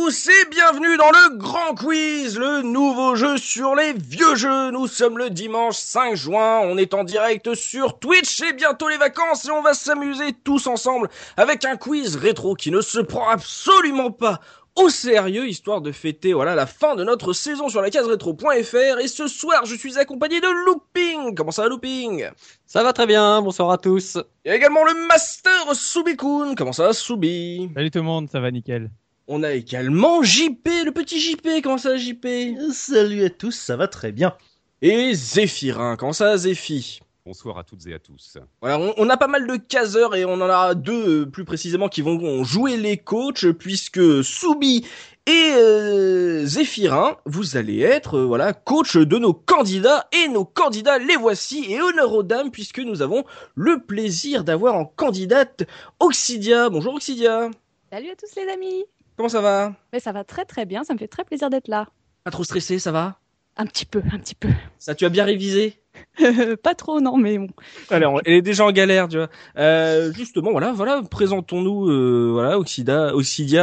tous et bienvenue dans le Grand Quiz, le nouveau jeu sur les vieux jeux. Nous sommes le dimanche 5 juin, on est en direct sur Twitch et bientôt les vacances et on va s'amuser tous ensemble avec un quiz rétro qui ne se prend absolument pas au sérieux, histoire de fêter la fin de notre saison sur la case rétro.fr. Et ce soir, je suis accompagné de Looping. Comment ça va, Looping? Ça va très bien, bonsoir à tous. Il y a également le Master Soubikoun. Comment ça va, Soubi? Salut tout le monde, ça va nickel. On a également JP, le petit JP. Comment ça va, JP? Salut à tous, ça va très bien. Et Zéphirin. Comment ça va, Zéphi? Bonsoir à toutes et à tous. Voilà, on a pas mal de caseurs et on en a deux plus précisément qui vont jouer les coachs, puisque Soubi et Zéphirin, vous allez être coach de nos candidats, et nos candidats les voici, et honneur aux dames puisque nous avons le plaisir d'avoir en candidate Oxidia. Bonjour Oxidia. Salut à tous les amis. Comment ça va? Mais ça va très très bien, ça me fait très plaisir d'être là. Pas trop stressé, ça va? Un petit peu. Ça, tu as bien révisé? Pas trop, non, mais bon. Allez, elle est déjà en galère, tu vois. Justement, présentons-nous, Oxidia,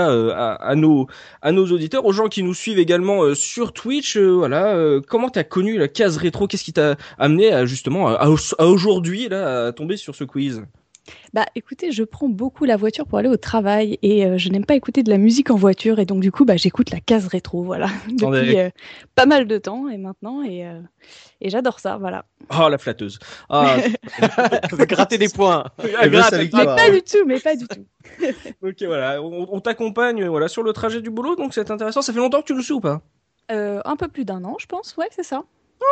à nos auditeurs, aux gens qui nous suivent également sur Twitch. Comment t'as connu la case rétro? Qu'est-ce qui t'a amené à aujourd'hui à tomber sur ce quiz? Bah, écoutez, je prends beaucoup la voiture pour aller au travail et je n'aime pas écouter de la musique en voiture et donc du coup, j'écoute la case rétro, depuis pas mal de temps et maintenant et j'adore ça, voilà. Oh, la flatteuse. Ah, Gratter des points. Mais pas du tout. Ok, voilà, on t'accompagne sur le trajet du boulot, donc c'est intéressant. Ça fait longtemps que tu nous suis ou pas? Un peu plus d'1 an, je pense, ouais, c'est ça.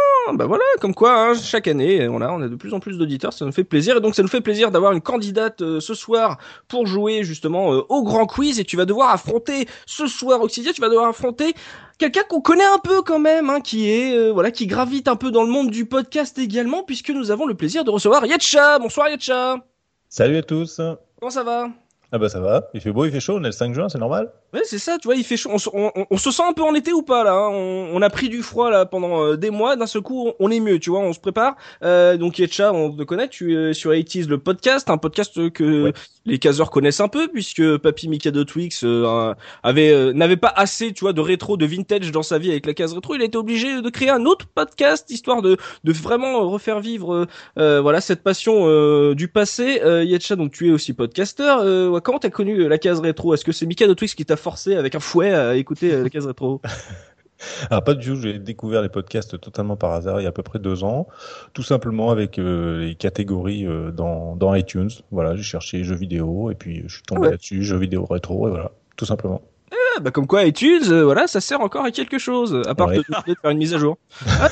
Comme quoi, chaque année, on a de plus en plus d'auditeurs, ça nous fait plaisir, et donc ça nous fait plaisir d'avoir une candidate ce soir pour jouer justement au grand quiz, et tu vas devoir affronter ce soir, Oxidia, quelqu'un qu'on connaît un peu quand même, qui est qui gravite un peu dans le monde du podcast également, puisque nous avons le plaisir de recevoir Yetcha. Bonsoir Yetcha. Salut à tous. Comment ça va? Ah bah ça va, il fait beau, il fait chaud, on est le 5 juin, c'est normal. Ouais, c'est ça, tu vois, il fait chaud. On se sent un peu en été ou pas, là, on a pris du froid, là, pendant des mois. D'un seul coup, on est mieux, tu vois, on se prépare. Donc, Yetcha, on te connaît, tu es sur 80's, le podcast, un podcast que les caseurs connaissent un peu, puisque Papy Mikado Twix n'avait pas assez, tu vois, de rétro, de vintage dans sa vie avec la case rétro. Il a été obligé de créer un autre podcast, histoire de vraiment refaire vivre, cette passion du passé. Yetcha, donc, tu es aussi podcasteur. Comment t'as connu la case rétro? Est-ce que c'est Mikado Twix qui t'a forcé avec un fouet à écouter la case rétro? Alors pas du tout, j'ai découvert les podcasts totalement par hasard il y a à peu près 2 ans, tout simplement avec les catégories dans iTunes. Voilà, j'ai cherché jeux vidéo et puis je suis tombé là-dessus, jeux vidéo rétro, et voilà, tout simplement. Comme quoi iTunes, ça sert encore à quelque chose, à part de faire une mise à jour.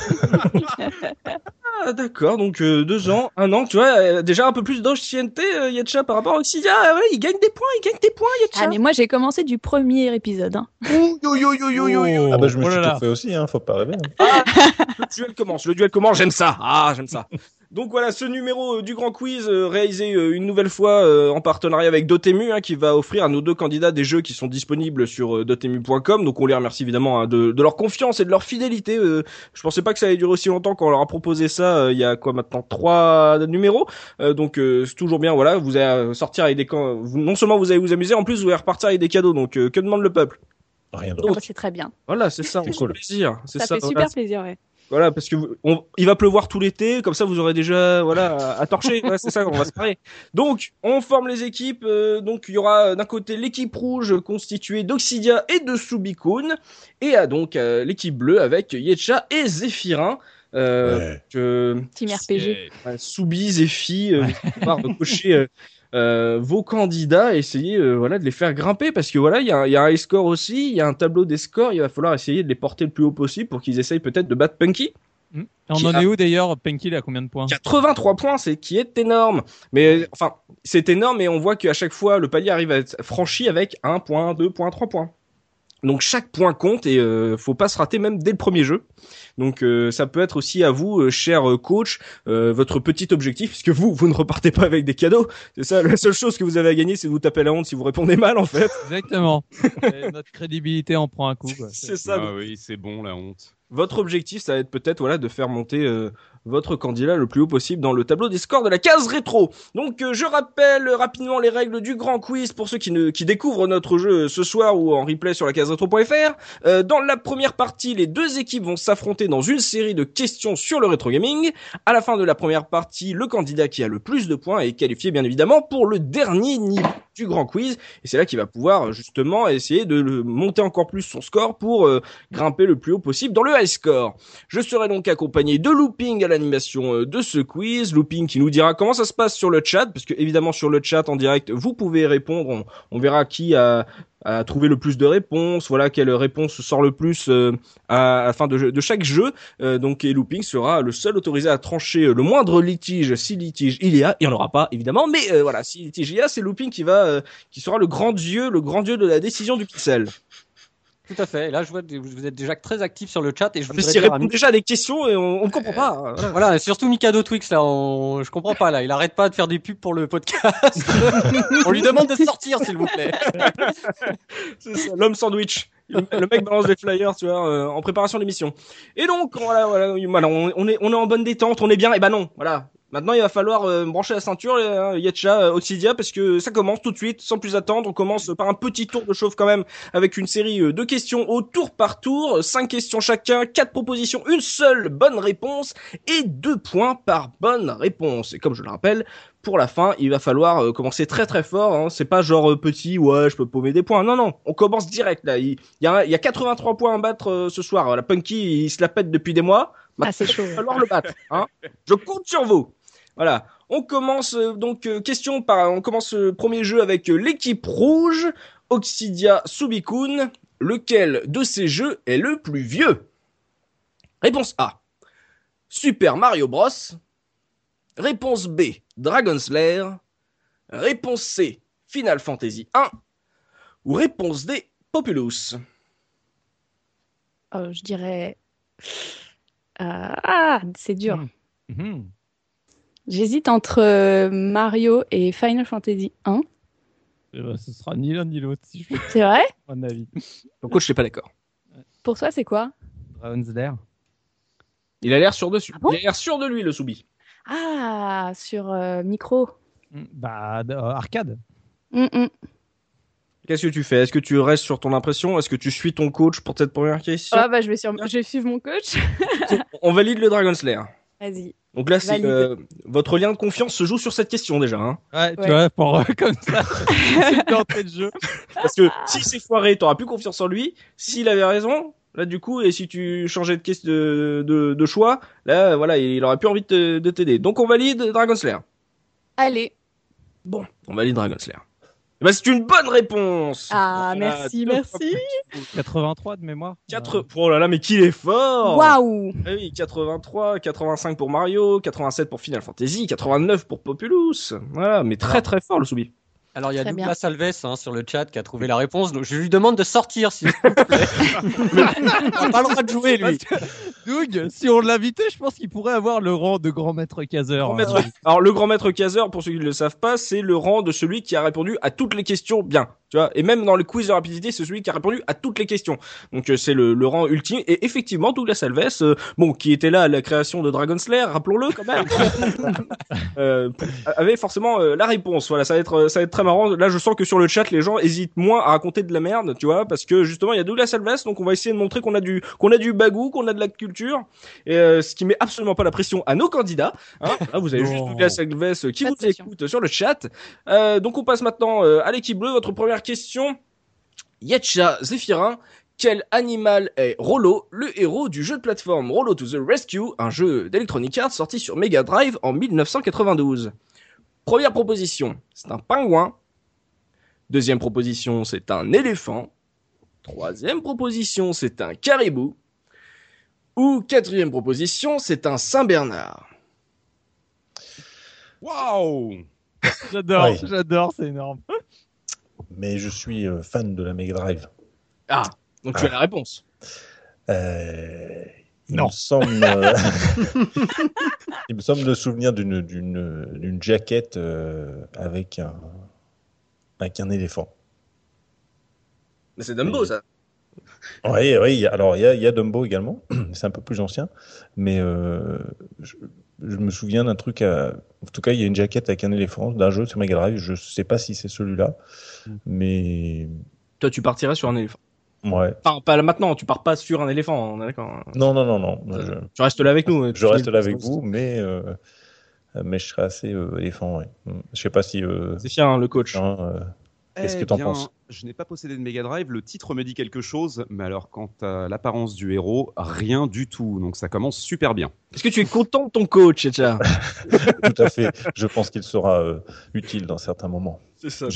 Ah, d'accord, donc 2 ans, 1 an, tu vois, déjà un peu plus d'ancienneté, Yetcha, par rapport à Oxidia. Il gagne des points, Yetcha. Ah, mais moi j'ai commencé du premier épisode. Yo. Ah bah je me suis tout fait aussi, faut pas rêver. Le duel commence, j'aime ça. Donc voilà, ce numéro du Grand Quiz réalisé une nouvelle fois en partenariat avec Dotemu, qui va offrir à nos 2 candidats des jeux qui sont disponibles sur dotemu.com. Donc on les remercie évidemment de leur confiance et de leur fidélité. Je pensais pas que ça allait durer aussi longtemps quand on leur a proposé ça il y a maintenant 3 numéros. Donc c'est toujours bien, vous allez sortir avec non seulement vous allez vous amuser, en plus vous allez repartir avec des cadeaux. Donc que demande le peuple? Rien d'autre. C'est très bien. Voilà, c'est ça, on se fait plaisir. Ça fait super plaisir, ouais. Voilà, parce que il va pleuvoir tout l'été, comme ça vous aurez déjà à torcher. Ouais, c'est ça, on va se parer. Donc, on forme les équipes. Donc, il y aura d'un côté l'équipe rouge constituée d'Oxidia et de Soubikoun, et donc l'équipe bleue avec Yetcha et Zéphirin. Team RPG. Soubi, Zéphi, de cocher vos candidats, essayer de les faire grimper, parce que il y a un high score aussi, il y a un tableau des scores, il va falloir essayer de les porter le plus haut possible pour qu'ils essayent peut-être de battre Punky. On en est où d'ailleurs? Punky, il a combien de points? 83 points, qui est énorme. Mais enfin, c'est énorme, mais on voit qu'à chaque fois le palier arrive à être franchi avec 1 point, 2 points, 3 points. Donc chaque point compte et faut pas se rater même dès le premier jeu. Donc ça peut être aussi à vous, cher coach, votre petit objectif, puisque vous ne repartez pas avec des cadeaux. C'est ça, la seule chose que vous avez à gagner, c'est de vous taper la honte si vous répondez mal, en fait. Exactement. Notre crédibilité en prend un coup, quoi. C'est ça. Ah oui, c'est bon la honte. Votre objectif, ça va être peut-être de faire monter votre candidat le plus haut possible dans le tableau des scores de la case rétro. Donc je rappelle rapidement les règles du grand quiz pour ceux qui découvrent notre jeu ce soir ou en replay sur la case rétro.fr. Dans la première partie, les deux équipes vont s'affronter dans une série de questions sur le rétro gaming. À la fin de la première partie, le candidat qui a le plus de points est qualifié bien évidemment pour le dernier niveau du grand quiz, et c'est là qu'il va pouvoir justement essayer de monter encore plus son score pour grimper le plus haut possible dans le high score. Je serai donc accompagné de Looping à l'animation de ce quiz. Looping qui nous dira comment ça se passe sur le chat, parce que évidemment sur le chat en direct vous pouvez répondre, on verra qui a trouvé le plus de réponses, voilà quelle réponse sort le plus à la fin de chaque jeu. Donc et Looping sera le seul autorisé à trancher le moindre litige, si litige il y a, il n'y en aura pas évidemment, mais voilà, si litige il y a, c'est Looping qui sera le grand dieu de la décision du pixel. Tout à fait. Là, je vois que vous êtes déjà très actifs sur le chat et je voudrais il répond déjà à des questions et on ne comprend pas. Voilà, surtout Mikado Twix là, je comprends pas là. Il arrête pas de faire des pubs pour le podcast. On lui demande de sortir, s'il vous plaît. C'est ça, l'homme sandwich. Le mec balance des flyers, tu vois, en préparation d'émission. Et donc voilà, on est en bonne détente, on est bien. Et ben non, voilà. Maintenant, il va falloir brancher la ceinture, Yetcha, Oxidia, parce que ça commence tout de suite, sans plus attendre. On commence par un petit tour de chauffe quand même, avec une série de questions au tour par tour, 5 questions chacun, 4 propositions, une seule bonne réponse et 2 points par bonne réponse. Et comme je le rappelle, pour la fin, il va falloir commencer très très fort. Hein. C'est pas genre petit, ouais, je peux paumer des points. Non, on commence direct là. Il y a 83 points à battre ce soir. La Punky, il se la pète depuis des mois. C'est chaud. Il va falloir le battre. Hein. Je compte sur vous. Voilà, on commence on commence le premier jeu avec l'équipe rouge, Oxidia Subikun. Lequel de ces jeux est le plus vieux? Réponse A, Super Mario Bros. Réponse B, Dragon's Lair. Réponse C, Final Fantasy 1. Ou réponse D, Populous. Je dirais... c'est dur. J'hésite entre Mario et Final Fantasy 1. Ce sera ni l'un ni l'autre, si je fais C'est vrai? mon avis. Donc coach, je suis pas d'accord. Pour toi, c'est quoi? Dragon's Lair. Il a l'air sûr dessus. Ah bon? Il a l'air sûr de lui, le Soubi. Ah, sur micro. Arcade. Qu'est-ce que tu fais? Est-ce que tu restes sur ton impression? Est-ce que tu suis ton coach pour cette première question? Je vais suivre mon coach. On valide le Dragon's Lair. Vas-y. Donc là, c'est votre lien de confiance se joue sur cette question déjà. Hein. Ouais, tu vois, pour comme ça, c'est d'entrée de jeu. Parce que si c'est foiré, t'auras plus confiance en lui. S'il avait raison, là du coup, et si tu changeais de choix, là voilà, il aurait plus envie de t'aider. Donc on valide Dragon's Lair. Allez. Bon, on valide Dragon's Lair. Bah, c'est une bonne réponse. Ah, merci. 83 de mémoire. Oh là là, mais qu'il est fort. Waouh. Oui, 83, 85 pour Mario, 87 pour Final Fantasy, 89 pour Populous. Voilà, mais très très fort le Soubi. Alors il y a Très Douglas Alves sur le chat qui a trouvé la réponse. Donc je lui demande de sortir s'il vous plaît. On n'a pas le droit de jouer lui. Doug, si on l'invitait, je pense qu'il pourrait avoir le rang de grand maître caseur. Alors le grand maître caseur, pour ceux qui ne le savent pas, c'est le rang de celui qui a répondu à toutes les questions bien. Tu vois, et même dans le quiz de rapidité, c'est celui qui a répondu à toutes les questions. Donc c'est le rang ultime. Et effectivement, Douglas Alves, qui était là à la création de Dragon's Lair, rappelons-le quand même, avait forcément la réponse. Voilà, ça va être très marrant. Là, je sens que sur le chat, les gens hésitent moins à raconter de la merde, tu vois, parce que justement, il y a Douglas Alves, donc on va essayer de montrer qu'on a du bagou, qu'on a de la culture, et ce qui met absolument pas la pression à nos candidats. Hein. Là, vous avez juste Douglas Alves qui vous écoute sur le chat. Donc on passe maintenant à l'équipe bleue. Votre première question, Yetcha Zéphirin. Quel animal est Rollo, le héros du jeu de plateforme Rollo to the Rescue, un jeu d'Electronic Arts sorti sur Mega Drive en 1992? Première proposition, c'est un pingouin. Deuxième proposition, c'est un éléphant. Troisième proposition, c'est un caribou. Ou quatrième proposition, c'est un Saint-Bernard. Waouh! J'adore, c'est énorme. Mais je suis fan de la Mega Drive. Ah, donc tu as la réponse. Il me semble de souvenir d'une jaquette avec un éléphant. Mais c'est Dumbo, ça. Oui, alors il y a Dumbo également, c'est un peu plus ancien, mais je, je me souviens d'un truc, en tout cas il y a une jaquette avec un éléphant d'un jeu sur Mega Drive, je sais pas si c'est celui-là, mais Toi, tu partirais sur un éléphant. ouais. Enfin, pas là maintenant, tu pars pas sur un éléphant, on est d'accord. Non, Tu restes là avec nous. je reste là avec vous, mais je serais assez éléphant, ouais. Je sais pas si... C'est fier, hein, le coach. Qu'est-ce que t'en penses? Je n'ai pas possédé de Mega Drive. Le titre me dit quelque chose, mais alors quant à l'apparence du héros, rien du tout. Donc ça commence super bien. Est-ce que tu es content de ton coach, Etcha? Tout à fait. Je pense qu'il sera utile dans certains moments. C'est ça.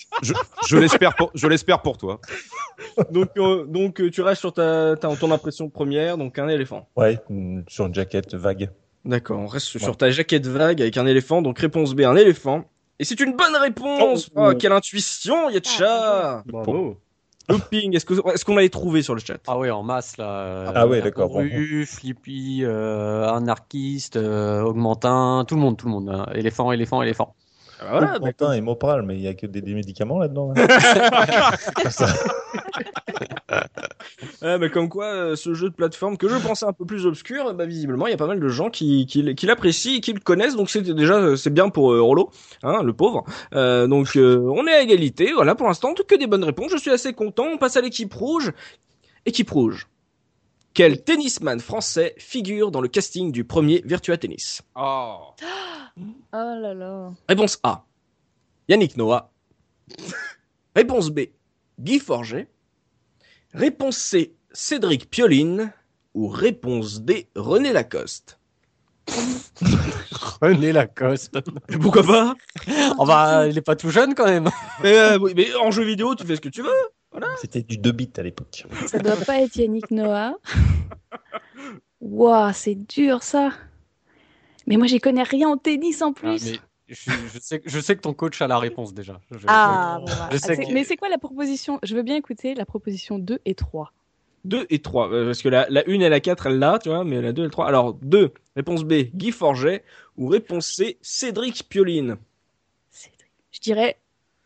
Je l'espère pour toi. Donc tu restes sur ton impression première, donc un éléphant. Ouais, sur une jaquette vague. D'accord, on reste sur ta jaquette vague avec un éléphant, donc réponse B, un éléphant. Et c'est une bonne réponse! Oh, quelle intuition, Yetcha! Bravo! Looping, est-ce qu'on l'avait trouvé sur le chat? Ah ouais, en masse là. Ah ouais, d'accord. Rue, Flippy, anarchiste, augmentin, tout le monde. Hein. Éléphant. Ah, voilà, Augmentin et Mopral, mais il y a que des médicaments là-dedans. mais comme quoi, ce jeu de plateforme que je pensais un peu plus obscur, bah, visiblement, il y a pas mal de gens qui l'apprécient et qui le connaissent, donc c'est bien pour Rollo, hein, le pauvre. Donc on est à égalité, voilà, pour l'instant, que des bonnes réponses, je suis assez content. On passe à l'équipe rouge. Équipe rouge. Quel tennisman français figure dans le casting du premier Virtua Tennis? Oh. Oh là là. Réponse A, Yannick Noah. Réponse B, Guy Forget. Réponse C, Cédric Pioline. Ou réponse D, René Lacoste. René Lacoste. Mais pourquoi pas? Oh bah, il est pas tout jeune quand même. Oui, mais en jeu vidéo, tu fais ce que tu veux. Voilà. C'était du 2 bits à l'époque. Ça doit pas être Yannick Noah. Waouh, c'est dur ça. Mais moi, j'y connais rien en tennis en plus. Ah, mais je sais que ton coach a la réponse déjà. Bon, voilà. Je sais que- Mais c'est quoi la proposition? Je veux bien écouter la proposition 2 et 3. 2 et 3. Parce que la 1 et la 4, elle l'a, tu vois, mais la 2 et la 3. Alors, 2, réponse B, Guy Forget. Ou réponse C, Cédric Pioline. Je dirais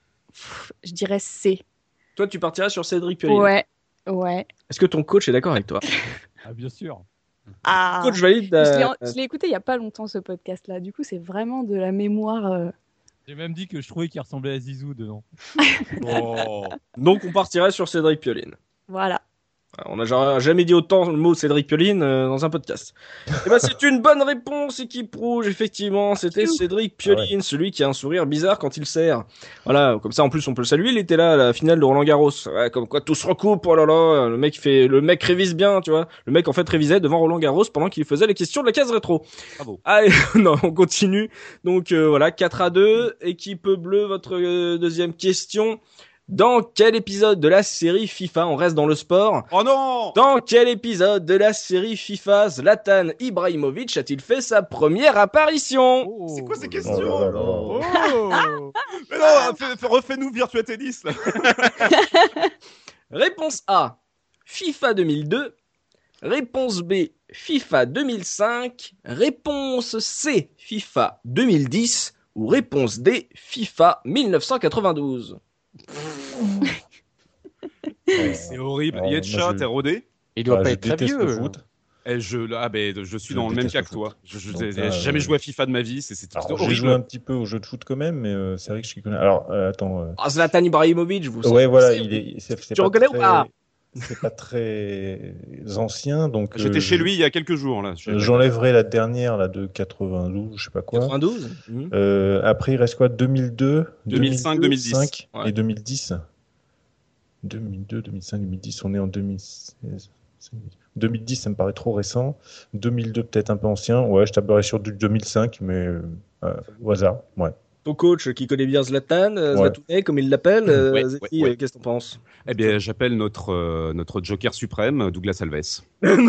C. Toi, tu partiras sur Cédric Pioline. Ouais. Est-ce que ton coach est d'accord avec toi? Ah, bien sûr. Ah. Coach valide. Je l'ai écouté il y a pas longtemps ce podcast-là. Du coup, c'est vraiment de la mémoire. J'ai même dit que je trouvais qu'il ressemblait à Zizou dedans. Oh. Donc, on partirait sur Cédric Pioline. Voilà. On n'a jamais dit autant le mot Cédric Pioline dans un podcast. Et ben c'est une bonne réponse, équipe rouge, effectivement. C'était Cédric Pioline, celui qui a un sourire bizarre quand il sert. Voilà, comme ça en plus on peut le saluer. Il était là à la finale de Roland Garros. Ouais, comme quoi tout se recoupe. Oh là là, le mec révise bien, tu vois. Le mec en fait révisait devant Roland Garros pendant qu'il faisait les questions de la case rétro. Bravo. Allez, non, on continue. Donc voilà, 4-2. Équipe bleue, votre deuxième question. Dans quel épisode de la série FIFA, on reste dans le sport, Oh non! dans quel épisode de la série FIFA Zlatan Ibrahimovic a-t-il fait sa première apparition? C'est quoi ces Oh questions? là là. Oh. Mais non, refais-nous Virtua Tennis là. Réponse A, FIFA 2002. Réponse B, FIFA 2005. Réponse C, FIFA 2010. Ou réponse D, FIFA 1992. C'est horrible. Alors, Yetcha, moi, t'es rodé? Il doit Ah, pas je être très déteste vieux. le foot. Je suis dans le même déteste cas le que toi. foot. Je Donc, n'ai jamais joué à FIFA de ma vie. C'est Alors, j'ai horrible. joué un petit peu au jeu de foot quand même, mais c'est vrai que je suis connais. Alors, attends. Ah, Zlatan Ibrahimovic, vous Ouais, voilà, savez, c'est Tu pas reconnais ou très- pas? C'est pas très ancien, donc. J'étais chez lui il y a quelques jours là. J'enlèverai la dernière, là, de 92, je sais pas quoi. 92. Après, il reste quoi? 2002, 2005, 2010. 2005 Ouais. et 2010. 2002, 2005, 2010, on est en 2016. 2010, ça me paraît trop récent. 2002, peut-être un peu ancien. Ouais, je tablerais sur du 2005, mais au hasard. Ouais. Ton coach qui connaît bien Zlatan, Ouais. Zlatounet, comme il l'appelle, Ouais, Zeki, ouais. qu'est-ce que t'en penses? Eh bien, j'appelle notre Joker suprême, Douglas Alves. Ça,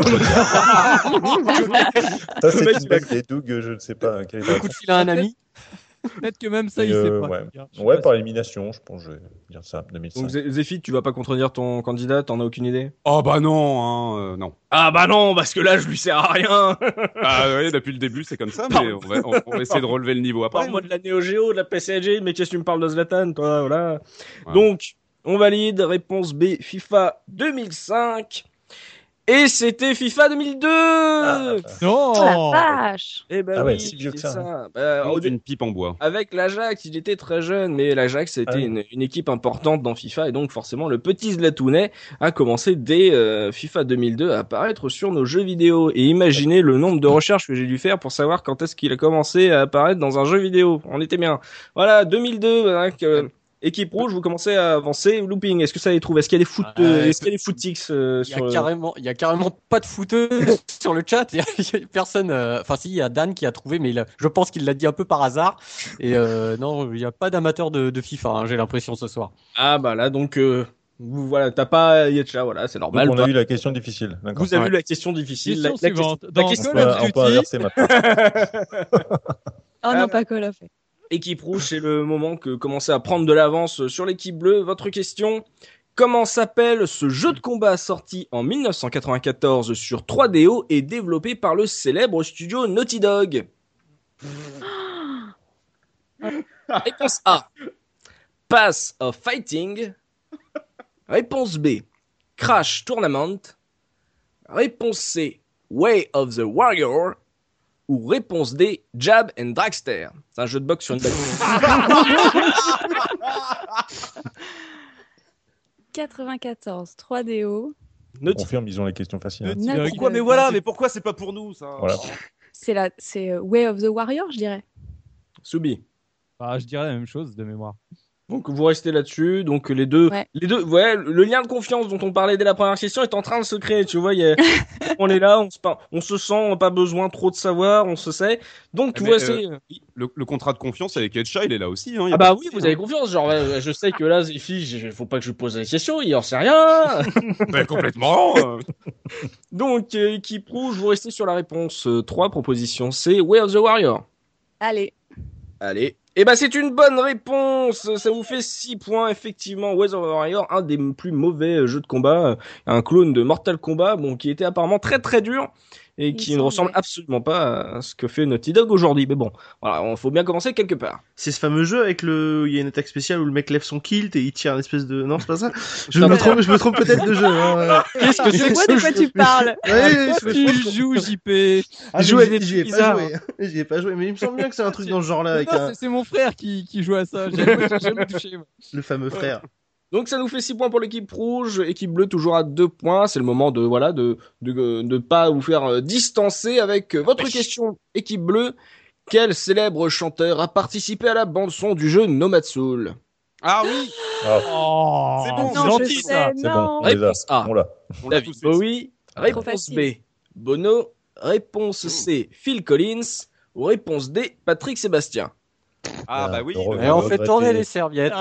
Le c'est mec, une blague des Doug, je ne sais pas quelle est la Un coup de fil à un ami. Peut-être que même ça, Et, il sait pas. ouais. Je sais Ouais, pas par si- élimination, je pense, je vais dire ça, 2005. Donc Zéphie, tu vas pas contredire ton candidat, t'en as aucune idée? Oh bah non, hein, non. Ah bah non, parce que là je lui sers à rien. Ah ouais, depuis le début c'est comme ça, mais on va essayer de relever le niveau après. Parle-moi de la Neo Geo, de la PCSG, mais qu'est-ce que tu me parles de Zlatan, toi, voilà. Ouais. Donc, On valide. Réponse B, FIFA 2005. Et c'était FIFA 2002. Non. Oh la vache. Eh ben Ah ouais, oui, si vieux que c'est ça. Une pipe en bois. Avec l'Ajax, il était très jeune, mais l'Ajax c'était une équipe importante dans FIFA et donc forcément le petit Zlatounet a commencé dès FIFA 2002 à apparaître sur nos jeux vidéo. Et imaginez le nombre de recherches que j'ai dû faire pour savoir quand est-ce qu'il a commencé à apparaître dans un jeu vidéo. On était bien. Voilà, 2002. Équipe rouge, vous commencez à avancer. Looping, est-ce que ça les trouve? Est-ce qu'il y a des est-ce qu'il y a des footix Il y a carrément pas de footeux sur le chat. Il y a personne. Enfin, si, il y a Dan qui a trouvé, mais je pense qu'il l'a dit un peu par hasard. Et non, il n'y a pas d'amateur de FIFA. Hein, j'ai l'impression ce soir. Ah bah là donc. Voilà, t'as pas Yetcha, voilà, c'est normal. Donc on a eu la question difficile. D'accord. Vous avez eu la question difficile. Question suivante. Dans question Call of on peut inverser maintenant. Oh non, pas Call of. Équipe rouge, c'est le moment que commencez à prendre de l'avance sur l'équipe bleue. Votre question, comment s'appelle ce jeu de combat sorti en 1994 sur 3DO et développé par le célèbre studio Naughty Dog? Réponse A, Path of Fighting. Réponse B, Crash Tournament. Réponse C, Way of the Warrior. Ou réponse D, Jab and Dragster. C'est un jeu de boxe sur une balle. 94, 3DO. On confirme, ils ont les questions faciles. Hein. Naughty Pourquoi? Dog. Mais voilà, mais pourquoi c'est pas pour nous ça? Voilà. C'est Way of the Warrior, je dirais. Soubi. Ah, je dirais la même chose de mémoire. Donc vous restez là-dessus. Donc les deux, ouais, le lien de confiance dont on parlait dès la première question est en train de se créer. Tu vois, on est là, on se sent, on n'a pas besoin trop de savoir, on se sait. Donc tu vois, c'est le contrat de confiance avec Edcha, il est là aussi. Hein, ah bah oui, vous avez confiance. Genre, je sais que là, Zephy, faut pas que je lui pose des questions, il en sait rien. Mais complètement. Donc équipe rouge, vous restez sur la réponse 3, proposition C, Way of the Warrior. Allez. Eh ben, c'est une bonne réponse. Ça vous fait 6 points, effectivement. Way of the Warrior, un des plus mauvais jeux de combat, un clone de Mortal Kombat, bon, qui était apparemment très très dur et qui ne ressemble absolument pas à ce que fait Naughty Dog aujourd'hui. Mais bon, voilà, il faut bien commencer quelque part. C'est ce fameux jeu avec il y a une attaque spéciale où le mec lève son kilt et il tire une espèce de, non, c'est pas ça? Je me trompe peut-être de jeu, hein. Qu'est-ce que c'est De quoi tu parles? Tu joues, JP. J'y ai pas joué, mais il me semble bien que c'est un truc dans ce genre-là avec C'est mon frère qui joue à ça. J'ai jamais touché. Moi. le fameux frère. Donc ça nous fait 6 points pour l'équipe rouge, équipe bleue toujours à 2 points. C'est le moment de pas vous faire distancer avec votre question. Équipe bleue, quel célèbre chanteur a participé à la bande son du jeu Nomad Soul? Ah oui. Oh, C'est bon, non, gentil je sais, ça. C'est non. bon. Réponse A, On l'a. On l'a David tous fait. Bowie. Réponse facile. B, Bono. Réponse C, Phil Collins. Ou réponse D, Patrick Sébastien. Ah bah oui. Et on fait tourner les serviettes.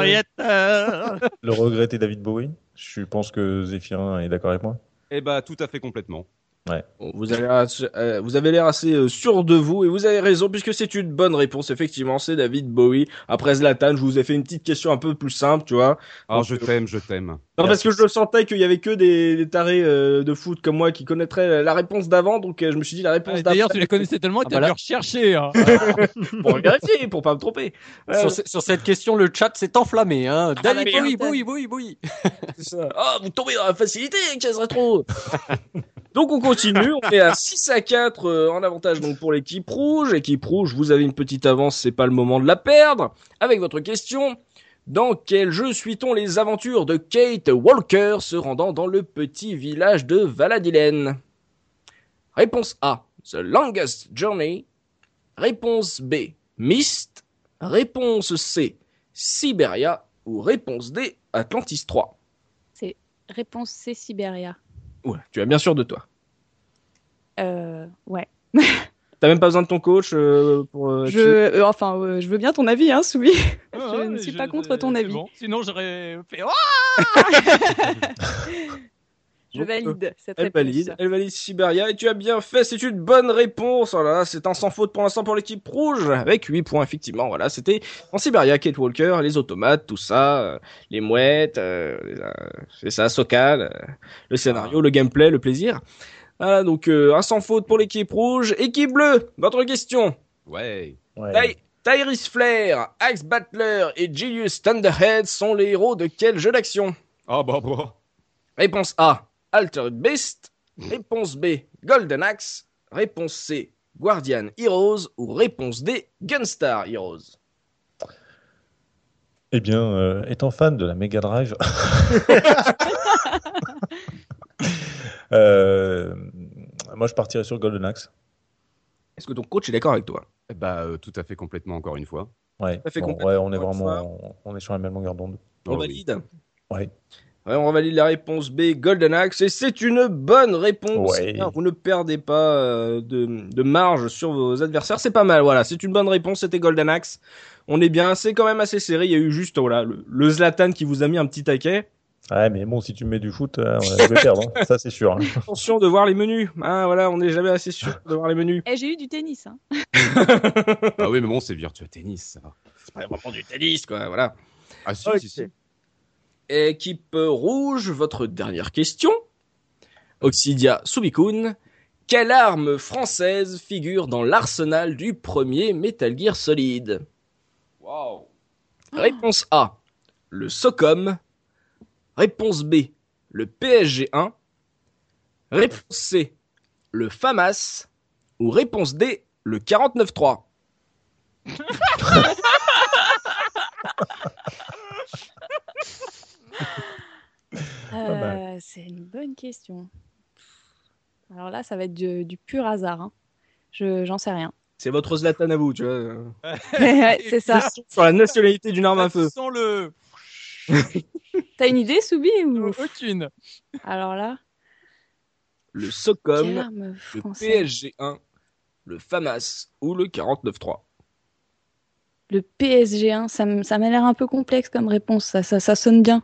Le regretté David Bowie. Je pense que Zéphirin est d'accord avec moi. Eh bah tout à fait complètement. Bon, vous avez l'air assez sûr de vous et vous avez raison puisque c'est une bonne réponse. Effectivement, c'est David Bowie. Après Zlatan, je vous ai fait une petite question un peu plus simple, tu vois. Alors je t'aime. Non, parce que je sentais qu'il y avait que des tarés de foot comme moi qui connaîtraient la réponse d'avant, donc je me suis dit la réponse d'après. D'ailleurs, tu les connaissais tellement que t'as dû rechercher. Hein. Pour vérifier, pour pas me tromper. Sur cette question, le chat s'est enflammé. Hein. David Bowie. C'est ça. Oh, vous tombez dans la facilité, Case Rétro. Donc on continue, on est à 6-4 en avantage donc pour l'équipe rouge. Équipe rouge, vous avez une petite avance, c'est pas le moment de la perdre. Avec votre question, dans quel jeu suit-on les aventures de Kate Walker se rendant dans le petit village de Valadilen? Réponse A, The Longest Journey. Réponse B, Myst. Réponse C, Siberia. Ou réponse D, Atlantis 3. C'est réponse C, Siberia. Ouais, tu es bien sûr de toi. Ouais. T'as même pas besoin de ton coach pour. Je veux bien ton avis, hein, Soubi. Je ne suis pas contre ton avis. Bon. Sinon, j'aurais fait. Je valide cette réponse. Elle valide Siberia et tu as bien fait, c'est une bonne réponse. Oh là là, c'est un sans faute pour l'instant pour l'équipe rouge avec 8 points effectivement. Voilà, c'était en Siberia, Kate Walker, les automates, tout ça, les mouettes, c'est ça, Sokal, le scénario, le gameplay, le plaisir. Donc un sans faute pour l'équipe rouge. Équipe bleue, votre question. Ouais. Hey, Tyrese Flair, Axe Battler et Julius Thunderhead sont les héros de quel jeu d'action? Ah bah. Réponse A, Altered Beast. Réponse B, Golden Axe. Réponse C, Guardian Heroes. Ou réponse D, Gunstar Heroes. Eh bien, étant fan de la Mega Drive, moi je partirais sur Golden Axe. Est-ce que ton coach est d'accord avec toi? Bah, tout à fait complètement, encore une fois. Ouais, Ça fait bon, complètement ouais, on est encore une vraiment, on est sur la même longueur d'onde. On Oh, oui. valide. Ouais. Ouais, on valide la réponse B, Golden Axe, et c'est une bonne réponse. Ouais. Vous ne perdez pas de marge sur vos adversaires, c'est pas mal. Voilà, c'est une bonne réponse. C'était Golden Axe. On est bien, c'est quand même assez serré. Il y a eu juste voilà le Zlatan qui vous a mis un petit taquet. Ouais, mais bon, si tu me mets du foot, je vais perdre, hein. Ça c'est sûr. Hein. Attention de voir les menus. Hein, voilà, on n'est jamais assez sûr de voir les menus. Et j'ai eu du tennis. Hein. Ah oui, mais bon, c'est Virtua Tennis, ça va. C'est pas vraiment du tennis, quoi. Voilà. Ah si, Ok. si. Équipe rouge, votre dernière question. Oxidia Subikun. Quelle arme française figure dans l'arsenal du premier Metal Gear Solid? Wow. Réponse A, le SOCOM. Réponse B, le PSG-1. Réponse C, le FAMAS. Ou réponse D, le 49.3. C'est une bonne question. Alors là, ça va être du pur hasard. Hein. J'en sais rien. C'est votre Zlatan à vous, tu vois. C'est ça. Sur la nationalité d'une arme à feu. Sens-le. T'as une idée, Soubi ou... Aucune. Alors là, Le quelle SOCOM, arme le française? PSG-1, le FAMAS ou le 49.3. Le PSG1, ça m'a l'air un peu complexe comme réponse. Ça sonne bien.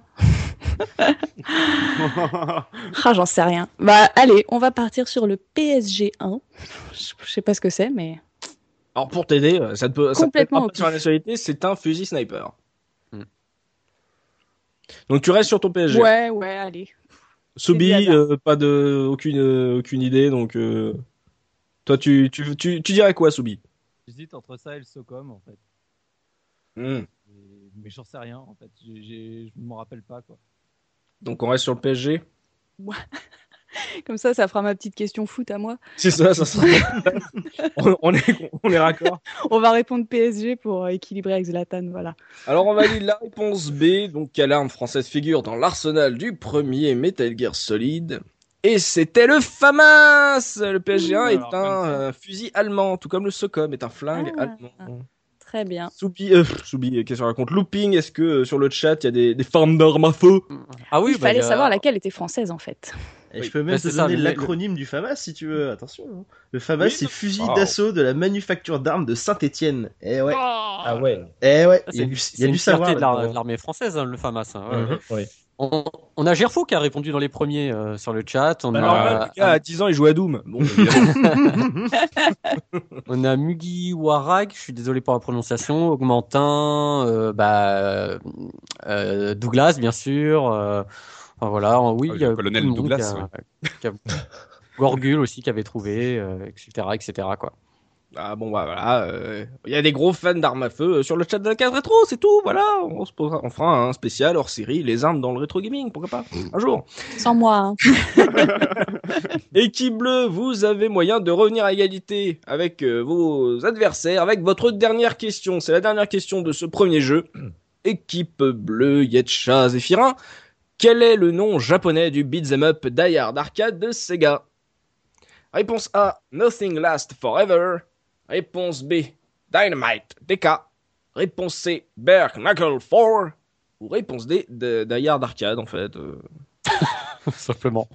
Ah, j'en sais rien. Bah, allez, on va partir sur le PSG1. Je sais pas ce que c'est, mais... Alors pour t'aider, ça peut Complètement être au pif. sur la nationalité, c'est un fusil sniper. Hmm. Donc tu restes sur ton PSG. Ouais, allez. Sobi, C'est du hasard. pas de aucune idée, donc toi tu dirais quoi, Sobi? J'hésite entre ça et le SOCOM en fait. Hmm. Mais j'en sais rien en fait. Je ne m'en rappelle pas quoi. Donc on reste sur le PSG. Comme ça fera ma petite question foot à moi. C'est ça sera. on est raccord. On va répondre PSG pour équilibrer avec Zlatan, voilà. Alors on valide la réponse B. Donc quelle arme française figure dans l'arsenal du premier Metal Gear Solid? Et c'était le FAMAS. Le PSG-1 est Alors, comme ça. un fusil allemand, tout comme le SOCOM est un flingue Ah. allemand. Très bien. Soubi, qu'est-ce qu'on raconte? Looping, est-ce que sur le chat il y a des formes d'armes à feu? Ah oui, Il fallait savoir laquelle était française, en fait. Et Oui. je peux même Bah, te c'est ça, donner le- l'acronyme du FAMAS si tu veux. Attention. Hein. Le FAMAS, Oui, c'est fusil wow. d'assaut de la manufacture d'armes de Saint-Étienne. Eh ouais. Ah ouais. Eh ouais. Ça, Il y a du, il y c'est a une du savoir. fierté de là-dedans. l'armée française, hein, le FAMAS. Hein, ouais. Mhm. Oui. On a Gerfo qui a répondu dans les premiers sur le chat. On Bah, a, normal, le gars, à 10 ans, il jouait à Doom. Bon, évidemment. on a Mugi Warag, je suis désolé pour la prononciation, Augmentin, Douglas, bien sûr. Enfin, voilà, oui, Ah, il y a le colonel beaucoup de monde Douglas, qui a- Gorgul aussi qui avait trouvé, etc., quoi. Ah bon, bah voilà, il y a des gros fans d'armes à feu sur le chat de la case rétro, c'est tout, voilà. On fera un spécial hors série, les armes dans le rétro gaming, pourquoi pas, un jour. Sans moi, hein. Équipe bleue, vous avez moyen de revenir à égalité avec vos adversaires, avec votre dernière question. C'est la dernière question de ce premier jeu. Équipe bleue, Yetcha Zephyrin. Quel est le nom japonais du beat'em up Die Hard arcade de Sega? Réponse A, Nothing Lasts Forever. Réponse B, Dynamite DK. Réponse C, Bare Knuckle 4. Ou réponse D, Die Hard arcade en fait. Simplement.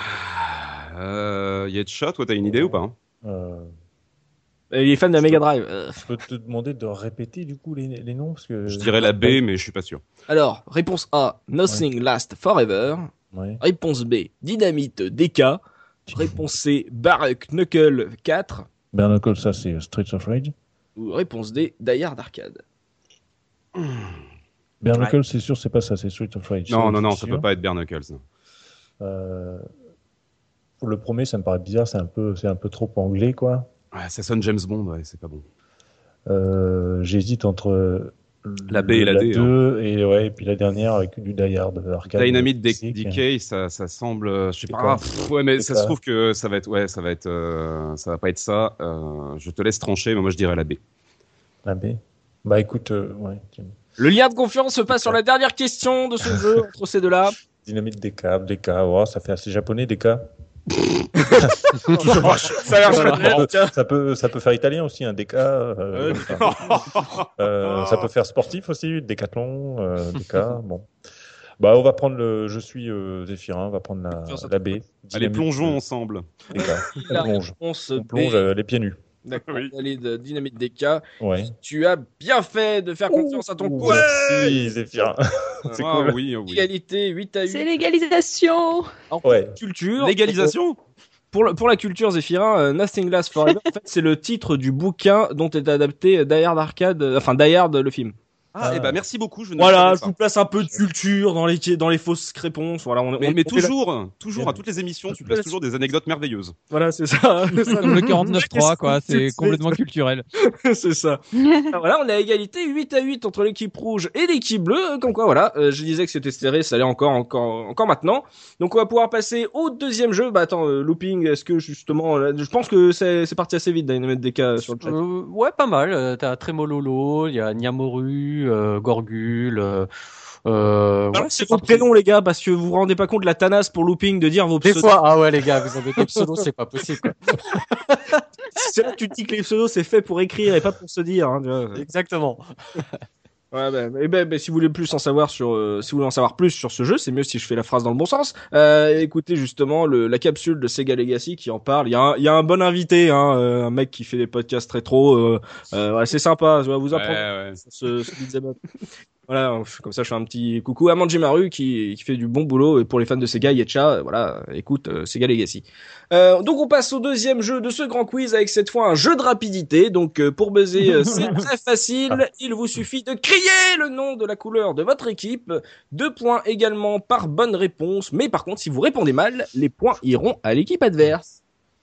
Yetcha, toi, t'as une idée ou pas? Il est fan de la Mega Drive. Je peux te demander de répéter du coup les noms parce que Je dirais la B, mais je suis pas sûr. Alors, réponse A, Nothing Lasts Forever. Ouais. Réponse B, Dynamite DK. Réponse C, Bare Knuckle 4. Bare Knuckle, ça c'est Streets of Rage. Ou réponse D, Die Hard arcade. Bare Knuckle, c'est sûr, c'est pas ça, c'est Streets of Rage. Non, Ça, non, non, c'est ça sûr. peut pas être Bare Knuckles. Pour le premier, ça me paraît bizarre, c'est un peu trop anglais quoi. Ouais, ça sonne James Bond, ouais, c'est pas bon. J'hésite entre La B et la D, 2 et puis la dernière avec du Die Hard arcade. Dynamite classique. Decay, ça semble, je sais C'est pas. quoi Ouais, mais C'est ça se quoi trouve que ça va être, ça va pas être ça. Je te laisse trancher, mais moi je dirais la B. La B. Bah écoute, ouais. Le lien de confiance se passe sur la dernière question de ce jeu entre ces deux-là. Dynamite DK, ça fait assez japonais DK. Ça a l'air chouette, tiens. Ça peut faire italien aussi, un DK. Ça peut faire sportif aussi, décathlon, DK. Bon. Bah, on va prendre je suis Zéphirin, on va prendre la B. Allez, plongeons ensemble. DK. On plonge. On plonge les pieds nus. D'accord, Oui. allez, de Dynamite DK. Ouais. Tu as bien fait de faire confiance à ton Ouh, coin. merci Zéphirin. C'est Ah, cool. oui, oui. Égalité 8-8. C'est l'égalisation. Ouais. Culture. Légalisation. Pour la culture, Zéphirin, Nothing Lasts Forever, en fait, c'est le titre du bouquin dont est adapté Die Hard Arcade, enfin Die Hard le film. Et ben merci beaucoup. Je ne Voilà, savais je pas. vous place un peu de culture dans les fausses réponses. Voilà, Mais on fait la- toujours à toutes les émissions, tu places toujours des anecdotes merveilleuses. Voilà, c'est ça. C'est ça. Le 49.3, quoi. C'est C'est- complètement culturel. C'est ça. Alors voilà, on est à égalité 8-8 entre l'équipe rouge et l'équipe bleue. Comme quoi, voilà, je disais que c'était serré, ça l'est encore maintenant. Donc on va pouvoir passer au deuxième jeu. Bah attends, looping, est-ce que justement, là, je pense que c'est parti assez vite, Dynamite DK sur le chat. Ouais, pas mal. T'as Tremololo, il y a Niamoru, Gorgul. Alors, Ouais, c'est vos prénoms, les gars, parce que vous vous rendez pas compte de la tanasse pour looping de dire vos Des pseudos. fois, ah ouais les gars, vous avez des pseudos, c'est pas possible. Quoi. C'est là que tu te dis que les pseudos c'est fait pour écrire et pas pour se dire. Hein, tu vois. Exactement. Ouais, si vous voulez plus en savoir si vous voulez en savoir plus sur ce jeu, c'est mieux si je fais la phrase dans le bon sens. Écoutez justement la capsule de Sega Legacy qui en parle. Il y a un bon invité, un mec qui fait des podcasts rétro. Ouais, c'est sympa. Je vais vous apprendre Ouais. ce beat'em up. Voilà, comme ça je fais un petit coucou à Manjimaru qui fait du bon boulot et pour les fans de Sega Yetcha, voilà, écoute Sega Legacy. Donc on passe au deuxième jeu de ce grand quiz avec cette fois un jeu de rapidité. Donc pour buzzer c'est très facile, il vous suffit de crier le nom de la couleur de votre équipe. 2 points également par bonne réponse, mais par contre si vous répondez mal, les points iront à l'équipe adverse.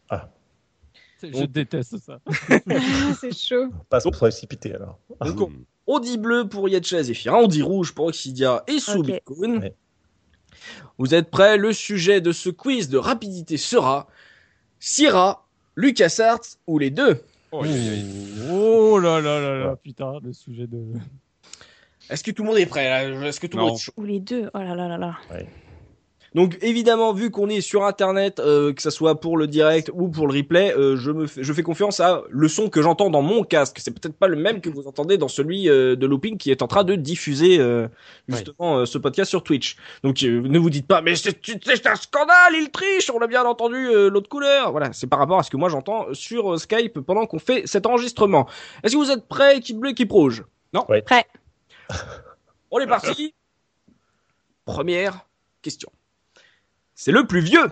Je déteste ça. C'est chaud. Pas se précipiter alors. Donc on dit bleu pour Yetcha et Zéphirin, on dit rouge pour Oxidia et Subikun. Ouais. Vous êtes prêts? Le sujet de ce quiz de rapidité sera Sierra, LucasArts ou les deux. Oh là là là là, putain, le sujet de... Est-ce que tout le monde est prêt là? Est-ce que tout le monde est chaud? Ou les deux. Oh là là là là. Donc évidemment, vu qu'on est sur internet, que ça soit pour le direct ou pour le replay, je fais confiance à le son que j'entends dans mon casque. C'est peut-être pas le même que vous entendez dans celui de Looping qui est en train de diffuser justement ce podcast sur Twitch. Donc ne vous dites pas mais c'est un scandale, il triche, on a bien entendu l'autre couleur. Voilà, c'est par rapport à ce que moi j'entends sur Skype pendant qu'on fait cet enregistrement. Est-ce que vous êtes prêts, équipe bleue, équipe rouge? Non. Ouais. Prêt. On est parti. Première question. C'est le plus vieux.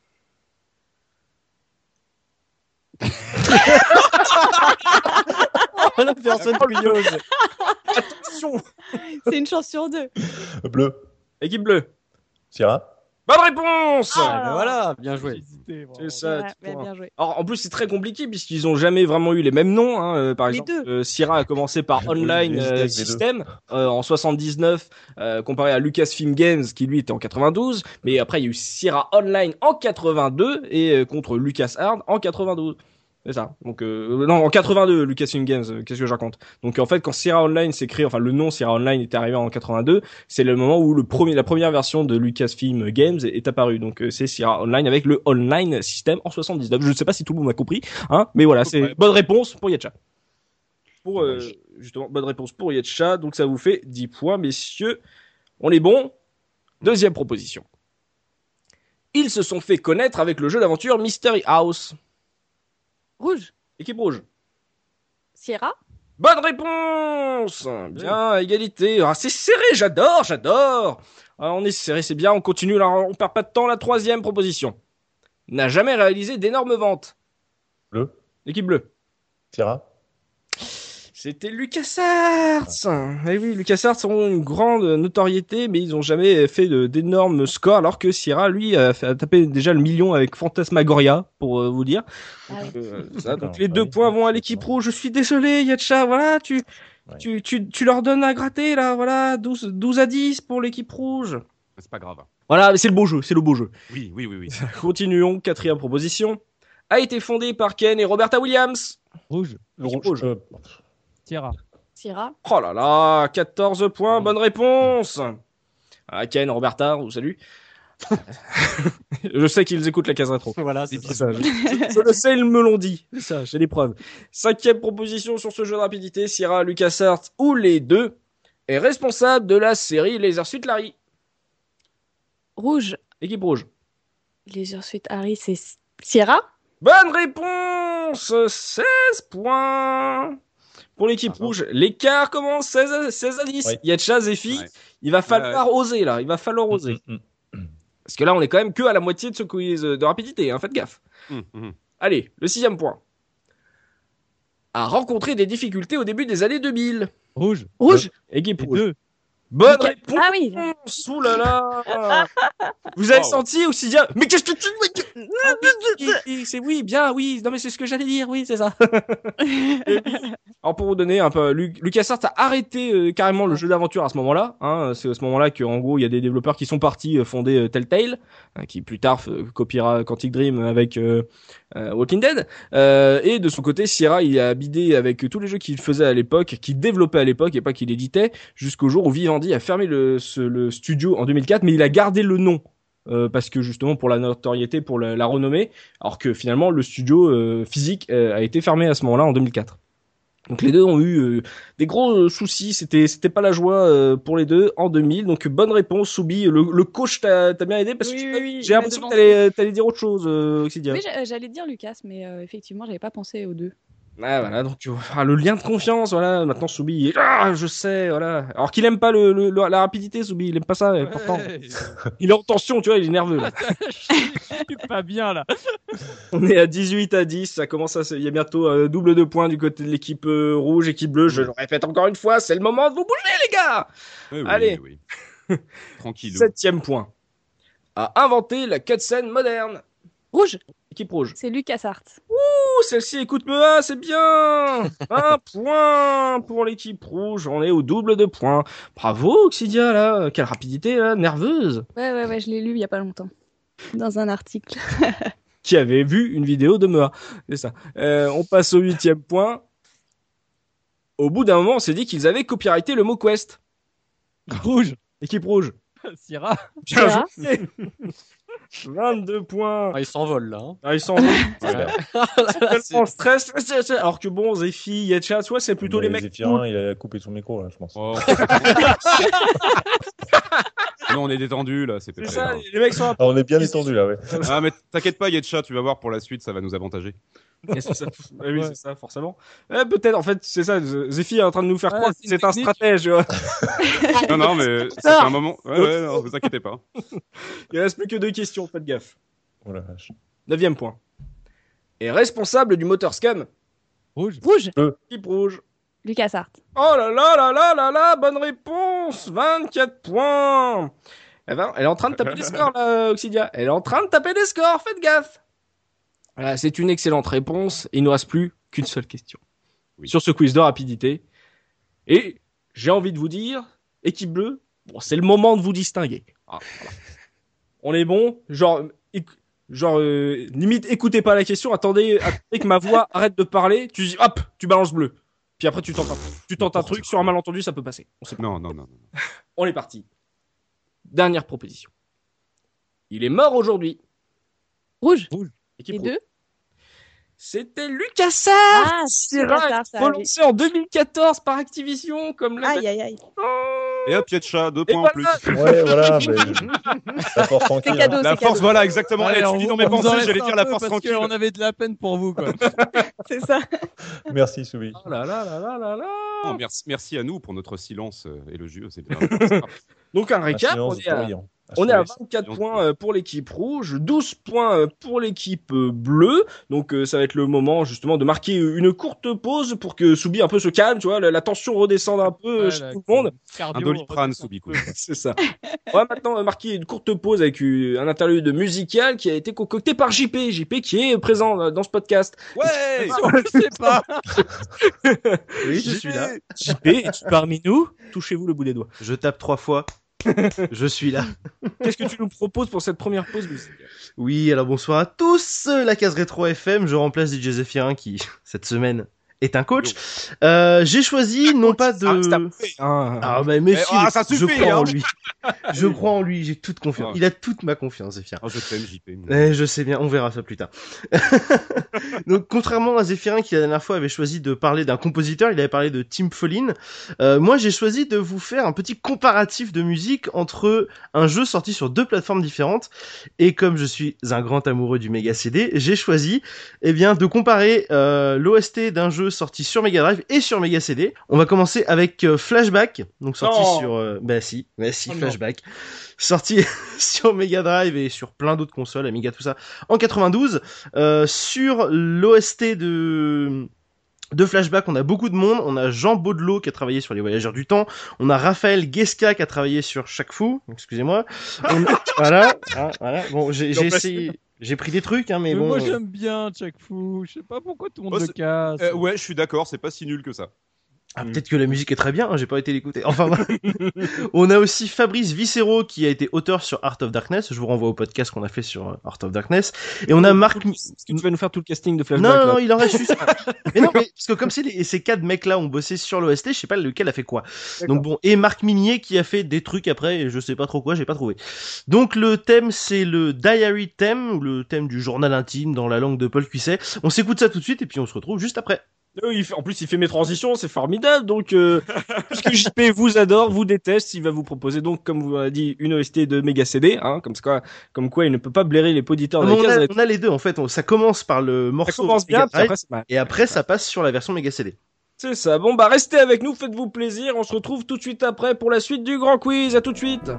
La personne couilleuse. Attention. C'est une chance sur deux. Bleu. Équipe bleue. Sierra. Bonne réponse. Ah. Ben voilà, bien joué. C'est ça. Ouais, petit ouais, point. bien joué. Alors, en plus, c'est très compliqué puisqu'ils ont jamais vraiment eu les mêmes noms. Hein. Par Les exemple, deux. Sierra a commencé par Oui, Online j'hésitais avec les System en 79, comparé à Lucasfilm Games qui lui était en 92. Mais après, il y a eu Sierra Online en 82 et contre LucasArts en 92. C'est ça. Donc non, en 82, Lucasfilm Games. Qu'est-ce que je raconte? Donc en fait, quand Sierra Online s'est créé, enfin le nom Sierra Online est arrivé en 82, c'est le moment où la première version de Lucasfilm Games est apparue. Donc c'est Sierra Online avec le Online System en 79. Je ne sais pas si tout le monde a compris, hein, mais voilà, c'est bonne réponse pour Yetcha. Pour justement bonne réponse pour Yetcha. Donc ça vous fait 10 points, messieurs. On est bon. Deuxième proposition. Ils se sont fait connaître avec le jeu d'aventure Mystery House. Rouge. Équipe rouge. Sierra. Bonne réponse. Bien, égalité. Ah, c'est serré, j'adore. Ah, on est serré, c'est bien, on continue, là, on perd pas de temps. La troisième proposition. N'a jamais réalisé d'énormes ventes. Bleu. Équipe bleue. Sierra. C'était LucasArts. Et oui, LucasArts ont une grande notoriété, mais ils ont jamais fait d'énormes scores, alors que Sierra, lui, a tapé déjà le million avec Phantasmagoria, pour vous dire. Donc les 2 points vont à l'équipe rouge. Je suis désolé, Yatcha, voilà, tu leur donnes à gratter, là, voilà, 12 à 10 pour l'équipe rouge. C'est pas grave. Voilà, mais c'est le beau jeu, c'est le beau jeu. Oui. Continuons, 4e proposition. A été fondée par Ken et Roberta Williams. Rouge. Rouge. Sierra. Sierra. Oh là là, 14 points, bonne réponse. Ken, Roberta, on vous salue. Je sais qu'ils écoutent la case rétro. Voilà, c'est ça. Je le sais, ils me l'ont dit. C'est ça, j'ai les preuves. 5e proposition sur ce jeu de rapidité. Sierra, LucasArts ou les deux est responsable de la série Laser Suit Larry. Rouge. Équipe rouge. Laser Suit Harry, c'est Sierra. Bonne réponse, 16 points. Pour l'équipe rouge, l'écart commence 16 à 10. Ouais. Yatcha, Zephy, il va falloir oser là. Il va falloir oser. Parce que là, on est quand même que à la moitié de ce quiz de rapidité. Faites gaffe. Allez, le 6e point. A rencontré des difficultés au début des années 2000. Rouge. Équipe rouge. 2. Bonne réponse. Ah oui. Ouh là là. Vous avez senti aussi bien. Mais qu'est-ce que tu... C'est oui, bien, oui. Non mais c'est ce que j'allais dire, oui, c'est ça. Alors pour vous donner un peu, LucasArts a arrêté carrément le jeu d'aventure à ce moment-là. C'est à ce moment-là que en gros il y a des développeurs qui sont partis fonder Telltale, qui plus tard copiera Quantic Dream avec Walking Dead. Et de son côté, Sierra il a bidé avec tous les jeux qu'il faisait à l'époque, qu'il développait à l'époque et pas qu'il éditait, jusqu'au jour où Vivendi a fermé le studio en 2004, mais il a gardé le nom. Parce que justement pour la notoriété, pour la renommée, alors que finalement le studio physique a été fermé à ce moment-là en 2004. Donc les deux ont eu des gros soucis, c'était pas la joie pour les deux en 2000. Donc bonne réponse, Soubi. Le coach t'a bien aidé parce que j'ai l'impression que t'allais dire autre chose, Oxidia. Oui, j'allais dire Lucas, mais effectivement, j'avais pas pensé aux deux. Ah voilà, donc le lien de confiance, voilà. Maintenant Soubi, je sais, voilà. Alors qu'il aime pas la rapidité, Soubi, il aime pas ça. Pourtant, il est en tension, tu vois, il est nerveux là. Je suis pas bien là. On est à 18 à 10, ça commence il y a bientôt double de points du côté de l'équipe rouge, équipe bleue. Je le répète encore une fois, c'est le moment de vous bouger, les gars. Allez. Tranquille. 7e point. A inventé la cutscene moderne. Rouge. Équipe rouge. C'est LucasArts. Ouh, celle-ci écoute-moi, c'est bien. 1 point pour l'équipe rouge. On est au double de points. Bravo, Oxidia, là. Quelle rapidité, là. Nerveuse. Ouais, je l'ai lu il y a pas longtemps. Dans un article. Qui avait vu une vidéo de Mea. C'est ça. On passe au 8e point. Au bout d'un moment, on s'est dit qu'ils avaient copyrighté le mot Quest. Rouge. Équipe rouge. Sierra. Bien joué. 22 points. Ah, il s'envole là. Ils s'envolent. Tellement stress. Alors que bon, Zephy, Yetcha, tu vois, c'est plutôt les mecs. Zéphirin, il a coupé son micro, là, je pense. Non, on est détendu là, c'est ça, les mecs sont on est bien détendu là, ouais. Ah, mais t'inquiète pas, Yetcha, tu vas voir pour la suite, ça va nous avantager. Oui, c'est ça, forcément. Peut-être, en fait, c'est ça. Zephy est en train de nous faire croire que c'est un stratège. Tu vois. Non, mais c'est un moment. Ouais, non, vous inquiétez pas. Il reste plus que 2 questions, faites gaffe. Oh la vache. 9e point. Est responsable du moteur Scam. Rouge. Équipe rouge. LucasArts. Oh là là là là là là, bonne réponse. 24 points. Elle est en train de taper des scores, là, Oxidia. Elle est en train de taper des scores, faites gaffe. Voilà, c'est une excellente réponse. Il ne nous reste plus qu'une seule question sur ce quiz de rapidité. Et j'ai envie de vous dire, équipe bleue, bon, c'est le moment de vous distinguer. Voilà. On est bon, genre limite, écoutez pas la question, attendez que ma voix arrête de parler, tu dis hop, tu balances bleu. Puis après tu tentes un truc sur un malentendu, ça peut passer. On sait pas. Non. On est parti. Dernière proposition. Il est mort aujourd'hui. Rouge. Équipe Les rouge. deux. C'était LucasArts. Ah, Sierra relancé en 2014 par Activision comme la. Aïe. Et hop, Yetcha, 2 points en plus. Ouais, voilà, mais la force tranquille. C'est cadeau, La c'est force, cadeau. voilà, exactement. Allez, Tu dis dans mes pensées, j'allais dire la force tranquille. On avait de la peine pour vous, quoi. C'est ça. Merci, Soubi. Oh là là là là là là. Non, merci à nous pour notre silence élogieux. C'est bien. Donc un récap, silence on est à bruyant. On est à 24 points pour l'équipe rouge, 12 points pour l'équipe bleue. Donc ça va être le moment justement de marquer une courte pause pour que Soubi un peu se calme, tu vois, la tension redescende un peu chez tout le monde. Un Doliprane, Soubi, quoi. C'est ça. On va maintenant marquer une courte pause avec un interlude musical qui a été concocté par JP qui est présent dans ce podcast. Ouais. Je sais pas. Oui, je suis là. JP, es-tu parmi nous? Touchez-vous le bout des doigts. Je tape 3 fois. Je suis là. Qu'est-ce que tu nous proposes pour cette première pause musicale? Oui, alors bonsoir à tous. La case rétro FM, je remplace DJ Zephyrin qui, cette semaine, est un coach. J'ai choisi non pas de... Ah bah méfie, ça suffit, je crois hein. en lui. Je crois en lui, j'ai toute confiance. Il a toute ma confiance, Zephyrin. Oh, je t'aime, JP. Je sais bien, on verra ça plus tard. Donc, contrairement à Zephyrin qui la dernière fois avait choisi de parler d'un compositeur, il avait parlé de Tim Follin. Moi, j'ai choisi de vous faire un petit comparatif de musique entre un jeu sorti sur 2 plateformes différentes. Et comme je suis un grand amoureux du Mega CD, j'ai choisi, de comparer l'OST d'un jeu sorti sur Mega Drive et sur Mega CD. On va commencer avec Flashback, donc sorti sur... Flashback. Sorti sur Mega Drive et sur plein d'autres consoles, Amiga, tout ça, en 92. Sur l'OST de Flashback, on a beaucoup de monde. On a Jean Baudelot qui a travaillé sur Les Voyageurs du Temps. On a Raphaël Guesca qui a travaillé sur Chaque Fou. Excusez-moi. Voilà. Bon, j'ai essayé... J'ai pris des trucs, mais bon... Moi, j'aime bien Chaque Fou. Je sais pas pourquoi tout le monde le casse. Ouais, je suis d'accord, c'est pas si nul que ça. Ah, peut-être que la musique est très bien, j'ai pas été l'écouter. Enfin, on a aussi Fabrice Vicero qui a été auteur sur Art of Darkness. Je vous renvoie au podcast qu'on a fait sur Art of Darkness. Et on a Marc... Est-ce que tu vas nous faire tout le casting de Flashback? Non, il en reste juste... mais non, parce que comme ces 4 mecs-là ont bossé sur l'OST, je sais pas lequel a fait quoi. D'accord. Donc bon, et Marc Minier qui a fait des trucs après, et je sais pas trop quoi, j'ai pas trouvé. Donc le thème, c'est le Diary Theme, ou le thème du journal intime dans la langue de Paul Cuisset. On s'écoute ça tout de suite, et puis on se retrouve juste après. En plus, il fait mes transitions, c'est formidable. Donc, puisque JP vous adore, vous déteste, il va vous proposer donc, comme vous l'avez dit, une OST de Mega CD, comme quoi il ne peut pas blairer les auditeurs de la case. On a les deux, en fait. Ça commence par le morceau. Ça commence bien, puis après, c'est mal. Et après, ça passe sur la version Mega CD. C'est ça. Bon, bah, restez avec nous, faites-vous plaisir. On se retrouve tout de suite après pour la suite du grand quiz. À tout de suite.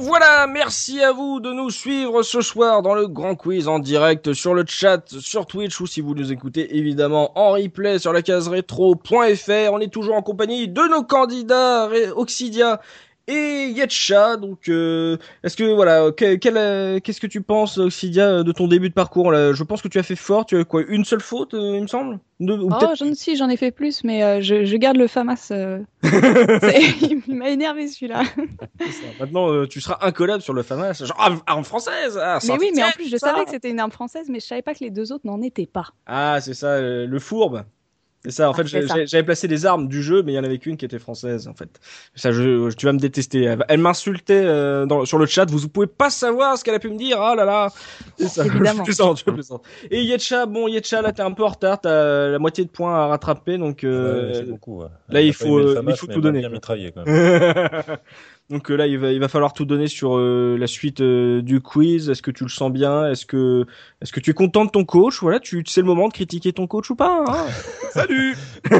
Voilà, merci à vous de nous suivre ce soir dans le grand quiz en direct sur le chat, sur Twitch ou si vous nous écoutez évidemment en replay sur la case rétro.fr. On est toujours en compagnie de nos candidats Oxidia et Yetcha. Donc, est-ce que voilà, qu'est-ce que tu penses, Oxidia, de ton début de parcours là? Je pense que tu as fait fort. Tu as quoi, une seule faute, il me semble? J'en ai fait plus, mais je garde le FAMAS. Il m'a énervé celui-là. Maintenant, tu seras incollable sur le FAMAS. Genre, arme française. Mais oui, mais en plus, je savais que c'était une arme française, mais je savais pas que les deux autres n'en étaient pas. Ah, c'est ça, le fourbe. C'est ça, en fait, j'avais placé les armes du jeu, mais il y en avait qu'une qui était française, en fait. Ça, tu vas me détester. Elle m'insultait sur le chat, vous pouvez pas savoir ce qu'elle a pu me dire, ah là là. C'est ça, évidemment. Je plaisante. Et Yetcha, là, t'es un peu en retard, t'as la moitié de points à rattraper, donc c'est beaucoup, ouais. Là, il faut FAMAS, tout donner. Bien mitraillé, quand même. Donc là, il va falloir tout donner sur la suite du quiz. Est-ce que tu le sens bien? Est-ce que tu es content de ton coach? Voilà, c'est le moment de critiquer ton coach ou pas, hein? Salut.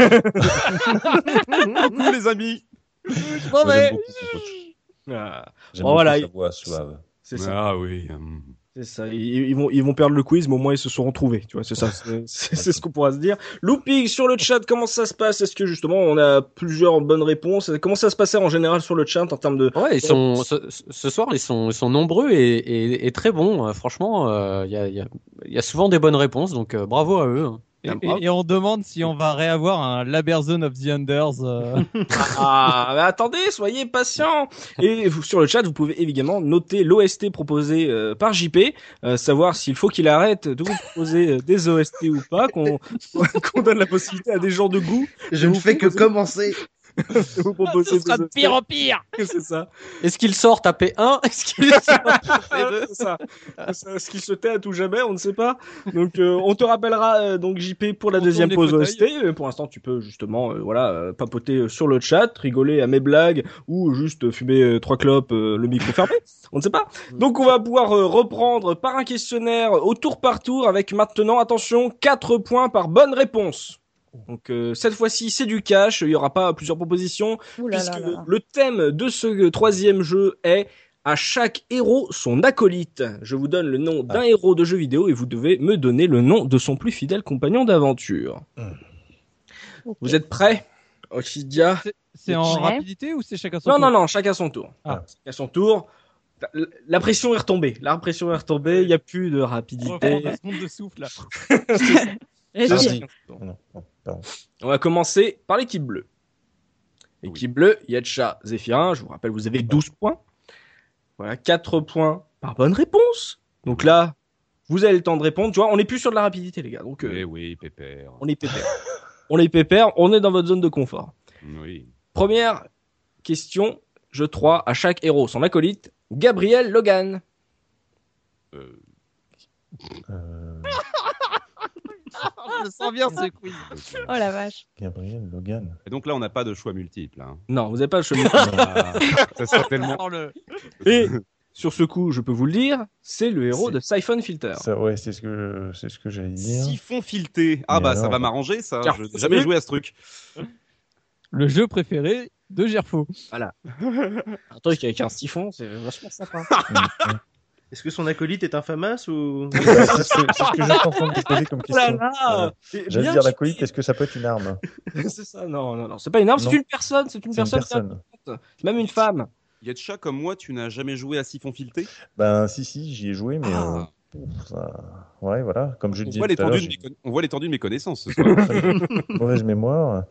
Coucou les amis. Moi, j'aime beaucoup ce coach. J'aime beaucoup sa voix suave. C'est ça. Ah oui. C'est ça. Ils vont perdre le quiz, mais au moins ils se seront trouvés. Tu vois, c'est ça. C'est ce qu'on pourra se dire. Looping sur le chat, comment ça se passe? Est-ce que justement on a plusieurs bonnes réponses? Comment ça se passait en général sur le chat en termes de? Ouais, ce soir ils sont nombreux et très bons. Franchement, il y a souvent des bonnes réponses, donc bravo à eux. Et on demande si on va réavoir un Laberzone of the Unders. Ah, mais attendez, soyez patients. Et sur le chat, vous pouvez évidemment noter l'OST proposé par JP, savoir s'il faut qu'il arrête de vous proposer des OST ou pas, qu'on donne la possibilité à des gens de goût. Je ne fais que commencer. De vous proposer Ce sera de des OST. pire en pire. C'est ça. Est-ce qu'il sort à P1? Est-ce qu'il sort C'est ça. Est-ce qu'il se tait à tout jamais? On ne sait pas. Donc, on te rappellera donc JP pour la On deuxième tourne les pause fauteuils. OST. Pour l'instant, tu peux justement, papoter sur le chat, rigoler à mes blagues ou juste fumer 3 clopes, le micro fermé. On ne sait pas. Donc, on va pouvoir reprendre par un questionnaire au tour par tour avec maintenant, attention, 4 points par bonne réponse. Donc cette fois-ci c'est du cash, il y aura pas plusieurs propositions puisque le thème de ce troisième jeu est à chaque héros son acolyte. Je vous donne le nom d'un héros de jeu vidéo et vous devez me donner le nom de son plus fidèle compagnon d'aventure. Okay. Vous êtes prêts, Oxidia? C'est en rapidité ou c'est chacun son tour? Non, chacun son tour. Chacun son tour. La pression est retombée. Il n'y a plus de rapidité. On seconde de souffle là. On va commencer par l'équipe bleue. L'équipe bleue, Yetcha, Zéphirin, je vous rappelle, vous avez 12 points. Voilà, 4 points par bonne réponse. Donc là, vous avez le temps de répondre. Tu vois, on n'est plus sur de la rapidité, les gars. Donc, oui, pépère. On est pépère. On est dans votre zone de confort. Oui. Première question, jeu 3, à chaque héros son acolyte, Gabriel Logan. Je sens bien ce quiz. Oh la vache. Gabriel Logan. Et donc là, on n'a pas de choix multiples. Hein. Non, vous n'avez pas le choix multiple. Ça serait tellement. Et sur ce coup, je peux vous le dire, c'est le héros de Siphon Filter. Ça, ouais, c'est ce que j'allais dire. Siphon fileté. Ah Mais bah alors, ça va m'arranger ça. Car- Je n'ai jamais joué à ce truc. Le jeu préféré de Gerfo. Voilà. Un truc avec un siphon, c'est vachement sympa. Est-ce que son acolyte est un FAMAS ou... C'est ce que j'étais en train de te poser comme Oh là question. là J'allais dire l'acolyte, est-ce que ça peut être une arme? C'est ça, non, c'est pas une arme, Non. c'est une personne, c'est une personne. C'est même une femme. Yetcha, comme moi, tu n'as jamais joué à Siphon fileté? Ben si, j'y ai joué, mais ouais, voilà, comme je le disais tout à l'heure, On voit l'étendue de mes connaissances ce soir. mauvaise mémoire.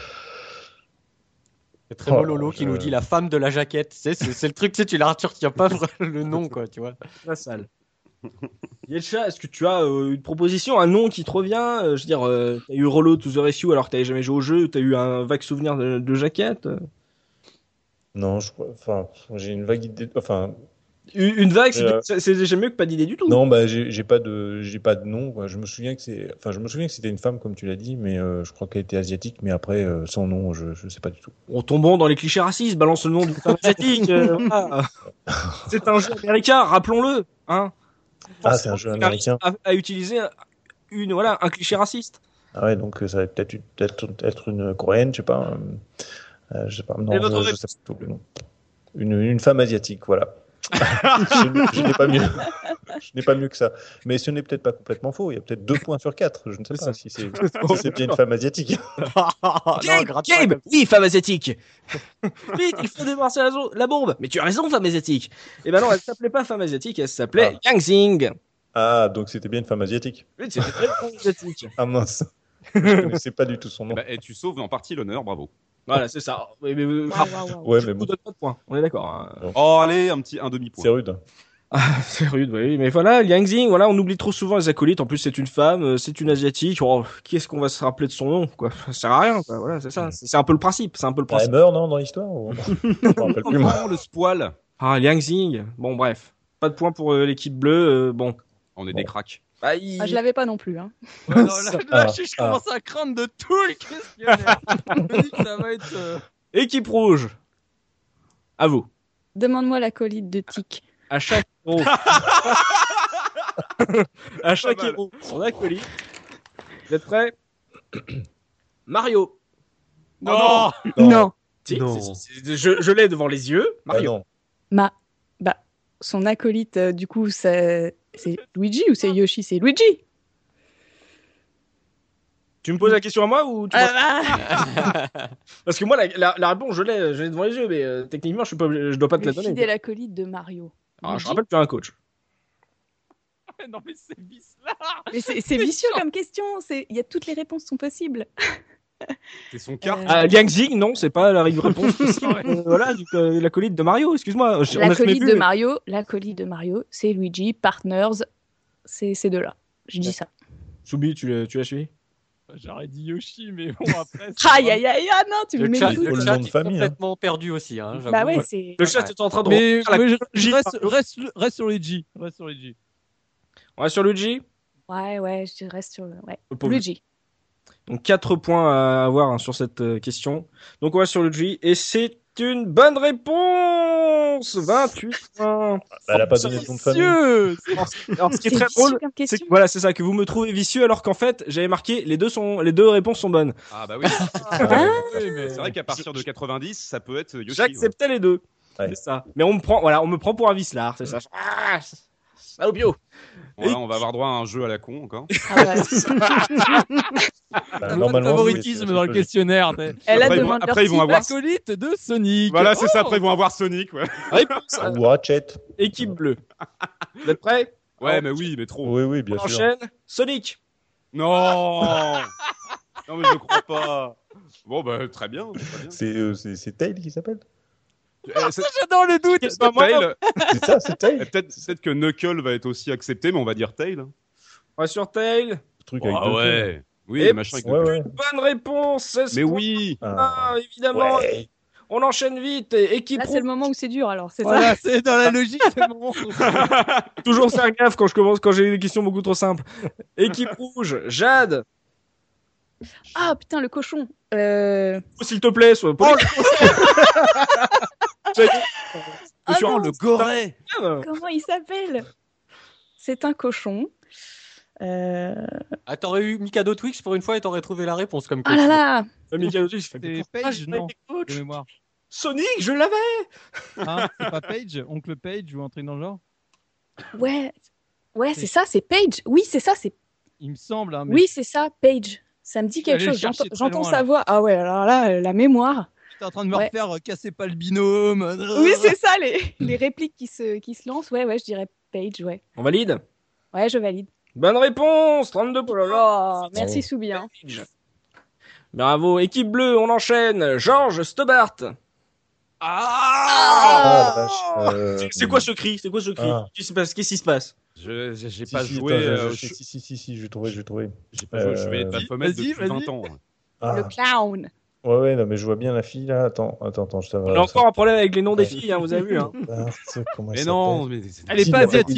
C'est très Lolo qui nous dit la femme de la jaquette. C'est le truc, tu sais, tu retiens pas le nom, quoi, tu vois. Très sale. Yetcha, est-ce que tu as une proposition, un nom qui te revient? Je veux dire, t'as eu Rollo to the Rescue alors que t'avais jamais joué au jeu, t'as eu un vague souvenir de jaquette? Non, j'ai une vague idée. Enfin, une vague, c'est déjà mieux que pas d'idée du tout. non, bah j'ai pas de nom. Quoi. Je me souviens que c'était une femme comme tu l'as dit, mais je crois qu'elle était asiatique. Mais après, son nom, je sais pas du tout. En tombant dans les clichés racistes, balance le nom d'une femme asiatique. Voilà. C'est un jeu américain, rappelons-le. Hein. Ah, c'est un jeu américain. À utiliser un cliché raciste. Ah ouais, donc ça va peut-être être une coréenne, je sais pas. Je sais pas. Non, je sais pas tout le nom. Une femme asiatique, voilà. Je n'ai pas mieux. Je n'ai pas mieux que ça. Mais ce n'est peut-être pas complètement faux. Il y a peut-être 2 points sur 4. Je ne sais pas si c'est bien une femme asiatique. Gabe, oui, femme asiatique. Vite, il faut débarrasser la bombe. Mais tu as raison, femme asiatique. Eh ben non, elle s'appelait pas femme asiatique, elle s'appelait Yang Xing. Ah, donc c'était bien une femme asiatique. Oui, c'était une femme asiatique. Ah mince. Je ne connaissais pas du tout son nom. Et tu sauves en partie l'honneur, bravo. Voilà, c'est ça. Ouais, mais Ouais, mais bon. Donne pas de points. On est d'accord. Hein. Bon. Oh, allez, un demi-point. C'est rude. Ah, c'est rude, oui. Mais voilà, Liang Xing, voilà, on oublie trop souvent les acolytes. En plus, c'est une femme, c'est une asiatique. Oh, qui est-ce qu'on va se rappeler de son nom, quoi? Ça sert à rien, quoi. Voilà, c'est ça. C'est un peu le principe. C'est un peu le principe. Elle meurt, non, dans l'histoire ou... Je me rappelle plus, moi. Oh, le spoil. Ah, Liang Xing. Bon, bref. Pas de points pour l'équipe bleue. Bon. On est des cracks. Ah, je l'avais pas non plus. Hein. Ouais, non, là, je commence à craindre de tout le questionnaire. Je me dis que ça va être. Équipe rouge. À vous. Demande-moi l'acolyte de Tic. À chaque héros. À chaque héros, son acolyte. Vous êtes prêts? Mario. Non. Non. Si, Non. je l'ai devant les yeux. Mario. non. Son acolyte, du coup, c'est Luigi ou c'est Yoshi? C'est Luigi. Tu me poses la question à moi ou tu Parce que moi, la réponse, je l'ai devant les yeux, mais techniquement, je dois pas te la Le donner. fidèle acolyte de Mario. Ah, je Luigi. rappelle que tu es un coach. Non, mais c'est vice-là. Mais c'est vicieux comme question. Toutes les réponses sont possibles. C'est son carte. Liang Xing, non, c'est pas la réponse possible. Voilà, l'acolyte de Mario, excuse-moi. L'acolyte de Mario, c'est Luigi, Partners, c'est ces deux-là. Je dis ça. Soubi, tu l'as suivi? J'aurais dit Yoshi, mais bon, après. Aïe, aïe, aïe, ah non, tu me Le mets chat, le doute. le le chat nom de est famille, complètement perdu aussi. Hein, j'avoue. Bah ouais, c'est. Le chat est en train de Mais refaire la je chronologie. reste sur Luigi. Reste sur Luigi. On reste sur Luigi. Ouais, je reste sur Le pauvre. Luigi. Donc 4 points à avoir sur cette question. Donc on va sur Luigi et c'est une bonne réponse. 28 points. Elle a pas donné de nom de famille. Monsieur. Alors ce qui est très vicieux drôle, comme c'est question. que voilà, c'est ça que vous me trouvez vicieux alors qu'en fait, j'avais marqué les deux réponses sont bonnes. Ah bah oui. Oui, mais... C'est vrai qu'à partir de 90, ça peut être Yoshi. J'acceptais les deux. Ouais. C'est ça. Mais on me prend pour un vicelard, c'est ça. Ah, salopio. Ouais, on va avoir droit à un jeu à la con encore. Ah ouais. Bah, Normalement, oui, favoritisme c'est dans le logique. questionnaire. Elle a Après, demandé après, ils vont avoir. L'acolyte de Sonic. Voilà, c'est ça. Après, ils vont avoir Sonic. Ouais, Réponse à Ou Ratchet. équipe bleue. Vous êtes prêts? ouais mais oui, mais trop. Oui, On bien sûr. enchaîne. Sonic. Non. Non, mais je crois pas. Bon, bah, très bien. Très bien. C'est Tail qui s'appelle? J'adore le doute. C'est pas moi. Tail. C'est ça, c'est Tail. Peut-être que Knuckle va être aussi accepté, mais on va dire Tail. On va sur Tail. Le truc avec Ah deux ouais. Oui, Et le machin avec Ouais, le ouais. Bonne réponse. 16 Mais points. oui. Ah, évidemment. Ouais. On enchaîne vite. Équipe Là, c'est le moment où c'est dur, alors, c'est ça? Voilà, c'est dans la logique. C'est le moment. Toujours faire gaffe quand j'ai des questions beaucoup trop simples. Équipe rouge, Jade. Ah, putain, le cochon. S'il te plaît, sois poli. Ah non, le goret. comment il s'appelle? C'est un cochon. Ah, t'aurais eu Mikado Twix pour une fois et t'aurais trouvé la réponse comme Ah là là. Michael Otis, il fait, C'est pourquoi Page, j'ai pas non, été coach de mémoire. Sonic, je l'avais. Hein, c'est pas Page, Oncle Page ou un truc dans le genre? Ouais, c'est ça, c'est Page. Oui, c'est ça, c'est. Il me semble. Hein, mais Oui, c'est ça, Page. Ça me dit quelque Allez le chose. chercher très J'entends loin, sa là. voix. Ah ouais, alors là, la mémoire. t'es en train de me Ouais. refaire casser pas le binôme. Oui, c'est ça, les répliques qui se lancent. Ouais, je dirais Page, ouais. On valide. Ouais, je valide. Bonne réponse, 32 Oh points. là là, merci Soubi. Hein. Bravo, équipe bleue, on enchaîne. Georges Stobart. Ah, la vache. C'est quoi ce cri? C'est quoi ce cri? Ah. Qu'est-ce qui se passe? J'ai Si, pas si, joué. attends, si, je vais trouver. J'ai pas joué. Je vais être Baphomet Vas-y, depuis vas-y. 20 ans. Ah. Le clown. Ouais, non, mais je vois bien la fille là. Attends, ça va. On a encore un problème avec les noms des filles, hein, vous avez vu. Hein. Comment Mais elle non, s'appelle mais Elle est Si, pas asiatique.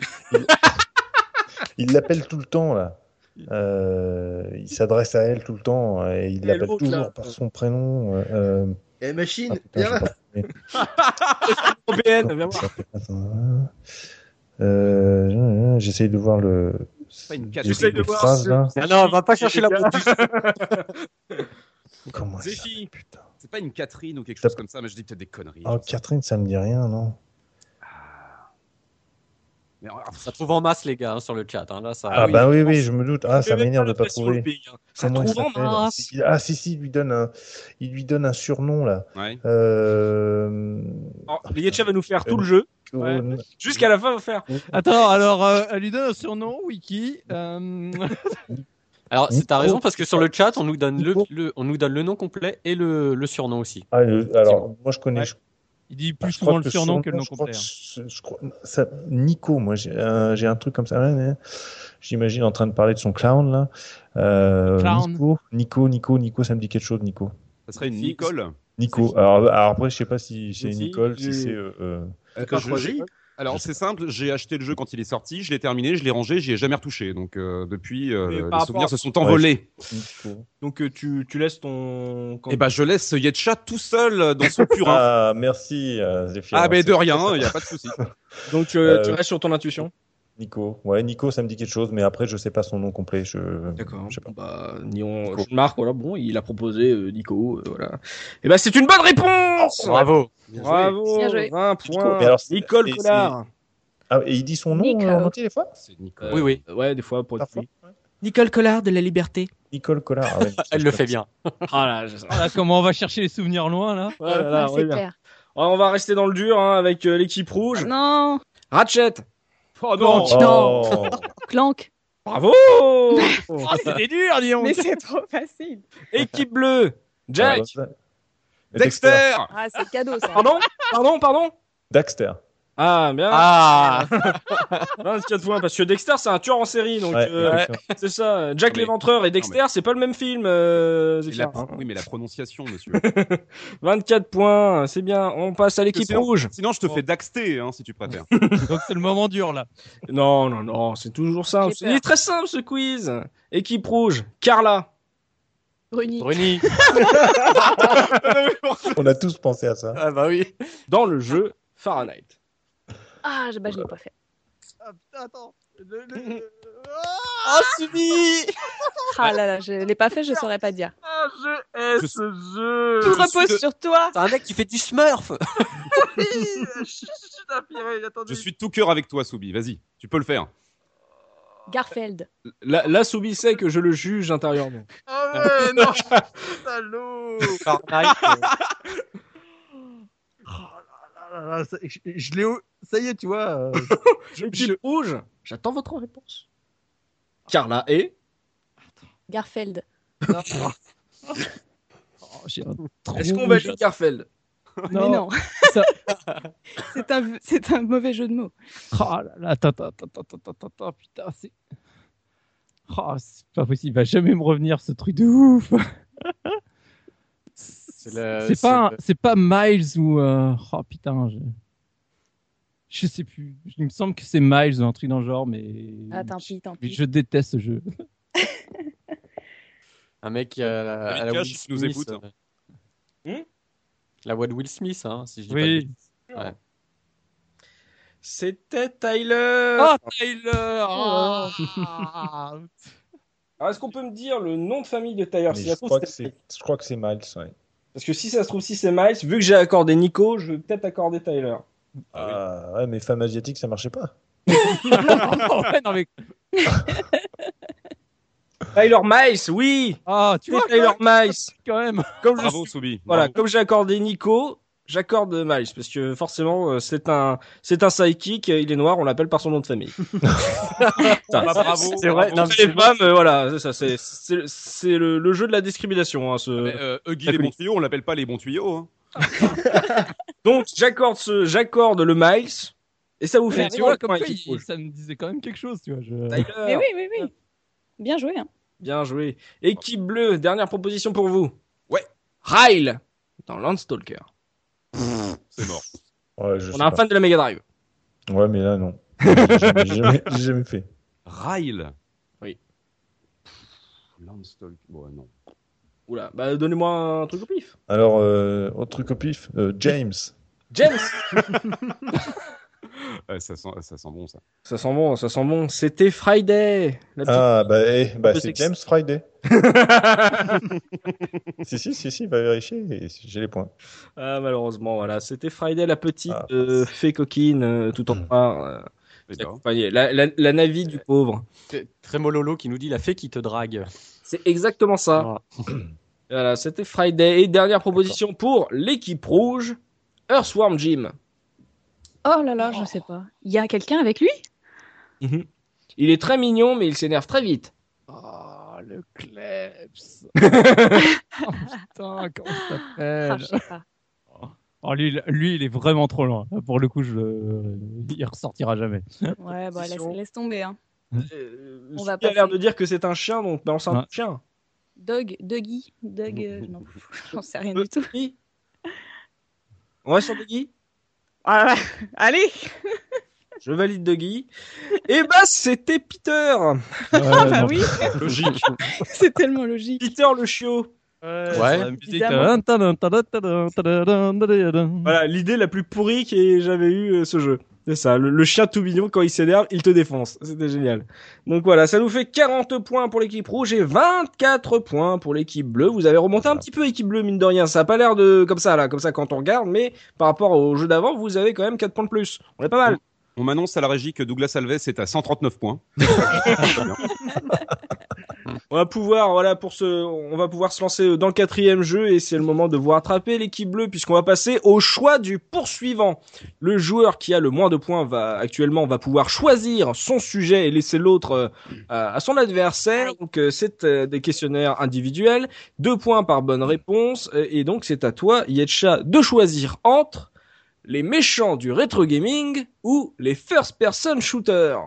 Il l'appelle tout le temps là. Il s'adresse à elle tout le temps et il Et l'appelle l'autre, toujours là. par son prénom. Eh, machine, Putain, viens j'ai là. pas trouvé. Européenne, viens voir. Attends, j'essaye de voir le. C'est pas une les- J'essaye de les voir phrases, ce- là. Ah non, on va pas chercher la Zéphie. bouffe. Comment ça Zéphie. Putain. c'est pas une Catherine ou quelque chose comme ça, mais je dis peut-être des conneries. Oh, Catherine, ça me dit rien, non. Mais, Ça trouve en masse, les gars, hein, sur le chat. Hein. Là, ça... Ah, bah oui, je me doute. Ah, ça m'énerve de pas trouver. Ça Comment il trouve en s'appelle masse. Ah, si, il lui donne un surnom, là. ouais. Yetcha va nous faire tout le jeu. Ouais. Jusqu'à la fin, on va faire. Attends, alors, elle lui donne un surnom, Wiki. Alors, t'as raison, parce que sur le chat, on nous donne Nico. on nous donne le nom complet et le surnom aussi. Ah, alors, moi, je connais. Ouais. Il dit plus Je crois souvent le surnom que le nom je crois complet. je crois, ça, Nico, moi j'ai un truc comme ça. J'imagine en train de parler de son clown là. Clown. Nico, ça me dit quelque chose, Nico. Ça serait une Nicole. Nico. Alors après, je sais pas si c'est Si, Nicole, j'ai- si c'est. Alors c'est simple, j'ai acheté le jeu quand il est sorti, je l'ai terminé, je l'ai rangé, j'y ai jamais retouché. Donc depuis, Mais les par rapport souvenirs à- se sont envolés. Nico. Donc tu laisses ton. Et bah je laisse Yetcha tout seul dans son purin. Ah, merci, Zéphyr. Ah, mais de rien, il y a pas de souci. Donc tu restes sur ton intuition. Nico. Ouais, Nico, ça me dit quelque chose, mais après, je sais pas son nom complet. D'accord. Je sais pas. Bah, Nico. je marque, voilà, bon, il a proposé Nico, voilà. Et bah, c'est une bonne réponse! Bravo. Bravo! Bien joué. 20 Nico. points. Mais alors, Nicole c'est- Collard. Ah, et il dit son nom Nico. en entier des fois C'est Nicole. Oui. Ouais, des fois, pour être Parfois. poli. Nicole Collard de la Liberté. Nicole Collard. Ah ouais, Elle le fait bien. Ah là, Voilà comment on va chercher les souvenirs loin, là. voilà, là, Ah, on est c'est bien. clair. On va rester dans le dur, hein, avec l'équipe rouge. Non, Ratchet. Oh non! Oh. Clank. Bravo! Oh, c'était dur, dis donc. Mais c'est trop facile. Équipe bleue. Jack. Dexter! Ah, c'est cadeau ça. Pardon? Dexter. Ah, bien. Ah 24 points, parce que Dexter, c'est un tueur en série, donc Ouais, ouais, d'accord. c'est ça. Jack Non, mais- l'Éventreur et Dexter, c'est pas le même film, Et Zéphyr, hein. Oui, mais la prononciation, monsieur. 24 points, c'est bien. On passe à l'équipe Sinon- rouge. Sinon, je te fais Daxter, hein, si tu préfères. Donc c'est le moment dur, là. Non, c'est toujours simple. J'ai Il peur. est très simple, ce quiz. Équipe rouge. Carla. Bruni. Bruni. On a tous pensé à ça. Ah bah oui. Dans le jeu Fahrenheit. Ah, je l'ai pas fait. Ah, putain, attends. Oh, Subi. Ah là là, je l'ai pas fait, je saurais pas dire. Ah, je hais Je- ce jeu. Tout repose sur toi. C'est un mec qui fait du smurf. Je suis de tout cœur avec toi, Soubi. Vas-y, tu peux le faire. Garfield. Là, Soubi sait que je le juge intérieurement. Ah ouais, non. Salaud. Fahrenheit, Ah là là, je l'ai. Ça y est, tu vois. Équipe rouge. J'attends votre réponse. Carla et Garfield. Oh, j'ai un trou est-ce qu'on rouge. valide Garfield? Mais non. Ça- c'est un mauvais jeu de mots. Oh là là, attends, putain, c'est. Oh, c'est pas possible, il va jamais me revenir ce truc de ouf. C'est pas Miles ou. Oh putain, je sais plus. Il me semble que c'est Miles ou un truc dans le genre, mais. Ah, tant pis. Je déteste ce jeu. un mec à la Cash, Will qui nous Smith, écoute. La voix de Will Smith, hein, si je dis pas de Oui. bêtises. Ouais. C'était Tyler. Oh, Tyler. Ah. Alors, est-ce qu'on peut me dire le nom de famille de Tyler? Mais Si je ça se trouve, crois que c'était- je crois que c'est Miles. Ouais. Parce que si ça se trouve, si c'est Miles, vu que j'ai accordé Nico, je vais peut-être accorder Tyler. Ah, ouais, mais femme asiatique, ça marchait pas. Ouais, non, mais. Tyler Miles, oui. Ah, tu C'est vois, Tyler Miles. quand même. Comme je Bravo, suis- Soubi. voilà, Bravo. comme j'ai accordé Nico, j'accorde Miles parce que forcément c'est un sidekick, il est noir, on l'appelle par son nom de famille. Bah, bravo. C'est vrai, bravo. non, Les femmes, voilà, c'est ça, c'est le jeu de la discrimination. Hein, ce... Huggy les bons tuyaux, on l'appelle pas les bons tuyaux. Hein. Donc j'accorde le Miles et ça vous fait Mais tu 0 vois, points, comme quoi, équipe rouge. ça me disait quand même quelque chose, tu vois. Tyler, Mais oui. Bien joué. Hein. bien joué. Équipe bleue, dernière proposition pour vous. Ouais. Ryle dans Landstalker. C'est mort. Ouais, je On sais a un pas. fan de la Mega Drive. Ouais, mais là, non. J'ai jamais fait. Ryle. Oui. Landstalk. Bon, non. Oula, bah donnez-moi un truc au pif. Alors, autre truc au pif, James. James. Ouais, ça sent bon, ça. Ça sent bon. C'était Friday. La petite- Ah, peu c'est sexy. James Friday. si, va vérifier, et j'ai les points. Ah, malheureusement, voilà. C'était Friday, la petite Ah. fée coquine, tout en noir. accompagné. La Navi du pauvre. Très mololo qui nous dit la fée qui te drague. C'est exactement ça. Voilà, c'était Friday. Et dernière proposition pour l'équipe rouge, Earthworm Jim. Oh là là, je sais pas. Il y a quelqu'un avec lui? Il est très mignon, mais il s'énerve très vite. Oh, le Klebs. Oh putain, comment ça s'appelle? Je sais pas. Oh, lui, il est vraiment trop loin. Pour le coup, il ressortira jamais. Ouais, bah laisse tomber. Hein. On va pas. Il a l'air de dire que c'est un chien, donc balance un chien. Doggy, non, j'en sais rien du tout. On va sur Doggy. Allez. Je valide Doggy. Et bah, c'était Peter. Bah oui. Logique. C'est tellement logique. Peter le chiot. Ouais. Voilà, l'idée la plus pourrie que j'avais eue ce jeu. C'est ça, le chien tout mignon, quand il s'énerve, il te défonce. C'était génial. Donc voilà, ça nous fait 40 points pour l'équipe rouge et 24 points pour l'équipe bleue. Vous avez remonté un petit peu l'équipe bleue, mine de rien. Ça a pas l'air de comme ça quand on regarde, mais par rapport au jeu d'avant, vous avez quand même 4 points de plus. On est pas mal. On m'annonce à la régie que Douglas Alves est à 139 points. On va pouvoir, on va pouvoir se lancer dans le 4e jeu et c'est le moment de vous rattraper l'équipe bleue puisqu'on va passer au choix du poursuivant. Le joueur qui a le moins de points va pouvoir choisir son sujet et laisser l'autre à son adversaire. Donc c'est des questionnaires individuels, 2 points par bonne réponse et donc c'est à toi, Yetcha, de choisir entre les méchants du rétro gaming ou les first person shooters.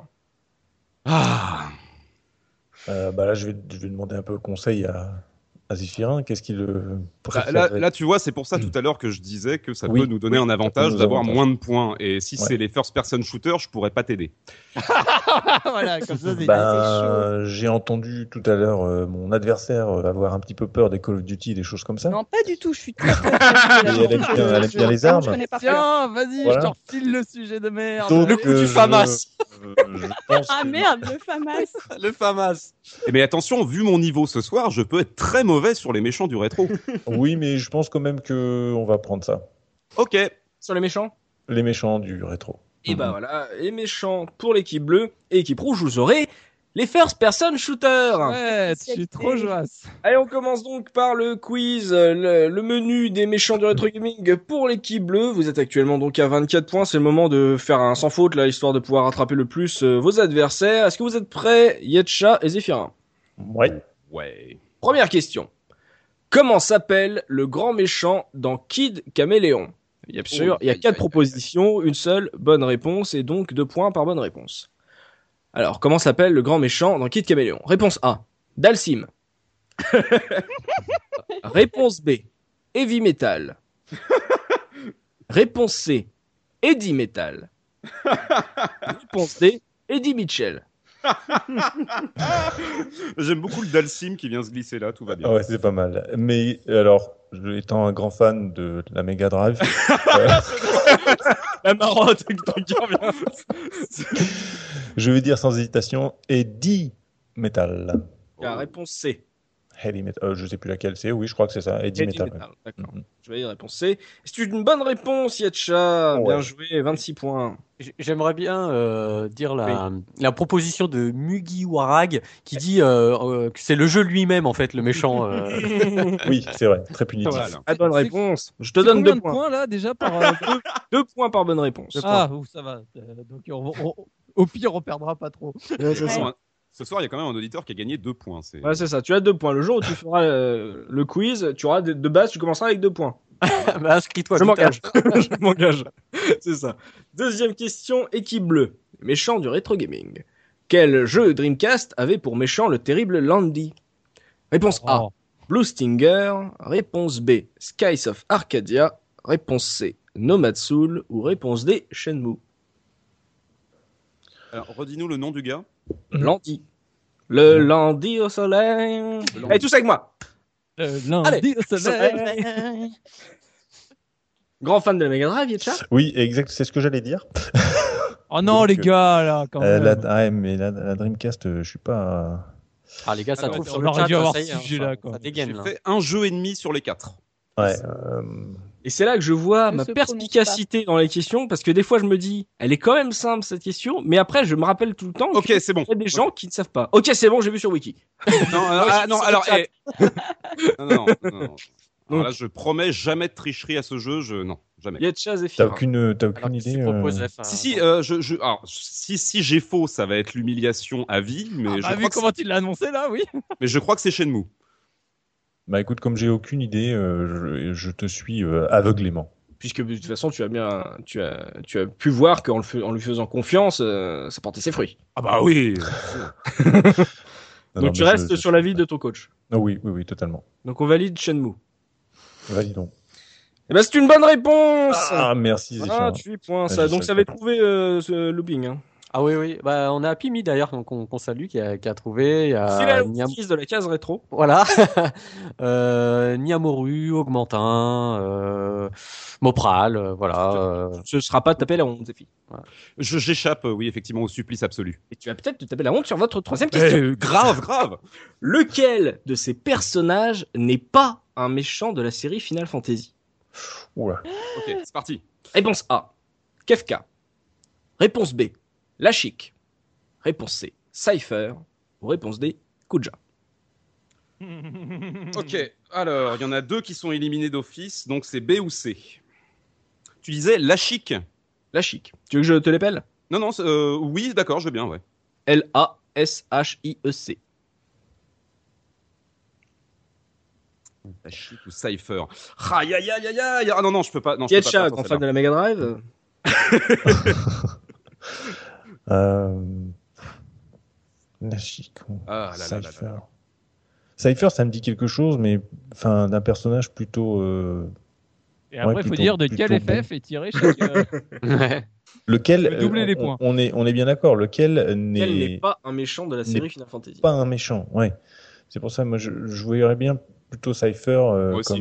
Bah là, je vais demander un peu conseil à Zéphirin. Qu'est-ce qu'il préfère? Là, tu vois, c'est pour ça tout à l'heure que je disais que ça peut nous donner un avantage d'avoir moins de points. Et si c'est les first-person shooters, je pourrais pas t'aider. Voilà, comme ça, c'est chaud. J'ai entendu tout à l'heure mon adversaire avoir un petit peu peur des Call of Duty, des choses comme ça. Non, pas du tout. Je suis très. Elle aime bien les armes. Tiens, vas-y, je te refile le sujet de merde. Donc, le coup du FAMAS. Merde, le FAMAS. Le FAMAS. Mais attention, vu mon niveau ce soir, je peux être très mauvais sur les méchants du rétro. Oui, mais je pense quand même que on va prendre ça. Ok. Sur les méchants? Les méchants du rétro. Et bah voilà, les méchants pour l'équipe bleue et l'équipe rouge, vous aurez les first person shooters. Ouais, je suis trop joasse. Allez, on commence donc par le quiz, le menu des méchants du rétro gaming pour l'équipe bleue. Vous êtes actuellement donc à 24 points, c'est le moment de faire un sans faute là, histoire de pouvoir rattraper le plus vos adversaires. Est-ce que vous êtes prêts, Yetcha et Zéphirin? Ouais. Première question. Comment s'appelle le grand méchant dans Kid Caméléon? Bien sûr, il y a 4 propositions, une seule bonne réponse et donc 2 points par bonne réponse. Alors, comment s'appelle le grand méchant dans Kid Caméléon? Réponse A, Dalsim. Réponse B, Heavy Metal. Réponse C, Eddie Metal. Réponse D, Eddie Mitchell. J'aime beaucoup le Dalsim qui vient se glisser là, tout va bien. Ouais, c'est pas mal. Mais alors, étant un grand fan de la Mega Drive, la marotte qui revient. Je vais dire sans hésitation Eddie Metal. La réponse C. Heavy Metal. Je sais plus laquelle c'est. Oui, je crois que c'est ça. Eddie Metal. Ouais. D'accord. Je vais dire réponse C. C'est une bonne réponse, Yetcha. Bien joué, 26 points. J'aimerais bien dire la proposition de Mugiwara qui dit que c'est le jeu lui-même en fait le méchant. Oui, c'est vrai, très punitif. Voilà. Ah, bonne réponse. Je te donne 2 points là déjà par 2 points par bonne réponse. Ah, ça va. Donc au pire on perdra pas trop. Ce soir, il y a quand même un auditeur qui a gagné 2 points. Ouais, c'est ça. Tu as 2 points. Le jour où tu feras le quiz, tu auras de base, tu commenceras avec 2 points. Bah, inscris-toi. Je m'engage. Je m'engage. C'est ça. Deuxième question, équipe bleue. Méchant du rétro gaming. Quel jeu Dreamcast avait pour méchant le terrible Landy? Réponse A, Blue Stinger. Réponse B, Skies of Arcadia. Réponse C, Nomad Soul. Ou réponse D, Shenmue. Alors, redis-nous le nom du gars. Landy. Le lundi au soleil. Allez, tous avec moi. Le lundi au soleil. Grand fan de la Mega Drive, Yetcha? Oui, exact, c'est ce que j'allais dire. Oh non, les gars, là, quand même. Mais la Dreamcast, je suis pas... Ah, les gars, ça trouve sur on le aurait chat, dû avoir ça y est, ce sujet-là, quoi. ça dégaine, J'ai là. fait un jeu et demi sur les 4. Ouais. Et c'est là que je vois Ne ma se perspicacité dans les questions, parce que des fois je me dis, elle est quand même simple cette question, mais après je me rappelle tout le temps Ok, qu'il c'est bon. y a des gens qui ne savent pas. Ok, c'est bon, j'ai vu sur Wiki. Non, alors, non. Alors Donc- là, je promets jamais de tricherie à ce jeu. Non, jamais. Yetcha T'as Zephyr. aucune Alors, idée qu'est-ce que tu proposes, F, Si, alors, si j'ai faux, ça va être l'humiliation à vie, mais, Ah, vu comment tu l'as annoncé là, oui. mais je crois que c'est Shenmue. Bah écoute, comme j'ai aucune idée, je te suis aveuglément. Puisque de toute façon tu as pu voir qu'en en lui faisant confiance, ça portait ses fruits. Ah bah oui. Non, Donc tu mais restes sur l'avis de ton coach. Ah oui, totalement. Donc on valide Shenmue. Validons. Eh ben c'est une bonne réponse. Ah, merci, Zéphirin. 28 points Ah, ça. je Donc savais ça avait pas. trouvé ce looping. Hein. Ah oui. Bah, on a Pimi d'ailleurs, qu'on salue, qui a trouvé. Il y C'est a la de la case rétro. Voilà. Niamoru, Augmentin, Mopral, voilà. Ce sera pas taper la honte, Zéphi. J'échappe, oui, effectivement, au supplice absolu. Et tu vas peut-être te taper la honte sur votre troisième question. Grave. Lequel de ces personnages n'est pas un méchant de la série Final Fantasy? Oula. Ok, c'est parti. Réponse A, Kefka. Réponse B, Lashik. Réponse C, Cypher. Ou réponse D, Kuja. Ok, alors, il y en a 2 qui sont éliminés d'office, donc c'est B ou C. Tu disais Lashik. Lashik. Tu veux que je te l'épelle? Non, oui, d'accord, je veux bien, ouais. L-A-S-H-I-E-C. Lashik ou Cypher. Aïe. Ah non, je peux pas. Non, je peux pas Yetcha, perdre grand celle-là. fan de la Mega Drive. Nashik. Ah là là là Cypher. là. Cypher, ça me dit quelque chose, mais enfin d'un personnage plutôt. Et après, il faut plutôt- dire de quel plutôt FF est tiré chaque. Lequel Je vais doubler les on- points. On est bien d'accord. Lequel Quel n'est n'est pas un méchant de la série Final Fantasy? pas un méchant. Ouais. C'est pour ça, moi, je voyais bien plutôt Cypher Moi aussi. comme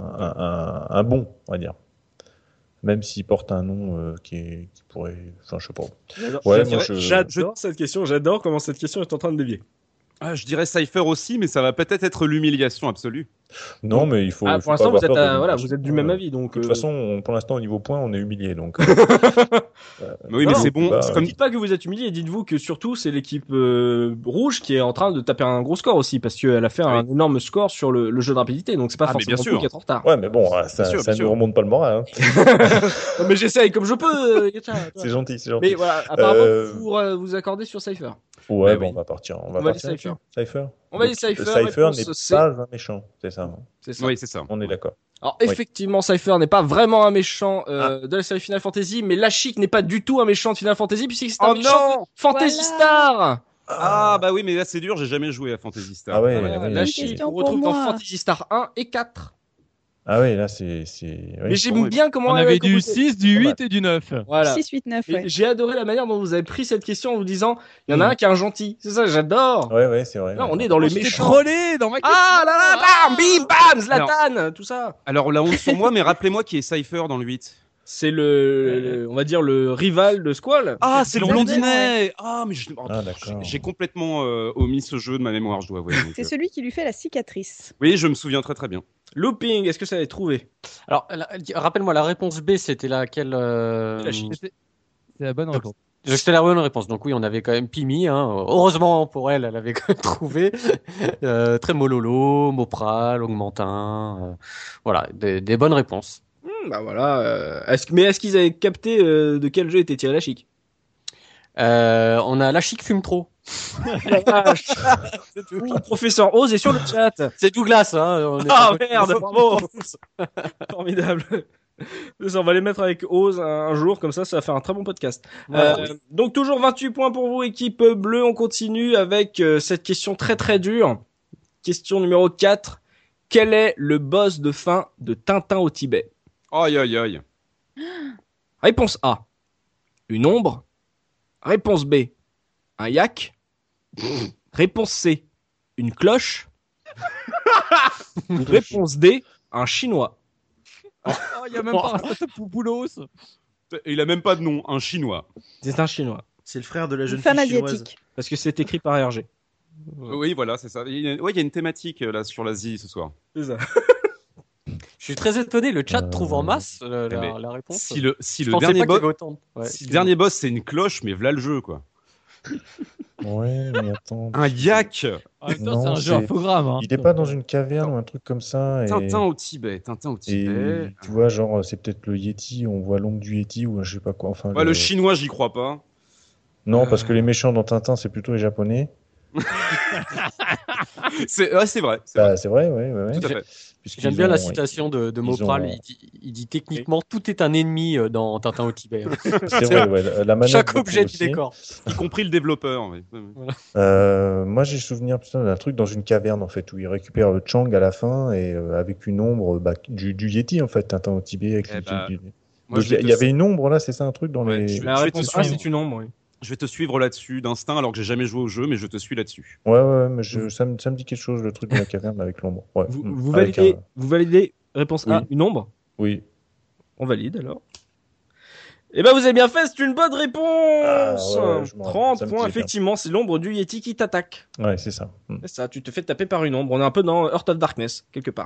un bon, on va dire. Même s'il porte un nom qui pourrait. Enfin, je sais pas. Ouais, moi, J'adore cette question, j'adore comment cette question est en train de dévier. Ah, je dirais Cypher aussi, mais ça va peut-être être l'humiliation absolue. Non, mais il faut. Ah, faut pour pas l'instant, avoir vous êtes, peur de voilà, l'humiliation. vous êtes du même avis, donc. De toute façon, pour l'instant, au niveau points, on est humilié. Donc. Mais oui, mais Non, c'est bon. bah, C'est Ne comme dites pas que vous êtes humilié, dites-vous que surtout c'est l'équipe rouge qui est en train de taper un gros score aussi, parce qu'elle a fait un énorme score sur le jeu de rapidité, donc c'est pas Ah, mais forcément bien vous sûr. qui êtes en retard. Ouais, mais bon, ça sûr, bien ne sûr. remonte pas le moral. Hein. Non, mais j'essaye comme je peux. Yetcha. C'est gentil, c'est gentil. Mais voilà, apparemment Euh, vous accordez sur Cypher. Ouais, Bah bon, oui. on va partir. On On va aller partir Cypher. là-dessus. Cypher. On va aller Donc, Cypher, Cypher réponse n'est C. pas un méchant, c'est ça. Hein. C'est ça. Oui, c'est ça. On est d'accord. Alors Oui. effectivement, Cypher n'est pas vraiment un méchant de la série Final Fantasy, mais Lashik n'est pas du tout un méchant de Final Fantasy puisque c'est un Oh méchant non de Fantasy Voilà. Star. Ah bah oui, mais là c'est dur, j'ai jamais joué à Fantasy Star. Ah ouais, Voilà, ouais, Lashik, question on pour retrouve dans moi. Fantasy Star 1 et 4. Ah ouais, là, c'est. Mais Oui. j'aime bien comment On elle avait a du composé. 6, du 8 et du 9. Voilà. 6, 8, 9, Et ouais. j'ai adoré la manière dont vous avez pris cette question en vous disant il y en a un qui est un gentil. C'est ça, j'adore. Ouais, c'est vrai. Là, on est dans le J'étais méchant. trollé dans ma question. Ah là là, bam, bim, bam, Zlatan, tout ça. Alors la honte sur moi, mais rappelez-moi qui est Cypher dans le 8. C'est on va dire le rival de Squall. Ah, c'est le Blondinet. blondinet. Ah, mais Ah, d'accord. j'ai complètement omis ce jeu de ma mémoire, je dois avouer. Donc, C'est celui qui lui fait la cicatrice. Oui, je me souviens très très bien. Looping, est-ce que ça avait trouvé? Alors, rappelle-moi, la réponse B, c'était laquelle C'est la bonne réponse. C'était la bonne réponse. Donc oui, on avait quand même Pimi. Hein. Heureusement pour elle, elle avait quand même trouvé. Tremololo, Mopral, Augmentin. Voilà, des bonnes réponses. Bah voilà. Est-ce qu'ils avaient capté de quel jeu était tiré Lashik? On a Lashik fume trop. La vache. Le professeur Oz est sur le chat. C'est Douglas. Hein. On est Ah pas- merde, bravo. Formidable. C'est ça, on va les mettre avec Oz un jour, comme ça va faire un très bon podcast. Voilà. Donc toujours 28 points pour vous, équipe bleue. On continue avec cette question très très dure. Question numéro 4. Quel est le boss de fin de Tintin au Tibet? Aïe aïe aïe. Réponse A. Une ombre. Réponse B. Un yak. Réponse C. Une cloche. Réponse D. Un chinois. Oh, il y a même pas un Statopoulos. Il a même pas de nom, un chinois. C'est un chinois. C'est le frère de la Une jeune femme fille chinoise. asiatique. Parce que c'est écrit par RG. Oui, voilà, c'est ça. Il y a une thématique là sur l'Asie ce soir. C'est ça. Je suis très étonné, le chat trouve en masse mais la réponse. Si le Je pensais dernier pas qu'il y boss, avait autant. Ouais, si le dernier boss c'est une cloche, mais v'là le jeu quoi. Ouais, mais attends. Un yak. En même temps, Non, c'est un jeu c'est- infogramme. Hein. Il est pas dans une caverne ou un truc comme ça. Tintin au Tibet. Tintin au Et Tibet. tu vois, genre, c'est peut-être le Yeti, on voit l'ombre du Yeti ou je sais pas quoi. Enfin, Ouais, le chinois, j'y crois pas. Non, parce que les méchants dans Tintin, c'est plutôt les Japonais. C'est vrai. C'est Bah, vrai. c'est vrai, ouais. Tout à fait. Puisqu'ils J'aime bien la ont- citation de ils Mopral. ont- Il dit techniquement tout est un ennemi dans Tintin au Tibet. C'est vrai, ouais. La manette Chaque beaucoup objet du aussi. décor. Y compris le développeur. Oui. Moi, j'ai souvenir putain, d'un truc dans une caverne, en fait, où il récupère le Chang à la fin et avec une ombre du Yeti, en fait, Tintin au Tibet. Avec Eh le- bah, du- Moi, Donc, je vais il y te- avait une ombre, là, c'est ça, un truc dans Ouais, les... je vais- La réponse te A, suivre. c'est une ombre, oui. Je vais te suivre là-dessus d'instinct, alors que j'ai jamais joué au jeu, mais je te suis là-dessus. Ouais, mais ça me dit quelque chose, le truc de la caverne avec l'ombre. Ouais. Vous Avec validez réponse A, Oui. une ombre. Oui. On valide alors. Eh ben vous avez bien fait, c'est une bonne réponse. Ah, ouais, je m'en- 30 ça me points, dit bien. effectivement, c'est l'ombre du Yeti qui t'attaque. Ouais, c'est ça. C'est ça, tu te fais taper par une ombre. On est un peu dans Heart of Darkness, quelque part.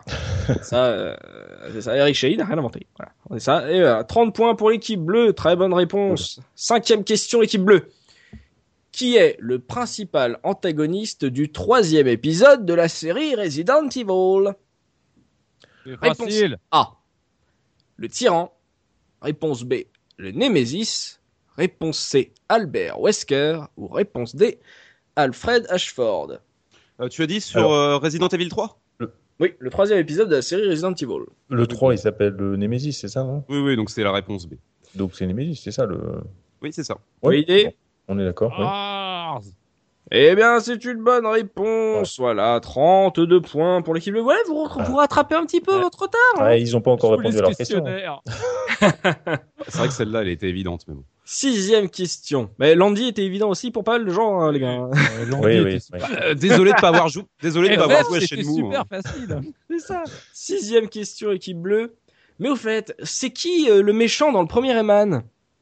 C'est ça, Eric Shea, il n'a rien inventé. Voilà, on est ça. Et 30 points pour l'équipe bleue, très bonne réponse. 5e question, équipe bleue. Qui est le principal antagoniste du 3e épisode de la série Resident Evil? C'est Réponse facile. A. Le tyran. Réponse B. Le Némésis. Réponse C. Albert Wesker. Ou réponse D. Alfred Ashford. Tu as dit sur Resident Evil 3 Oui, le 3e épisode de la série Resident Evil. Le 3, il s'appelle le Nemesis, c'est ça, non? Oui, donc c'est la réponse B. Donc c'est Nemesis, c'est ça le. Oui, c'est ça. Oui, idée. bon, on est d'accord. oui. Ah, Eh bien, c'est une bonne réponse. Voilà, 32 points pour l'équipe bleue. Voilà, vous rattrapez un petit peu votre retard. Hein. Ouais, ils n'ont pas encore je vous répondu laisse à leur question. questionnaire. C'est vrai que celle-là, elle était évidente, mais bon. 6e question. Mais Landy était évident aussi pour pas mal de gens, hein, les gars. Oui. Désolé de pas avoir joué. Désolé de pas avoir joué à C'était Shenmue. super hein. facile. C'est ça. 6e question, équipe bleue. Mais au fait, c'est qui le méchant dans le premier Rayman?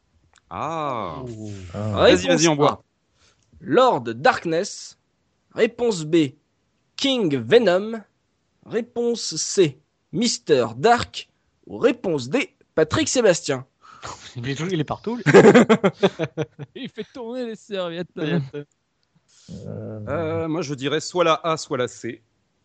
Ah. Ah. Vas-y, on voit. A, Lord Darkness. Réponse B. King Venom. Réponse C. Mister Dark. Ou réponse D. Patrick Sébastien. Il est partout. lui. Il fait tourner les serviettes. Moi, je dirais soit la A, soit la C.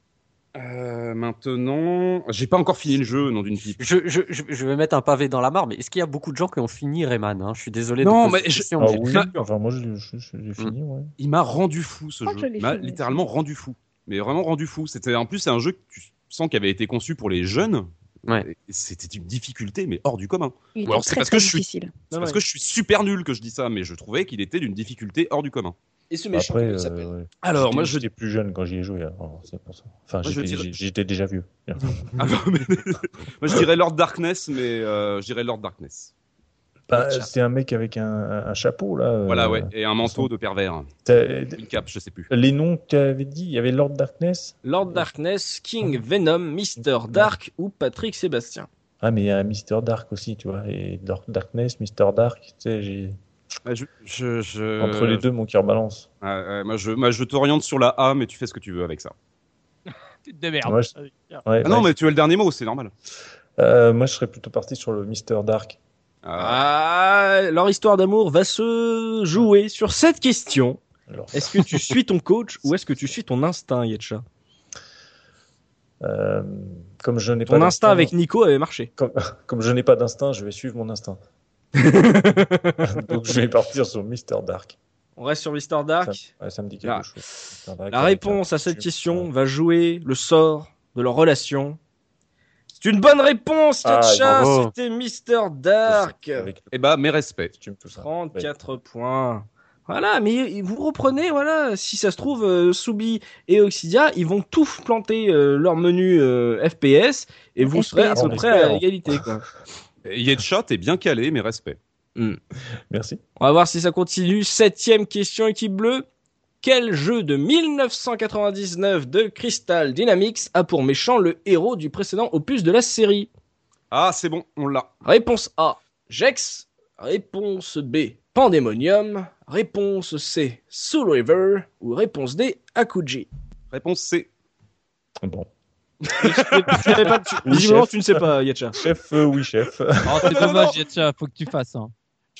Maintenant, j'ai pas encore fini le jeu, nom d'une pipe. Je vais mettre un pavé dans la mare, mais est-ce qu'il y a beaucoup de gens qui ont fini Rayman hein? Je suis désolé. Non, de poser mais cette question, Ah mais oui, j'ai- enfin moi j'ai fini, ouais. Il m'a rendu fou ce Je crois que jeu. je l'ai Il m'a fini littéralement rendu fou. Mais vraiment rendu fou. En plus, c'est un jeu que tu sens qu'il avait été conçu pour les jeunes. Ouais. Et c'était une difficulté, mais hors du commun. Il Ou alors était c'est très, parce que très je suis- difficile. C'est parce que je suis super nul que je dis ça, mais je trouvais qu'il était d'une difficulté hors du commun. Et ce méchant, Après, comment il s'appelle ouais. Alors, moi, je j'étais plus jeune quand j'y ai joué, alors c'est pour ça. Enfin, Moi, je dirais- j'étais déjà vieux. Ah non, mais- moi, je dirais Lord Darkness, mais je dirais Lord Darkness. Bah, c'est un mec avec un chapeau là. Voilà, ouais. Et un manteau de pervers. T'as- Une cape, je sais plus. Les noms que tu avais dit, il y avait Lord Darkness. Lord Darkness, King Venom, Mister Dark ou Patrick Sébastien. Ah, mais il y a Mister Dark aussi, tu vois. Et Lord Darkness, Mister Dark, tu sais, entre les deux, mon cœur balance. Moi, je t'oriente sur la A, mais tu fais ce que tu veux avec ça. Tu te démerdes. Ouais, Ouais, Ah non, ouais. mais tu as le dernier mot, c'est normal. Moi, je serais plutôt parti sur le Mister Dark. Leur histoire d'amour va se jouer sur cette question. Alors, Est-ce que tu suis ton coach ou est-ce que tu suis ton instinct, Yetcha? comme je n'ai pas Ton instinct d'instinct, avec Nico avait marché. comme je n'ai pas d'instinct, je vais suivre mon instinct. Donc, je vais partir sur Mister Dark. On reste sur Mister Dark. Ça me dit quelque Ah. chose. Mister Dark La avec réponse un à cette costume. question va jouer le sort de leur relation. C'est une bonne réponse, Ah, Yetcha. bravo. C'était Mister Dark. Avec le Eh bah, mes respects. costume, tout ça. 34 points. Voilà, mais vous reprenez, voilà, si ça se trouve, Soubi et Oxidia, ils vont tout planter leur menu FPS et vous serez à FPS, peu on près à espère. égalité, quoi. Yetcha, t'es bien calé, mes respects. Merci. On va voir si ça continue. 7e question, équipe bleue. Quel jeu de 1999 de Crystal Dynamics a pour méchant le héros du précédent opus de la série? Ah, c'est bon, on l'a. Réponse A, Jex. Réponse B, Pandemonium. Réponse C, Soul River. Ou réponse D, Akuji. Réponse C. Bon. Visiblement, tu ne sais pas, Yetcha. Chef, oui, chef. Oh, c'est dommage, Yetcha, faut que tu fasses. Hein.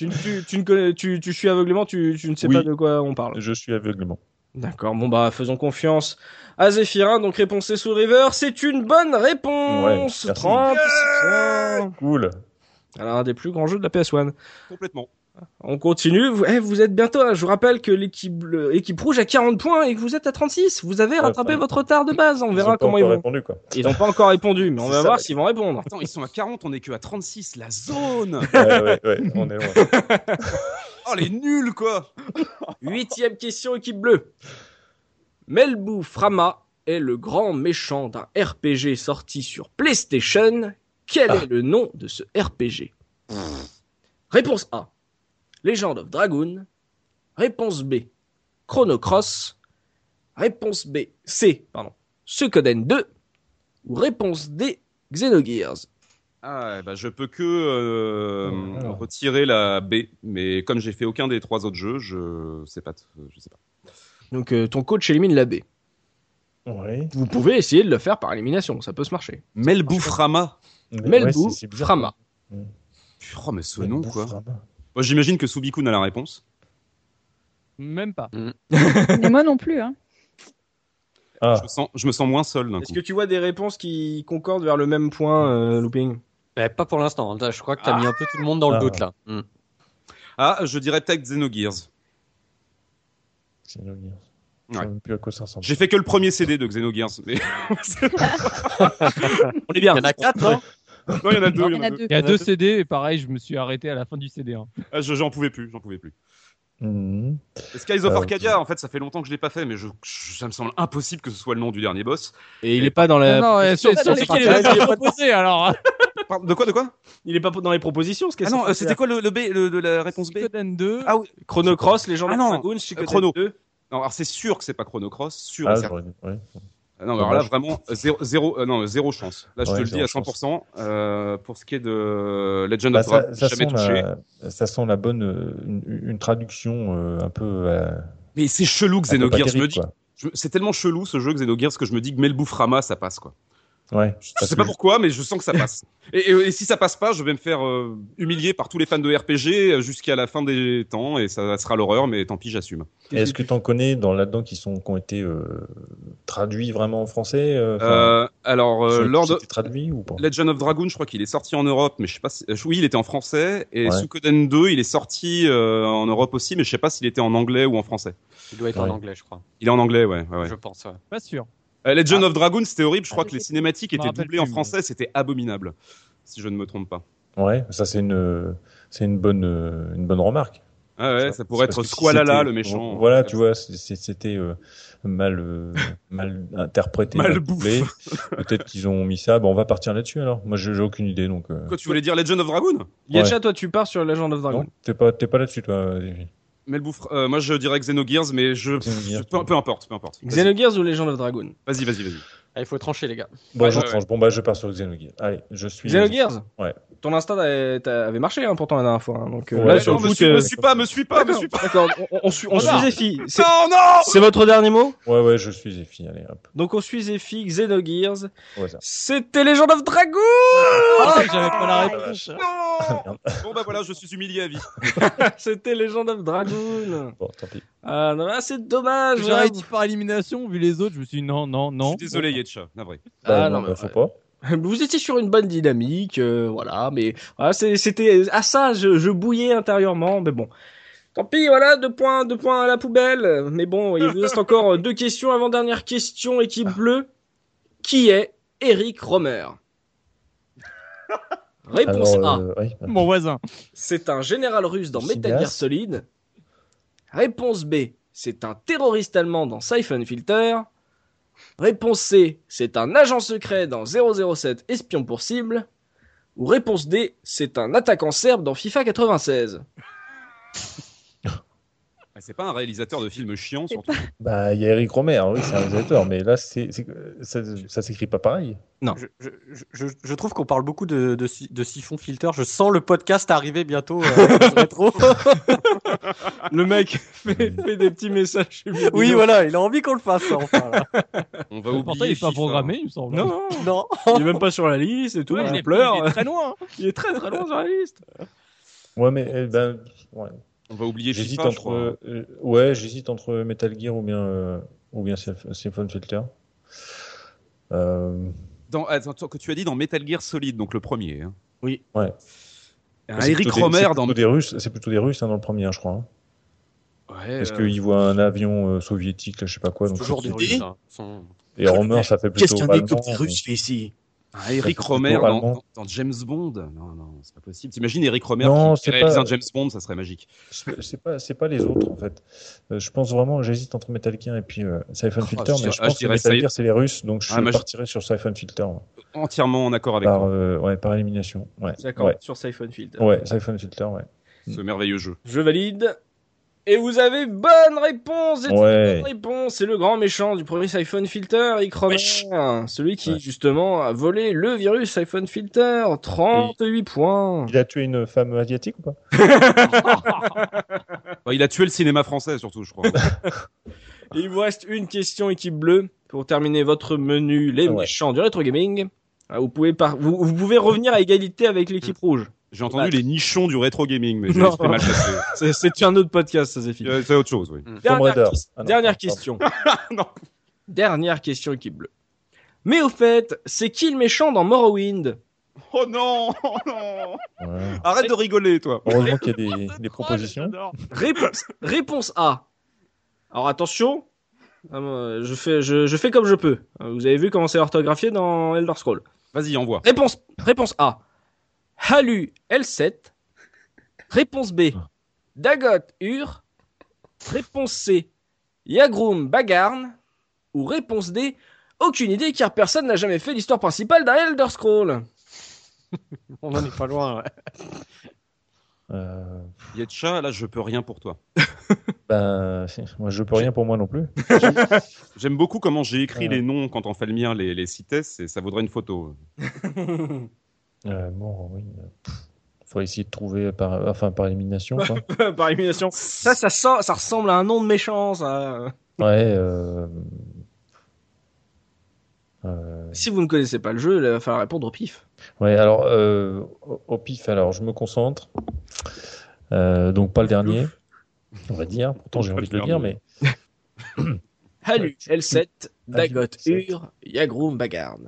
Tu suis aveuglément, tu ne sais Oui. pas de quoi on parle. Je suis aveuglément. D'accord, bon bah faisons confiance à Zéphirin, donc réponse C sous River, c'est une bonne réponse. Ouais, merci. 30 points. Cool. Alors un des plus grands jeux de la PS1. Complètement. On continue, vous êtes bientôt là. Je vous rappelle que l'équipe rouge a 40 points et que vous êtes à 36. Vous avez rattrapé votre retard de base, on verra comment ils vont. Répondu, quoi. Ils n'ont pas encore répondu, mais on C'est va ça, voir ouais. s'ils vont répondre. Attends, ils sont à 40, on est que à 36, la zone. Ouais, on est loin. Oh, les nuls, quoi. 8e question, équipe bleue. Melbu Frama est le grand méchant d'un RPG sorti sur PlayStation. Quel est le nom de ce RPG? Réponse A. Legend of Dragoon. Réponse B. Chrono Cross. Réponse B. C. Suikoden 2. Ou réponse D. Xenogears. Ah, bah, je peux que retirer la B, mais comme j'ai fait aucun des 3 autres jeux, je sais pas. Donc ton coach élimine la B. Ouais. Vous pouvez essayer de le faire par élimination, ça peut se marcher. Melbu Frama. Melbu c'est bizarre. Frama. Oh, mais ce nom, Melbu quoi. Frama. Bon, j'imagine que Subikun a la réponse. Même pas. Mais moi non plus. Hein. Ah, Je me sens moins seul d'un Est-ce coup. que tu vois des réponses qui concordent vers le même point, Looping? Pas pour l'instant. Je crois que t'as mis un peu tout le monde dans le doute là. Ah, je dirais peut-être Xenogears. Xenogears. Je Ouais. sais même plus à quoi ça ressemble. J'ai fait que le premier CD de Xenogears, mais On est bien. Il y en a 4, non? non, il y en a deux. Il y en a deux. Il y a 2 CD et pareil, je me suis arrêté à la fin du CD. Hein. Ah, j'en pouvais plus. Mhm. Skies of Ah, Arcadia, en fait, ça fait longtemps que je l'ai pas fait, mais ça me semble impossible que ce soit le nom du dernier boss. Et il est pas dans la. Non, c'est sur dans les lesquels il est proposé alors. Pardon, de quoi? Il est pas dans les propositions, ce qu'est-ce Ah non, que c'était quoi le B, la réponse B? Suikoden 2. Ah oui. Chrono Cross, les gens Ah de non, Dragoon, Suikoden Chrono. 2. Non, alors c'est sûr que c'est pas Chrono Cross, sûr. et Ah, certain. j'aurais dit, ouais. Non, mais alors là, Dommage. vraiment, zéro chance. Là, je Ouais, te le dis à zéro 100%. Pour ce qui est de Legend Bah, of Dragon, ça j'ai jamais sent touché. ça sent la bonne, une traduction un peu. Mais c'est chelou, un peu Xenogears. pas Je me terrible, dis, quoi. c'est tellement chelou ce jeu Xenogears que je me dis que Melbu Frama, ça passe, quoi. Ouais. Je sais pas pourquoi, mais je sens que ça passe. Et si ça passe pas, je vais me faire humilier par tous les fans de RPG jusqu'à la fin des temps, et ça sera l'horreur, mais tant pis, j'assume. Et est-ce que tu en connais là-dedans qui ont été traduits vraiment en français Lord c'était traduit ou pas? Legend of Dragoon, je crois qu'il est sorti en Europe, mais je sais pas si... oui, il était en français, et Ouais. Suikoden 2, il est sorti en Europe aussi, mais je sais pas s'il était en anglais ou en français. Il doit être en Ouais. anglais, je crois. Il est en anglais, ouais. Je pense, ouais. Pas sûr. Legend of Dragoon, c'était horrible, je crois Ah, que les je sais cinématiques Je me étaient rappelle doublées en plus, français, c'était abominable, si je ne me trompe pas. Ouais, ça c'est une bonne remarque. Ah ouais, ça pourrait Parce être que si Squalala, c'était- le méchant. Voilà, tu vois, c'était mal interprété, Mal mal bouffe. doublé. Peut-être qu'ils ont mis ça. Bon, on va partir là-dessus alors. Moi, j'ai aucune idée, donc. Quoi, tu voulais dire Legend of Dragoon? Yetcha, toi, tu pars sur Legend of Dragon. Non, t'es pas là-dessus, toi. Davy. Moi je dirais Xenogears, mais Xenogears, peu importe. Xenogears ou Legend of Dragon? Vas-y. Ah, il faut trancher, les gars. Bon, Ouais, je ouais, tranche. Bon, bah, je pars sur Xenogears. Allez, je suis. Xenogears? Ouais. Ton instinct avait marché hein, pourtant la dernière fois. Hein, donc Ouais, là, non, sur le me coup, suis pas. D'accord, on suit Zephy. Non! C'est votre dernier mot? Ouais, je suis Zephy. Allez, hop. Donc on suit Zephy, Xenogears. Ouais, ça. C'était Legend of Dragon! J'avais pas la réponse. Non! Bon bah voilà, je suis humilié à vie. C'était Legend of Dragon. Bon, tant pis. Ah non, c'est dommage. J'aurais voilà. dit par élimination, vu les autres, je me suis dit non. Je suis désolé, Yetcha, navré. Ah, non, non, bah, faut pas. Vous étiez sur une bonne dynamique, voilà, mais voilà, c'était à ça, je bouillais intérieurement, mais bon. Tant pis, voilà, 2 points à la poubelle. Mais bon, il vous reste encore 2 questions. Avant-dernière question, équipe bleue. Qui est Eric Romer? Réponse A. Ouais, Mon voisin. C'est un général russe dans Sigas. Metal Gear Solid. Réponse B. C'est un terroriste allemand dans Siphon Filter. Réponse C. C'est un agent secret dans 007 Espion pour cible. Ou réponse D. C'est un attaquant serbe dans FIFA 96. C'est pas un réalisateur de films chiants, surtout. Bah, il y a Eric Romer, oui, c'est un réalisateur, mais là, ça s'écrit pas pareil. Non. Je trouve qu'on parle beaucoup de Siphon Filter. Je sens le podcast arriver bientôt. Rétro. Le mec fait des petits messages chez lui. Oui, voilà, il a envie qu'on le fasse. Enfin, là. On va Pourtant, oublier il est pas FIFA. programmé, il me semble. Non, Non. il est même pas sur la liste et tout. Ouais, il il pleure. est très loin. Il est très très loin sur la liste. Ouais, mais ouais. On va oublier J'hésite FIFA, je crois. j'hésite entre Metal Gear ou bien Siphon Filter. Attends, que tu as dit dans Metal Gear Solid, donc le premier. Hein. Oui. Ouais. Eric Romer dans. C'est plutôt des Russes dans le premier, hein, je crois. Hein. Ouais, Parce qu'il voit un avion soviétique, là, je sais pas quoi. Donc Toujours des c'est- Russes. Hein. Et Romer, ça fait plutôt allemand. ici? Eric Ça fait Romer plutôt allemand. dans James Bond. Non, c'est pas possible. T'imagines Eric Romer Non, qui c'est réalise pas- un James Bond, ça serait magique. C'est pas les autres, en fait. Je pense vraiment, j'hésite entre Metal Gear et puis Siphon Filter, mais je pense que dirais Metal Sci- Gear, c'est les Russes, donc je moi, je- partirais sur Siphon Filter. Ouais. Entièrement en accord avec toi. Par élimination. Ouais. D'accord, Ouais. sur Siphon Filter. Ouais, Siphon Filter, ouais. Ce merveilleux jeu. Je valide. Et vous avez bonne réponse. Et Ouais. bonne réponse. C'est le grand méchant du premier Siphon Filter, Eric Romer. Celui qui, justement, a volé le virus Siphon Filter. 38 points. Il a tué une femme asiatique ou pas? Bah, il a tué le cinéma français, surtout, je crois. Et il vous reste une question, équipe bleue, pour terminer votre menu, les Ouais. méchants du rétro gaming. Vous pouvez vous pouvez revenir à égalité avec l'équipe rouge. J'ai entendu les nichons du rétro gaming, mais Non. c'était mal passé. C'est un autre podcast, ça, Zéphine. C'est autre chose, oui. Tomb Raider. Ah non, Dernière pardon. question. Non. Dernière question, équipe bleue. Mais au fait, c'est qui le méchant dans Morrowind? Oh non, oh non. Ouais. Arrête de rigoler, toi. Heureusement qu'il y a des propositions. Réponse A. Alors attention, je fais comme je peux. Vous avez vu comment c'est orthographié dans Elder Scrolls. Vas-y, envoie. Réponse A. Halu L7. Réponse B. Dagot Ur. Réponse C. Yagrum Bagarn. Ou réponse D. Aucune idée car personne n'a jamais fait l'histoire principale d'un Elder Scroll. On en est pas loin. Ouais. Yetcha, là, je peux rien pour toi. Moi, je peux rien pour moi non plus. J'aime beaucoup comment j'ai écrit Ouais. les noms quand on fait le mien, les cites, et ça vaudrait une photo. Bon, oui. Faut essayer de trouver par élimination, quoi. Par élimination. Ça ressemble à un nom de méchant, ça. Ouais. Si vous ne connaissez pas le jeu, il va falloir répondre au pif. Ouais, alors, au pif, alors, je me concentre. Donc, pas le dernier, on va dire. Pourtant, j'ai Pas envie le de le dire, dernier. mais. Halu L7. Dagot L7. Ur. Yagrum Bagarn.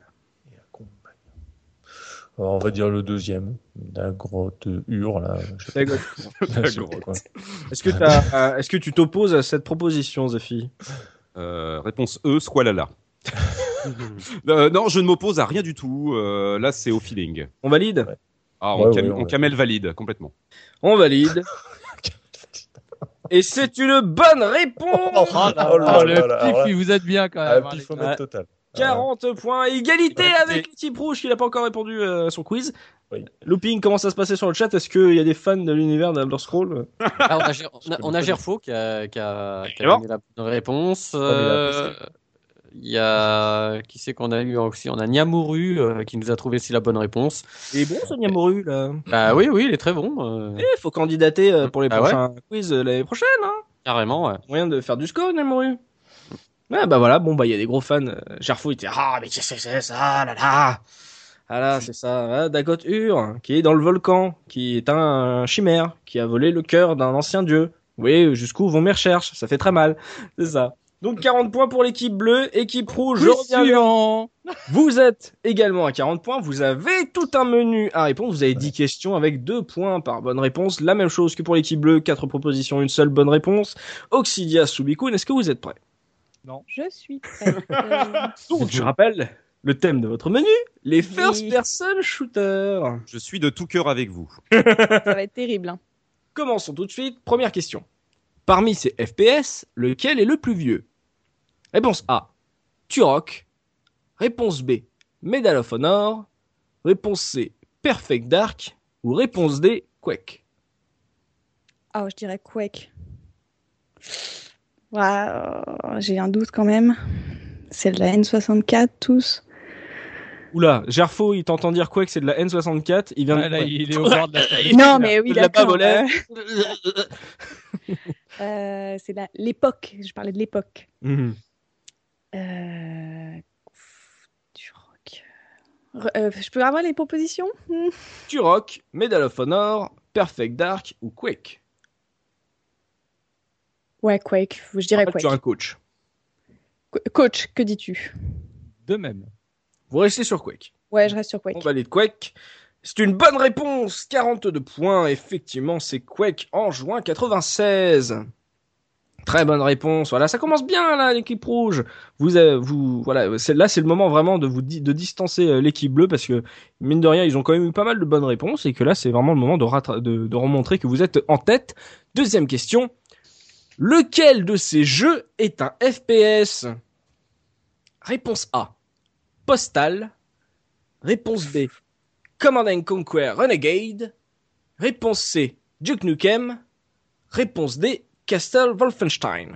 Alors, on va dire le deuxième. La grotte Ur, là. Je sais Dagot. pas. Je sais pas quoi. Est-ce que tu t'opposes à cette proposition, Zafi? Réponse E, Squalala. Non, je ne m'oppose à rien du tout. Là, c'est au feeling. On valide? Ah, Ouais, on camel valide, complètement. On valide. Et c'est une bonne réponse. Le pif, il vous êtes bien quand Ah, même. hein, pifomètre Ouais. total. 40 points. Égalité Ouais, avec l'équipe rouge qui n'a pas encore répondu à son quiz. Oui. Looping, comment ça se passait sur le chat? Est-ce qu'il y a des fans de l'univers d'Elder Scrolls? Ah, on a Gerfo qui a Alors donné la bonne réponse. mais Il y a qui c'est qu'on a eu aussi? On a Nyamuru qui nous a trouvé aussi la bonne réponse. Il est bon, ce Niamoru, là. Bah oui, il est très bon. Il faut candidater pour les Ah ouais prochains quiz l'année prochaine, hein. Carrément, ouais. Moyen de faire du score, Niamoru. Ouais, bah voilà, bon, bah, il y a des gros fans. Gerfo, il était, ah, mais qu'est-ce que c'est ça, là, là. Ah là, c'est ça. Ah, Dagot Ur, qui est dans le volcan, qui est un chimère, qui a volé le cœur d'un ancien dieu. Oui, jusqu'où vont mes recherches, ça fait très mal. C'est ça. Donc 40 points pour l'équipe bleue, équipe rouge, je reviens vers Suivant. vous êtes également à 40 points, vous avez tout un menu à répondre, vous avez 10 questions avec 2 points par bonne réponse, la même chose que pour l'équipe bleue, 4 propositions, une seule bonne réponse. Oxidia, Subikun, est-ce que vous êtes prêts? Je suis prête. Donc je rappelle le thème de votre menu, les Oui. first person shooters. Je suis de tout cœur avec vous. Ça va être terrible. Hein. Commençons tout de suite, première question. Parmi ces FPS, lequel est le plus vieux? Réponse A, Turok. Réponse B, Medal of Honor. Réponse C, Perfect Dark. Ou réponse D, Quake. Ah, je dirais Quake. J'ai un doute quand même. C'est de la N64 tous. Oula, Gerfo, il t'entend dire quoi que c'est de la N64, il vient Ouais, là, il est au bord de la taille. Non, mais oui, de la d'accord. bave au lait. C'est l'époque. Je parlais de l'époque. Mhm. Du rock. Je peux avoir les propositions? Turok, Medal of Honor, Perfect Dark ou Quake. Ouais, Quake. Je dirais Tu as un Quake. coach. Coach, que dis-tu? De même. Vous restez sur Quake. Ouais, je reste sur On Quake. valide Quake. C'est une bonne réponse, 42 points. Effectivement, c'est Quake en juin 96. Très bonne réponse. Voilà, ça commence bien là, l'équipe rouge. Voilà, c'est le moment vraiment de de distancer l'équipe bleue parce que mine de rien, ils ont quand même eu pas mal de bonnes réponses et que là, c'est vraiment le moment de remontrer que vous êtes en tête. Deuxième question. Lequel de ces jeux est un FPS? Réponse A. Postal. Réponse B. Command & Conquer Renegade. Réponse C. Duke Nukem. Réponse D. Castle Wolfenstein.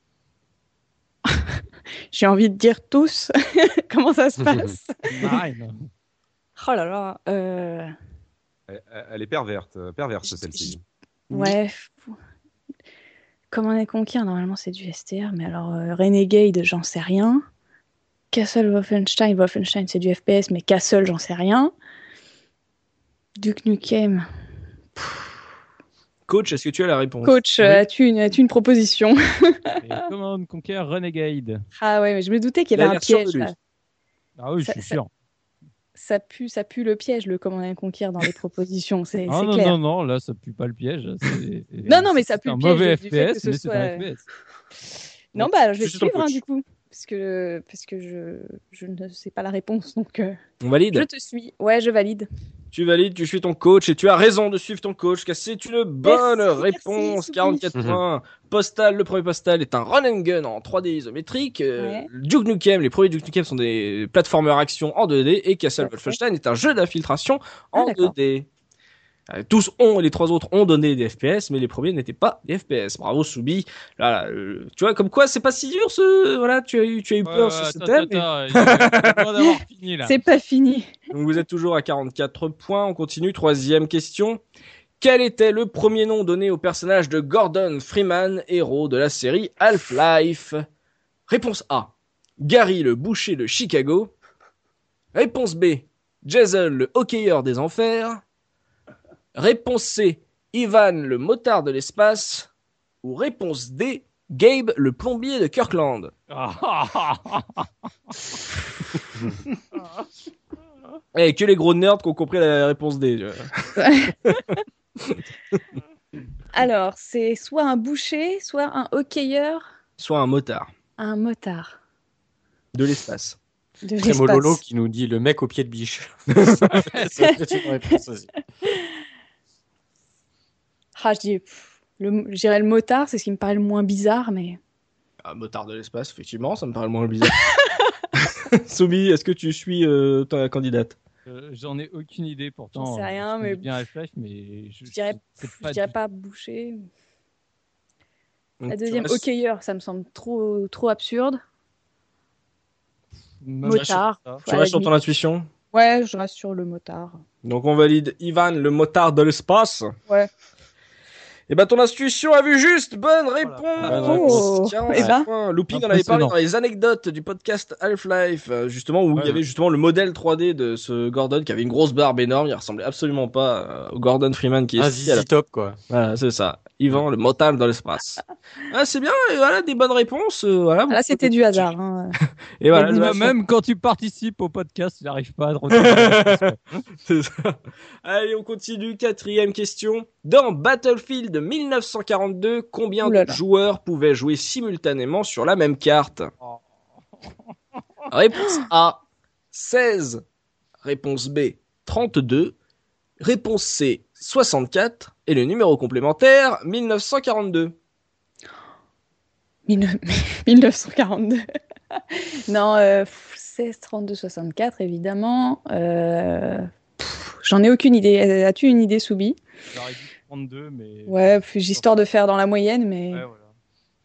J'ai envie de dire tous. Comment ça se passe? Nine. Oh là là. Elle est perverse celle-ci. Ouais. Command & Conquer, normalement c'est du STR, mais alors Renegade, j'en sais rien. Castle Wolfenstein c'est du FPS, mais Castle, j'en sais rien. Duke Nukem. Coach, est-ce que tu as la réponse? Coach, Oui. as-tu une proposition? Et Command Conquer Renegade. Ah ouais, mais je me doutais qu'il y La avait un version piège de lui. là. Ah oui, je Ça- suis ça- sûr. Ça pue le piège, le Command & Conquer dans les propositions, c'est Ah non, clair. non, là, ça pue pas le piège. Non, mais ça pue c'est le un piège mauvais du fait que FPS, ce mais c'est un soit- FPS. Non, bah alors, je vais Je suis ton suivre coach. du coup, parce que je ne sais pas la réponse, donc On valide? je te suis. Ouais, je valide. Tu valides, tu suis ton coach et tu as raison de suivre ton coach car c'est une bonne Merci, réponse. Soubi. 44 points. Postal, le premier Postal est un run and gun en 3D isométrique. Ouais. Duke Nukem, les premiers Duke Nukem sont des platformers action en 2D et Castle Tout à fait. Wolfenstein est un jeu d'infiltration Ah, en d'accord. 2D. Les trois autres ont donné des FPS, mais les premiers n'étaient pas des FPS. Bravo Soubi. Là, tu vois, comme quoi, c'est pas si dur voilà, tu as eu peur sur ce thème. Il est loin d'avoir fini là. C'est pas fini. Donc vous êtes toujours à 44 points. On continue. Troisième question. Quel était le premier nom donné au personnage de Gordon Freeman, héros de la série Half-Life? Réponse A. Gary le boucher de Chicago. Réponse B. Jason le hockeyeur des enfers. Réponse C. Ivan le motard de l'espace. Ou réponse D. Gabe le plombier de Kirkland. Eh, que les gros nerds qui ont compris la réponse D. Alors, c'est soit un boucher, soit un hockeyeur, Soit un motard un motard de l'espace. de Très l'espace. mololo qui nous dit le mec au pied de biche. C'est une réponse aussi. Ah, je dirais le motard, c'est ce qui me paraît le moins bizarre, mais Un motard de l'espace, effectivement, ça me paraît le moins bizarre. Soubi, est-ce que tu suis ta candidate? J'en ai aucune idée pourtant. J'en sais rien, je connais mais bien Half-Life, mais je dirais pas boucher. Donc, La tu deuxième, restes- hockeyeur, ça me semble trop absurde. Même Motard. ça. Tu restes sur ton intuition? Ouais, je reste sur le motard. Donc on valide Ivan, le motard de l'espace. Ouais. Et ben ton intuition a vu juste. Bonne réponse. Oh. 45 Eh ben. points. Looping en avait parlé Impressionnant. dans les anecdotes du podcast Half-Life, justement où il y avait justement le modèle 3D de ce Gordon qui avait une grosse barbe énorme. Il ressemblait absolument pas au Gordon Freeman qui est Un ici à la... zizi top, quoi. Voilà, c'est ça. Ivan, le motard dans l'espace. Ah, c'est bien. Et voilà, des bonnes réponses. Voilà. Là, c'était du hasard. Hein. Et voilà. Même, le- même quand tu participes au podcast, il n'arrive pas à te retrouver. C'est ça. Allez, on continue. Quatrième question. Dans Battlefield 1942, combien Ouh là de là. joueurs pouvaient jouer simultanément sur la même carte? Réponse A, 16. Réponse B, 32. Réponse C, 64. Et le numéro complémentaire, 1942. 1942. Non, 16, 32, 64, évidemment. J'en ai aucune idée. As-tu une idée, Soubi? J'aurais dit 32, mais. Ouais, puis histoire de faire dans la moyenne, mais Ouais, voilà.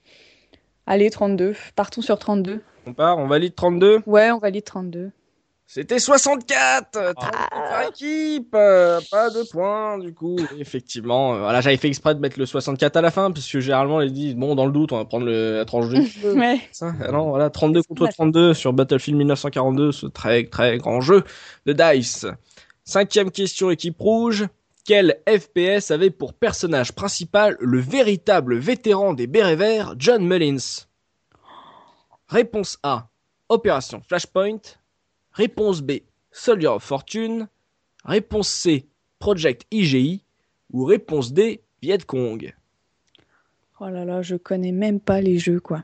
Allez, 32. Partons sur 32. On valide 32. Ouais, on valide 32. C'était 64 par équipe, pas de points du coup. Effectivement, voilà, j'avais fait exprès de mettre le 64 à la fin puisque généralement ils disent bon dans le doute on va prendre la tranche de Ouais. ça. Alors voilà, 32 contre 32 sur Battlefield 1942, ce très très grand jeu de DICE. 5e question, équipe rouge. Quel FPS avait pour personnage principal le véritable vétéran des bérets verts, John Mullins? Réponse A, Opération Flashpoint. Réponse B, Soldier of Fortune. Réponse C, Project IGI. Ou réponse D, Viet Cong. Oh là là, je connais même pas les jeux, quoi.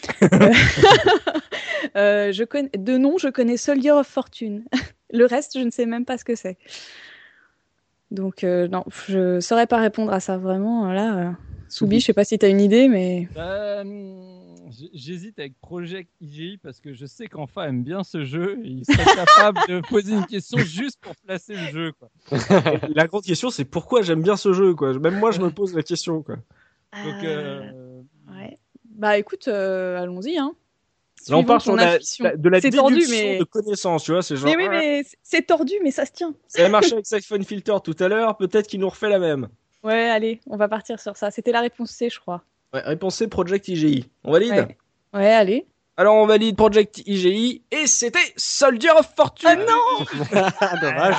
De nom, je connais Soldier of Fortune. Le reste, je ne sais même pas ce que c'est. Donc, non, je saurais pas répondre à ça, vraiment. Là, Soubi, je sais pas si tu as une idée, mais... J'hésite avec Project IGI parce que je sais qu'Enfa aime bien ce jeu et il serait capable de poser une question juste pour placer le jeu, quoi. La grande question, c'est pourquoi j'aime bien ce jeu, quoi. Même moi, je me pose la question, quoi. Donc, ouais. Bah écoute, allons-y, hein. Là, on parle Suivons sur ton intuition. de la C'est déduction tordu, mais... de connaissances, tu vois. C'est genre, Mais oui, mais c'est tordu, mais ça se tient. ça a marché avec Siphon Filter tout à l'heure, peut-être qu'il nous refait la même. Ouais, allez, on va partir sur ça. C'était la réponse C, je crois. Ouais, réponse C, Project IGI. On valide? Ouais, allez. Alors, on valide Project IGI, et c'était Soldier of Fortune! Ah non! Dommage.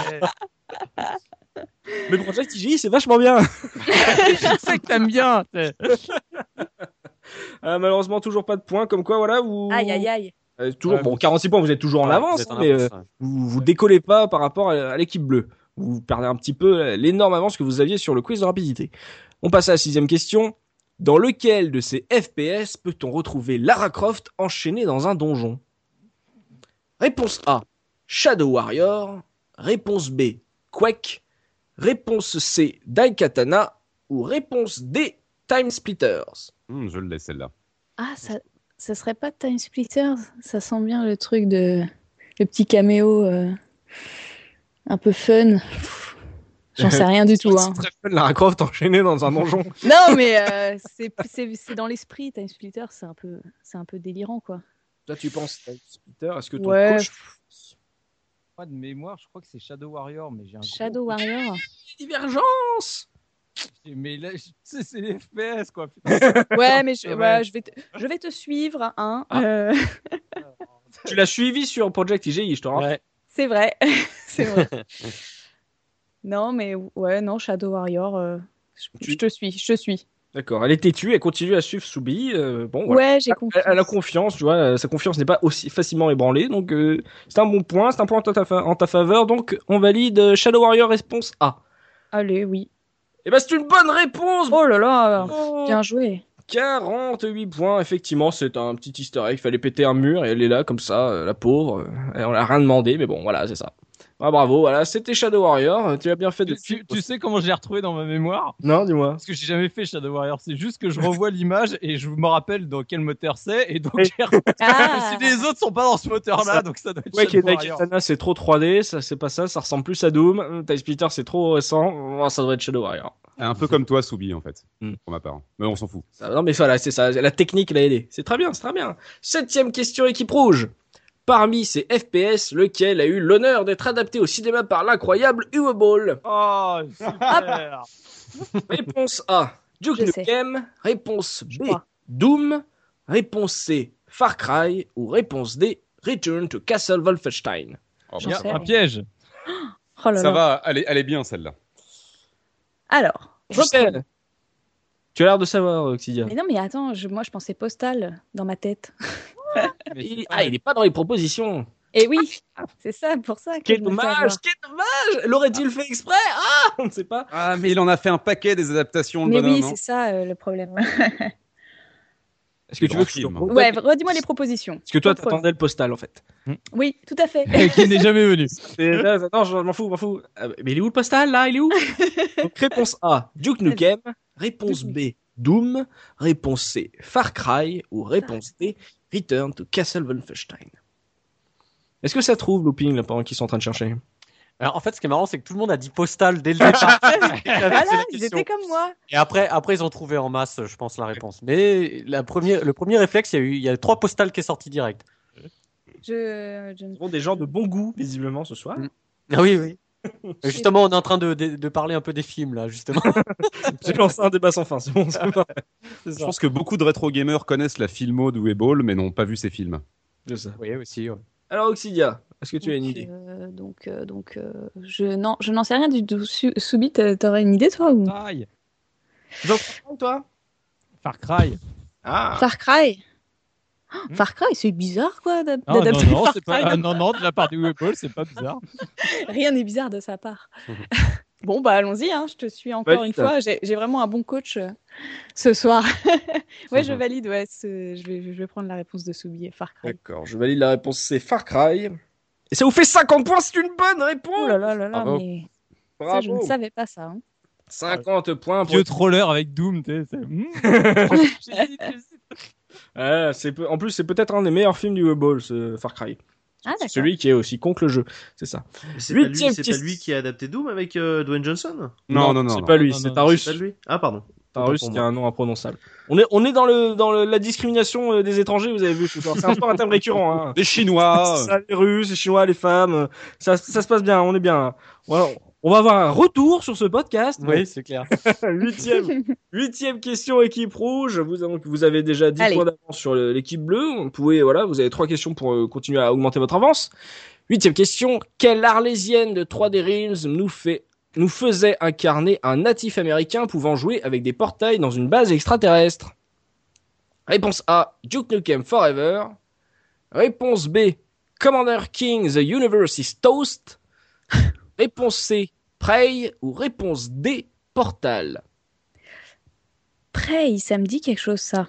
Mais Project IGI, c'est vachement bien! je sais que t'aimes bien. Malheureusement, toujours pas de points, comme quoi, voilà, vous... Aïe, aïe, aïe. Toujours, Ouais, bon, 46 points, vous êtes toujours en Ouais, avance, vous êtes en mais avance, ouais. vous décollez pas par rapport à l'équipe bleue. Vous perdez un petit peu l'énorme avance que vous aviez sur le quiz de rapidité. On passe à la 6e question. Dans lequel de ces FPS peut-on retrouver Lara Croft enchaînée dans un donjon? Réponse A, Shadow Warrior. Réponse B, Quake. Réponse C, Daikatana. Ou réponse D, Time Splitters. Je le laisse celle-là. Ah, ça serait pas Time Splitters? Ça sent bien le truc de... Le petit caméo un peu fun. J'en sais rien du tout. Hein. C'est très fun, Lara Croft enchaînée dans un donjon. Non, mais c'est dans l'esprit. Time Splitters, c'est un peu délirant, quoi. Là, tu penses Time Splitter? Est-ce que ton Ouais. coach... Moi, de mémoire, je crois que c'est Shadow Warrior, mais j'ai un Shadow Warrior. Divergence! Mais là, c'est les FPS, quoi. Putain. Ouais, mais Ouais. je vais te suivre, hein. Tu l'as suivi sur Project IGI, je te rappelle. Ouais. C'est vrai. C'est vrai. Non, mais ouais, non, Shadow Warrior, je te suis. D'accord, elle est têtue, elle continue à suivre Soubi. Bon, voilà. Ouais, j'ai confiance. Elle a confiance, tu vois, sa confiance n'est pas aussi facilement ébranlée, donc c'est un bon point, c'est un point en ta faveur, donc on valide Shadow Warrior réponse A. Allez, oui. Et ben c'est une bonne réponse. Oh là là, Oh, bien joué. 48 points, effectivement, c'est un petit easter egg, il fallait péter un mur et elle est là comme ça, la pauvre, on l'a rien demandé, mais bon, voilà, c'est ça. Ah, bravo, voilà, c'était Shadow Warrior, tu as bien fait de... Tu sais comment je l'ai retrouvé dans ma mémoire? Non, dis-moi. Parce que j'ai jamais fait Shadow Warrior. C'est juste que je revois l'image et je me rappelle dans quel moteur c'est. Et donc, Et- j'ai repris. Ah. Si les autres sont pas dans ce moteur-là, donc ça doit être Ouais, Shadow Warrior. Katana, c'est trop 3D, ça c'est pas ça, ça ressemble plus à Doom. Time Splitter, c'est trop récent, oh, ça devrait être Shadow Warrior. Un peu comme toi, Soubi, en fait, Mm. pour ma part. Mais on s'en fout. Non, mais voilà, c'est ça, la technique l'a aidé. C'est très bien, c'est très bien. 7e question, équipe rouge. Parmi ces FPS, lequel a eu l'honneur d'être adapté au cinéma par l'incroyable Uwe Ball? Oh, super. Réponse A, Duke Je sais. Nukem. Réponse B, crois. Doom. Réponse C, Far Cry. Ou réponse D, Return to Castle Wolfenstein. Oh, J'en bah, sais ça Un piège. Oh là ça là. va, elle est bien, celle-là. Alors, Je sais. Tu as l'air de savoir, Oxidia. mais non, mais attends, moi je pensais Postal dans ma tête. Il est pas dans les propositions. Et oui, c'est ça, pour ça que Quel je me fais dommage, avoir. quel dommage. L'aurait-il fait exprès? Ah, on ne sait pas. Ah, mais il en a fait un paquet des adaptations, le Mais bonhomme, oui, hein. c'est ça le problème. Est-ce que tu veux que je te Film. redonne- Ouais, redis-moi les propositions. Parce que toi, Pas de problème. t'attendais le postal, en fait. Oui, tout à fait. Qui n'est jamais venu. Attends, je m'en fous. Mais il est où le postal, là? Il est où? Donc, réponse A, Duke Nukem. Réponse B, Doom. Réponse C, Far Cry. Ou réponse D, Return to Castle Wolfenstein. Est-ce que ça trouve, Looping, là, pendant qu'ils sont en train de chercher? Alors, en fait, ce qui est marrant, c'est que tout le monde a dit Postal dès le départ. Voilà, ils étaient comme moi. Et après, ils ont trouvé en masse, je pense, la réponse. Mais le premier réflexe, il y a 3 Postal qui est sorti direct. Je Nous avons des gens de bon goût, visiblement, ce soir. Ah oui. Justement, on est en train de parler un peu des films, là, justement. J'ai lancé un débat sans fin, c'est bon. C'est Je ça. pense que beaucoup de rétro gamers connaissent la filmo de Webull, mais n'ont pas vu ces films. C'est ça. Oui, aussi. Ouais. Alors, Oxidia, est-ce que tu as une idée? je n'en sais rien du tout. Soubi, t'aurais une idée, toi ou... Cry. Jean-François, toi? Far Cry. Ah, Far Cry. Far Cry, c'est bizarre, quoi, Non, d'adapter non, Far c'est Cry. pas, non, de la part du Webull, c'est pas bizarre. Rien n'est bizarre de sa part. Bon, bah allons-y, hein, je te suis encore une fois. J'ai vraiment un bon coach ce soir. Ouais, je valide. Ouais, je vais prendre la réponse de Soubi, Far Cry. d'accord, je valide la réponse, c'est Far Cry. Et ça vous fait 50 points, c'est une bonne réponse! Oh là là là là, Bravo. mais Bravo! ça, je ne savais pas ça. Hein. 50 points pour... Vieux troller avec Doom, tu sais. En plus, c'est peut-être un des meilleurs films du Webull, ce Far Cry. Ah, d'accord. Celui qui est aussi con que le jeu, c'est ça. Mais c'est pas lui, Huitième c'est pas lui qui a adapté Doom avec Dwayne Johnson? Non. C'est pas lui, Non, c'est non, un russe. C'est pas lui? Ah, pardon. C'est un Autant russe pour qui a moi. un nom imprononçable. On est dans la discrimination des étrangers, vous avez vu tout ça. C'est un peu un thème récurrent, hein. Les Chinois. C'est ça, les Russes, les Chinois, les femmes, ça se passe bien, on est bien. Voilà. On va avoir un retour sur ce podcast. Oui, c'est clair. Huitième question, équipe rouge. Vous avez déjà 10 Allez. points d'avance sur l'équipe bleue. Vous avez 3 questions pour continuer à augmenter votre avance. Huitième question. Quelle Arlésienne de 3D Realms nous faisait incarner un natif américain pouvant jouer avec des portails dans une base extraterrestre? Réponse A, Duke Nukem Forever. Réponse B, Commander King, The Universe is Toast. Réponse C, Prey. Ou réponse D, Portal. Prey, ça me dit quelque chose, ça.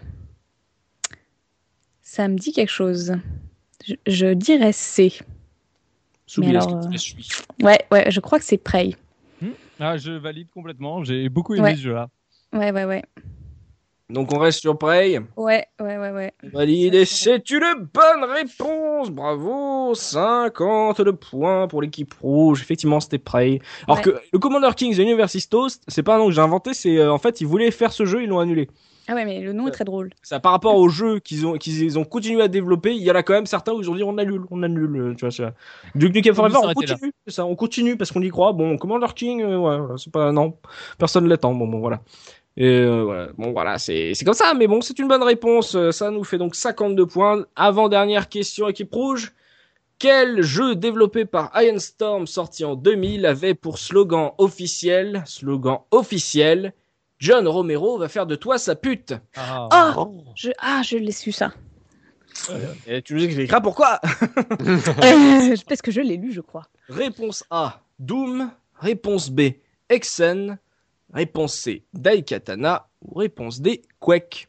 Ça me dit quelque chose. Je dirais C. Soubi, Mais est-ce alors, que tu la suis? Ouais, je crois que c'est Prey. Ah, je valide complètement. J'ai beaucoup aimé Ouais. ce jeu-là. Ouais. Donc on reste sur Prey. Ouais. Valide, et c'est une bonne réponse. Bravo, 50 de points pour l'équipe rouge. Effectivement, c'était Prey. Alors Ouais. que le Commander King The Universe is Toast, c'est pas un nom que j'ai inventé, c'est en fait ils voulaient faire ce jeu, ils l'ont annulé. Ah ouais, mais le nom est très drôle. Ça par rapport au jeu qu'ils ont continué à développer, il y en a quand même certains où ils ont dit on annule, tu vois ça. Duke Nukem Forever, on s'arrêter là. continue, c'est ça, on continue parce qu'on y croit. Bon, Commander King, ouais, voilà, c'est pas non, personne l'attend. Bon voilà. Et voilà. Bon voilà, c'est comme ça, mais bon, c'est une bonne réponse. Ça nous fait donc 52 points. Avant-dernière question, équipe rouge. Quel jeu développé par Iron Storm sorti en 2000 avait pour slogan officiel, John Romero va faire de toi sa pute? Ah, je l'ai su ça. Et tu nous expliqueras pourquoi. Parce que je l'ai lu, je crois. Réponse A, Doom. Réponse B, Hexen. Réponse C, Daikatana. Ou réponse D, Quake.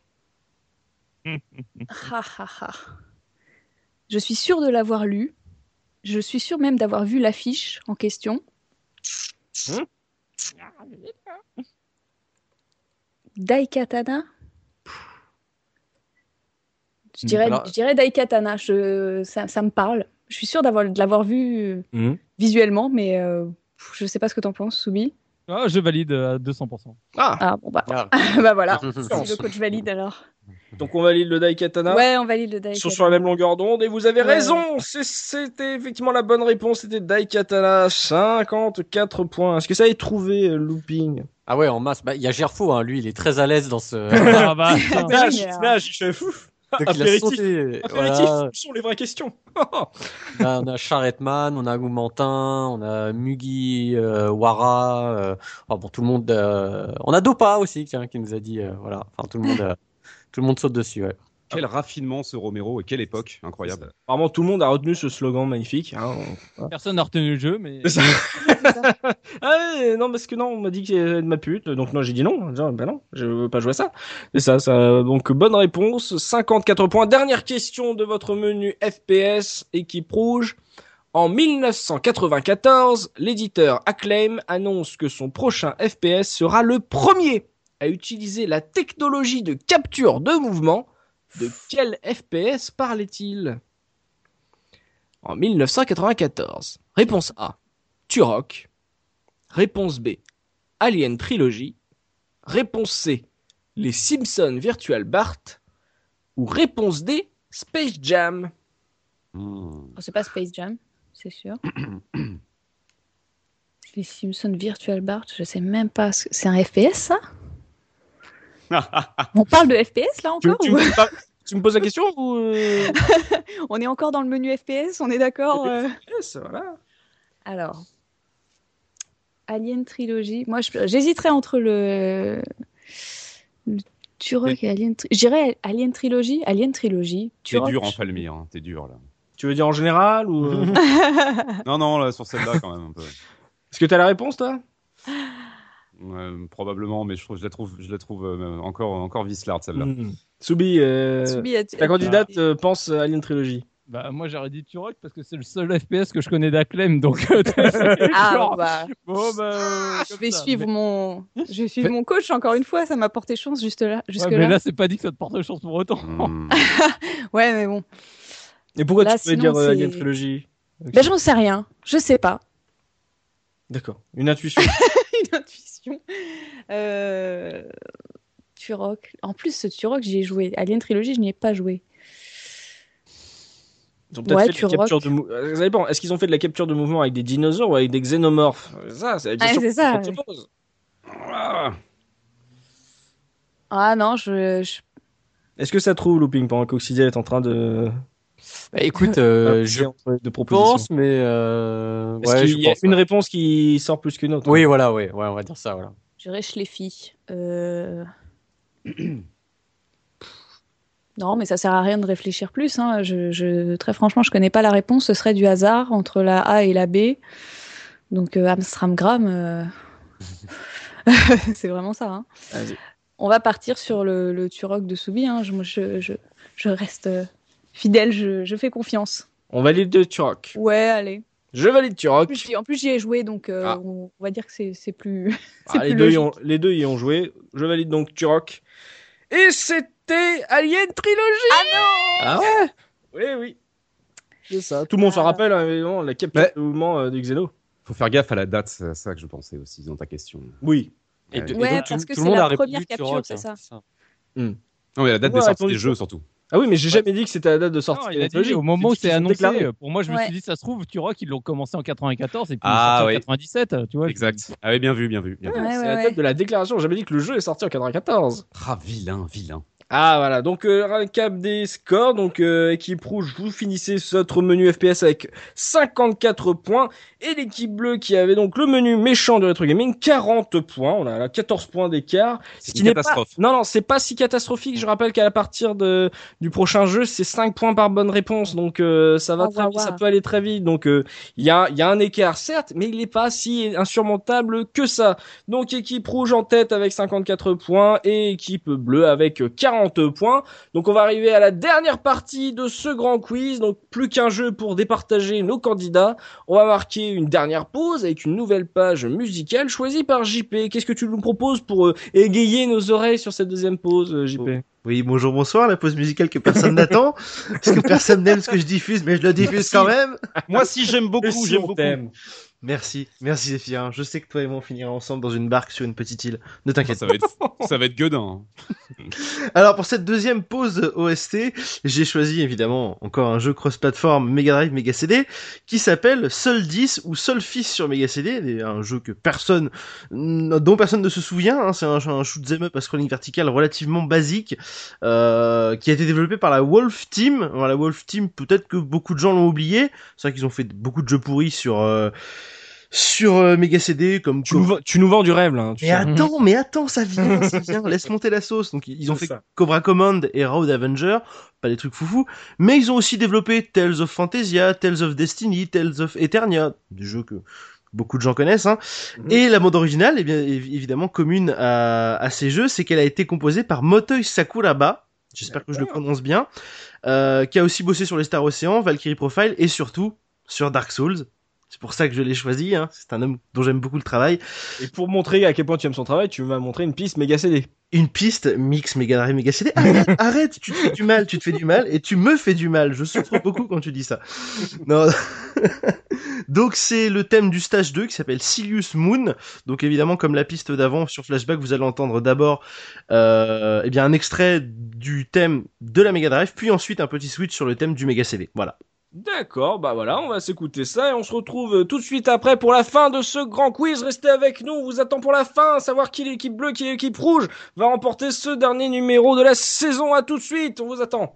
Je suis sûre de l'avoir lu. Je suis sûre même d'avoir vu l'affiche en question. Daikatana. Je dirais Daikatana. Ça me parle. Je suis sûre de l'avoir vu visuellement, mais je sais pas ce que t'en penses, Soubi. Ah, je valide à 200%. Ah bon bah, Ah. bah voilà. Si le coach valide alors. Donc on valide le Daikatana. Ouais, on valide le Ils Daikatana. sont sur la même longueur d'onde et vous avez Ouais. raison. C'était effectivement la bonne réponse. C'était Daikatana. 54 points. Est-ce que ça a été trouvé, Looping? Ah ouais, en masse. Bah, il y a Gerfo, hein, lui, il est très à l'aise dans ce. Ah bah, attends. Smash, je fais fou. Donc, il a sauté. Voilà. Ce sont les vraies questions. Là, on a Charretman, on a Goumentin, on a Mugi, Wara. Enfin, bon, tout le monde. On a Dopa aussi, tiens, qui nous a dit. Voilà. Enfin, tout le monde saute dessus. Ouais. Quel raffinement ce Romero et quelle époque, incroyable. Apparemment, tout le monde a retenu ce slogan magnifique. Hein. Personne n'a retenu le jeu, mais. C'est ça. Ah ouais, non, parce que non, on m'a dit que c'était de ma pute. Donc non, j'ai dit non. Ben non, je veux pas jouer à ça. C'est ça. Donc bonne réponse. 54 points. Dernière question de votre menu FPS, équipe rouge. En 1994, l'éditeur Acclaim annonce que son prochain FPS sera le premier à utiliser la technologie de capture de mouvement. De quel FPS parlait-il? En 1994. Réponse A, Turok. Réponse B, Alien Trilogy. Réponse C, les Simpsons Virtual Bart. Ou réponse D, Space Jam. Oh, c'est pas Space Jam, c'est sûr. Les Simpsons Virtual Bart, je sais même pas. C'est un FPS, ça? On parle de FPS, là, encore? Tu me poses la question ou On est encore dans le menu FPS, on est d'accord? FPS, voilà. Alors, Alien Trilogy. Moi, j'hésiterais entre le Turok et Alien Trilogy. Je dirais Alien Trilogy. Alien Trilogy. T'es Turok. dur en Palmyre, hein. T'es dur là. Tu veux dire en général ou Non, là, sur celle-là quand même un peu. Est-ce que t'as la réponse, toi? Probablement, mais je la trouve encore vicelard celle-là. Soubi, Soubi, ta candidate pense Alien Trilogy. Bah, moi, j'aurais dit Turok parce que c'est le seul FPS que je connais d'Acclaim, donc. Ah, bah. Bon, Je vais suivre mon coach encore une fois, ça m'a porté chance jusque là. Mais là, c'est pas dit que ça te porte chance pour autant. Ouais, mais bon. Et pourquoi Là, tu peux sinon, dire Alien Trilogy? Ben, j'en sais rien, je sais pas. D'accord, une intuition. Une intuition. Turok. En plus, ce Turok, j'y ai joué. Alien Trilogy, je n'y ai pas joué. Ils ont peut-être fait de la capture de ça dépend. Est-ce qu'ils ont fait de la capture de mouvement avec des dinosaures ou avec des xénomorphes? Ça, c'est la question c'est ça. qu'on se pose. Ah non, Est-ce que ça trouve, Looping, pendant qu'Oxydia est en train de... Bah, écoute, je de propositions. pense, mais Est-ce qu'il y a une réponse qui sort plus qu'une autre? Oui, voilà, ouais, on va dire ça, voilà. je dirais Schlefi. Non, mais ça sert à rien de réfléchir plus. Hein. Très franchement, je connais pas la réponse. Ce serait du hasard entre la A et la B. Donc Amstramgram, c'est vraiment ça. Hein. On va partir sur le Turok de Soubi. Hein. Je reste fidèle. Je fais confiance. On valide le Turok. Ouais, allez. Je valide Turok. En plus, j'y ai joué, donc on va dire que c'est plus. Les deux y ont joué. Je valide donc Turok. Et c'était Alien Trilogy. Ah non. Ah ouais. Oui. C'est ça. Tout le monde s'en rappelle, hein, évidemment, la capture de mouvement du Xeno. Faut faire gaffe à la date, c'est ça que je pensais aussi dans ta question. Oui. Et Ouais, donc, parce que tout c'est le monde la a répondu première capture, Turok, c'est ça. Non, mais la date de sortie des jeux surtout. Ah oui, mais j'ai jamais dit que c'était la date de sortie. Non, il a dit, au moment où c'est annoncé, pour moi, je me suis dit, ça se trouve, Turok, ils l'ont commencé en 94 et puis en 97, tu vois. Exact. Ah oui, bien vu. Ouais, c'est la date de la déclaration. J'ai jamais dit que le jeu est sorti en 94. Ah, vilain. Ah voilà, donc récap des scores, donc équipe rouge, vous finissez votre menu FPS avec 54 points, et l'équipe bleue qui avait donc le menu méchant de Retro Gaming, 40 points, on a là 14 points d'écart. C'est une catastrophe. Non, c'est pas si catastrophique, je rappelle qu'à partir du prochain jeu, c'est 5 points par bonne réponse, donc ça va très vite, ça peut aller très vite, donc il y a un écart certes, mais il n'est pas si insurmontable que ça. Donc équipe rouge en tête avec 54 points, et équipe bleue avec 40 points. Donc on va arriver à la dernière partie de ce grand quiz. Donc plus qu'un jeu pour départager nos candidats. On va marquer une dernière pause avec une nouvelle page musicale choisie par JP. Qu'est-ce que tu nous proposes pour égayer nos oreilles sur cette deuxième pause, JP? Oui, bonjour, bonsoir, la pause musicale que personne n'attend, parce que personne n'aime ce que je diffuse, mais je le diffuse quand même. Moi si j'aime beaucoup, j'aime beaucoup. Merci Zéphirin. Je sais que toi et moi on finira ensemble dans une barque sur une petite île. Ne t'inquiète pas. Ça va être gueudin. Alors pour cette deuxième pause OST, j'ai choisi évidemment encore un jeu cross-platform Mega Drive, Mega CD qui s'appelle Sol 10 ou Solfis sur Mega CD, un jeu dont personne ne se souvient. Hein. C'est un shoot 'em up à scrolling vertical relativement basique qui a été développé par la Wolf Team. Alors, la Wolf Team, peut-être que beaucoup de gens l'ont oublié. C'est vrai qu'ils ont fait beaucoup de jeux pourris sur Mega CD comme tu nous vends du rêve là. Mais attends, ça vient, laisse monter la sauce. Donc ils ont fait Cobra Command et Road Avenger, pas des trucs foufou, mais ils ont aussi développé Tales of Fantasia, Tales of Destiny, Tales of Eternia, des jeux que beaucoup de gens connaissent, hein. Et la bande originale, bien évidemment commune à ces jeux, c'est qu'elle a été composée par Motoi Sakuraba, j'espère que je le prononce bien, qui a aussi bossé sur les Star Ocean, Valkyrie Profile et surtout sur Dark Souls. C'est pour ça que je l'ai choisi. Hein. C'est un homme dont j'aime beaucoup le travail. Et pour montrer à quel point tu aimes son travail, tu m'as montré une piste Mega CD. Une piste mix Mega Drive Mega CD. Arrête, tu te fais du mal et tu me fais du mal. Je souffre beaucoup quand tu dis ça. Non. Donc c'est le thème du stage 2 qui s'appelle Silius Moon. Donc évidemment comme la piste d'avant sur Flashback, vous allez entendre d'abord eh bien un extrait du thème de la Mega Drive, puis ensuite un petit switch sur le thème du Mega CD. Voilà. D'accord, bah voilà, on va s'écouter ça et on se retrouve tout de suite après pour la fin de ce grand quiz. Restez avec nous, on vous attend pour la fin, savoir qui est l'équipe bleue, qui est l'équipe rouge va remporter ce dernier numéro de la saison. À tout de suite, on vous attend.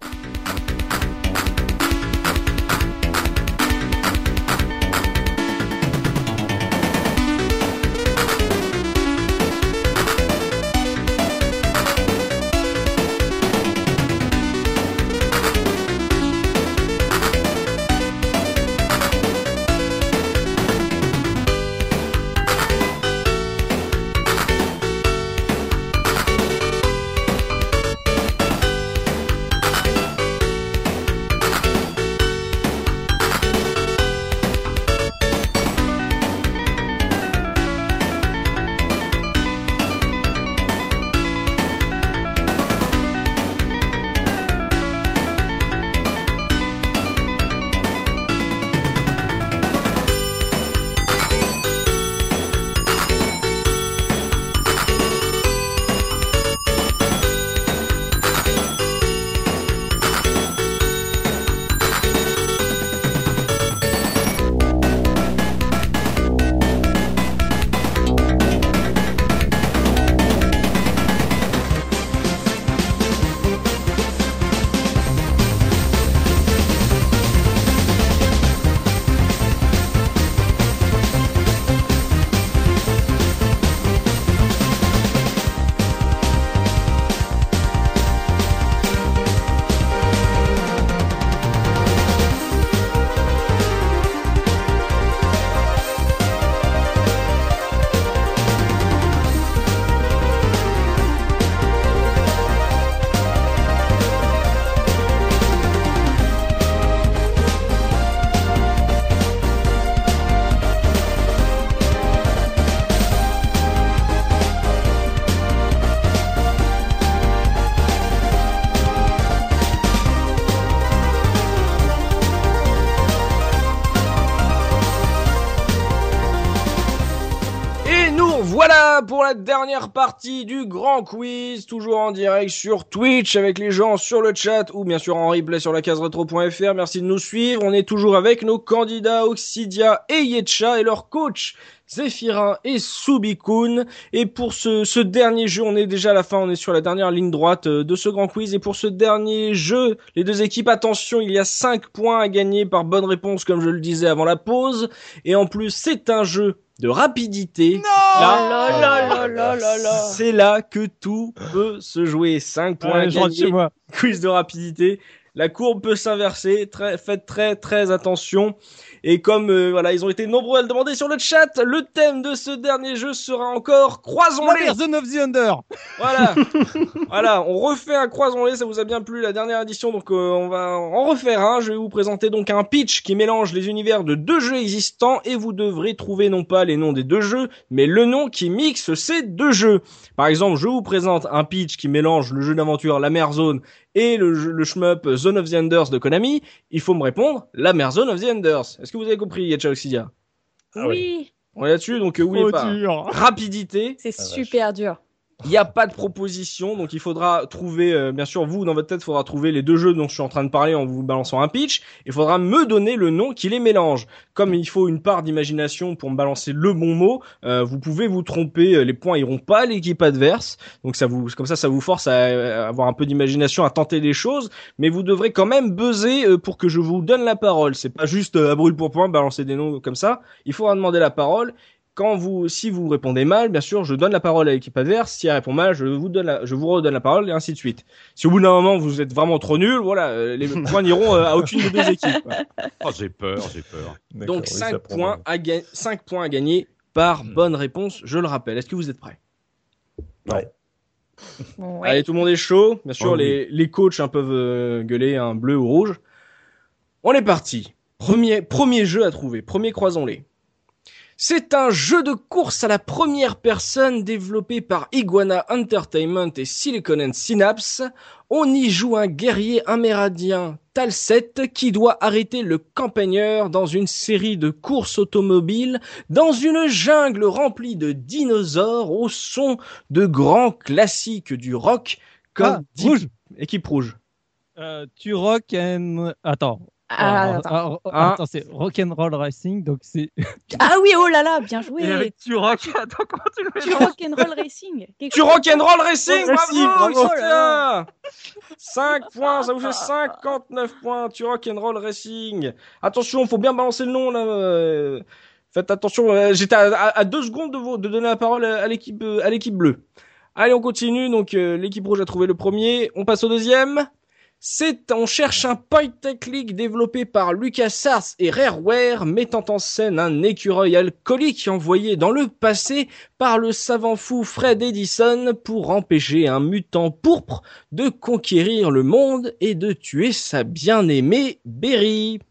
Voilà pour la dernière partie du grand quiz, toujours en direct sur Twitch avec les gens sur le chat ou bien sûr en replay sur la case retro.fr. Merci de nous suivre. On est toujours avec nos candidats Oxidia et Yetcha et leur coach Zephyrin et Subikun. Et pour ce dernier jeu, on est déjà à la fin, on est sur la dernière ligne droite de ce grand quiz. Et pour ce dernier jeu, les deux équipes, attention, il y a 5 points à gagner par bonne réponse, comme je le disais avant la pause. Et en plus, c'est un jeu de rapidité. Non, là, c'est là que tout peut se jouer. 5 points à gagner. Quiz de rapidité. La courbe peut s'inverser. Faites très attention. Et comme voilà, ils ont été nombreux à le demander sur le chat, le thème de ce dernier jeu sera encore croisons-les. La Zone of the Under. Voilà, voilà, on refait un croisons-les. Ça vous a bien plu la dernière édition, donc on va en refaire un. Je vais vous présenter donc un pitch qui mélange les univers de 2 jeux existants et vous devrez trouver non pas les noms des 2 jeux, mais le nom qui mixe ces 2 jeux. Par exemple, je vous présente un pitch qui mélange le jeu d'aventure La Mer Zone et le shmup Zone of the Enders de Konami. Il faut me répondre La Mer Zone of the Enders. Est-ce que vous avez compris, Yetcha Oxidia? Oui. On est là-dessus, donc oui et pas. Rapidité. C'est super dur. Il n'y a pas de proposition, donc il faudra trouver, bien sûr, vous, dans votre tête, il faudra trouver les 2 jeux dont je suis en train de parler en vous balançant un pitch. Il faudra me donner le nom qui les mélange. Comme il faut une part d'imagination pour me balancer le bon mot, vous pouvez vous tromper, les points iront pas à l'équipe adverse. Donc comme ça vous force à avoir un peu d'imagination, à tenter des choses. Mais vous devrez quand même buzzer pour que je vous donne la parole. C'est pas juste à brûle pour point, balancer des noms comme ça. Il faudra demander la parole. Si vous répondez mal, bien sûr, je donne la parole à l'équipe adverse. Si elle répond mal, je vous redonne la parole et ainsi de suite. Si au bout d'un moment vous êtes vraiment trop nul, voilà, les points n'iront à aucune des 2 équipes. Oh, j'ai peur. Donc 5 points à gagner par bonne réponse, je le rappelle. Est-ce que vous êtes prêts? Ouais. Ouais. Allez, tout le monde est chaud. Bien sûr, les coachs peuvent gueuler un bleu ou rouge. On est parti. Premier jeu à trouver, premier croisons-les. C'est un jeu de course à la première personne développé par Iguana Entertainment et Silicon & Synapse. On y joue un guerrier amérindien, Talset, qui doit arrêter le campagneur dans une série de courses automobiles dans une jungle remplie de dinosaures au son de grands classiques du rock comme Rouge. Équipe rouge. Tu rock and... Attends. Attends, c'est Rock'n'Roll Racing, donc c'est... Ah oui, oh là là, bien joué. Et avec tu rock, attends, comment tu le mets Tu Rock'n'Roll Racing. Tu Rock'n'Roll Racing, bravo, bravo. Oh là 5 points, ça vous fait 59 points, tu Rock'n'Roll Racing. Attention, faut bien balancer le nom, là. Faites attention, j'étais à 2 secondes de donner la parole à l'équipe bleue. Allez, on continue, donc l'équipe rouge a trouvé le premier, on passe au deuxième. On cherche un point and click développé par LucasArts et Rareware, mettant en scène un écureuil alcoolique envoyé dans le passé par le savant fou Fred Edison pour empêcher un mutant pourpre de conquérir le monde et de tuer sa bien-aimée Berry.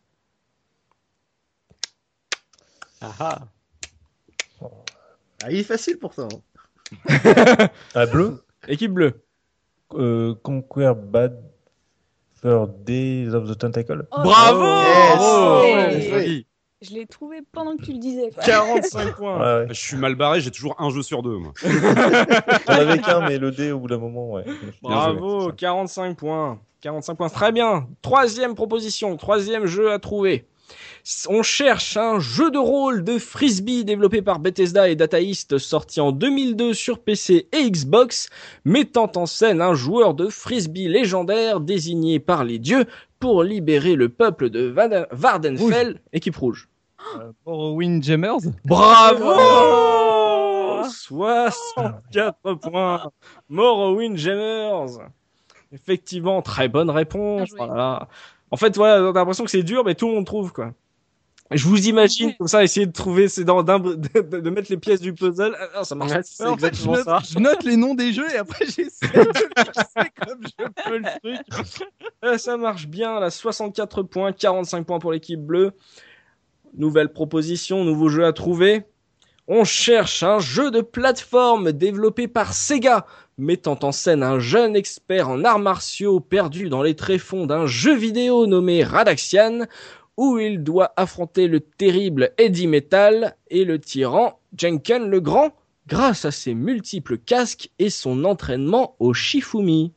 Ah, il est facile pourtant. Bleu. Équipe bleue. Conquer Bad Fur Days of the Tentacle. Oh, Bravo! Yes. Je l'ai trouvé pendant que tu le disais. Quoi. 45 points. Ouais. Je suis mal barré, j'ai toujours un jeu sur 2, moi. J'en avais qu'un, mais le D au bout d'un moment, ouais. Bravo, 45 points. 45 points, très bien. Troisième proposition, troisième jeu à trouver. On cherche un jeu de rôle de frisbee développé par Bethesda et Data East sorti en 2002 sur PC et Xbox, mettant en scène un joueur de frisbee légendaire désigné par les dieux pour libérer le peuple de Vardenfell, équipe rouge. Windjammers. Bravo 64 points. Morrowind Effectivement, très bonne réponse. Voilà. En fait, voilà, t'as l'impression que c'est dur, mais tout le monde trouve, quoi. Je vous imagine comme ça, essayer de trouver, de mettre les pièces du puzzle. Ah, ça marche. C'est exactement ça. Je note les noms des jeux et après j'essaie de fixer comme je peux le truc. Ça marche bien, là, 64 points, 45 points pour l'équipe bleue. Nouvelle proposition, nouveau jeu à trouver. On cherche un jeu de plateforme développé par Sega, mettant en scène un jeune expert en arts martiaux perdu dans les tréfonds d'un jeu vidéo nommé Radaxian, où il doit affronter le terrible Eddie Metal et le tyran Jenken le Grand, grâce à ses multiples casques et son entraînement au Shifumi.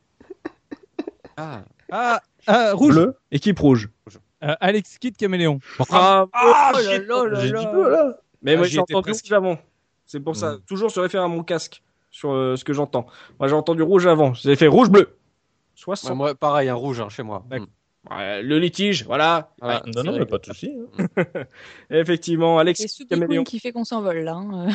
Rouge. Bleu. Équipe rouge. Alex Kidd Caméléon. Bravo. J'ai dit bleu, là. Mais moi j'y j'ai étais entendu presque. rouge avant. C'est pour ça. Toujours se référer à mon casque sur ce que j'entends. Moi j'ai entendu rouge avant. J'ai fait rouge-bleu. 60. Ouais, moi, pareil, un rouge chez moi. D'accord. Le litige, voilà. Voilà, Non, mais pas de souci. Effectivement, Alex C'est ce Caméléon. qui fait qu'on s'envole là. Hein.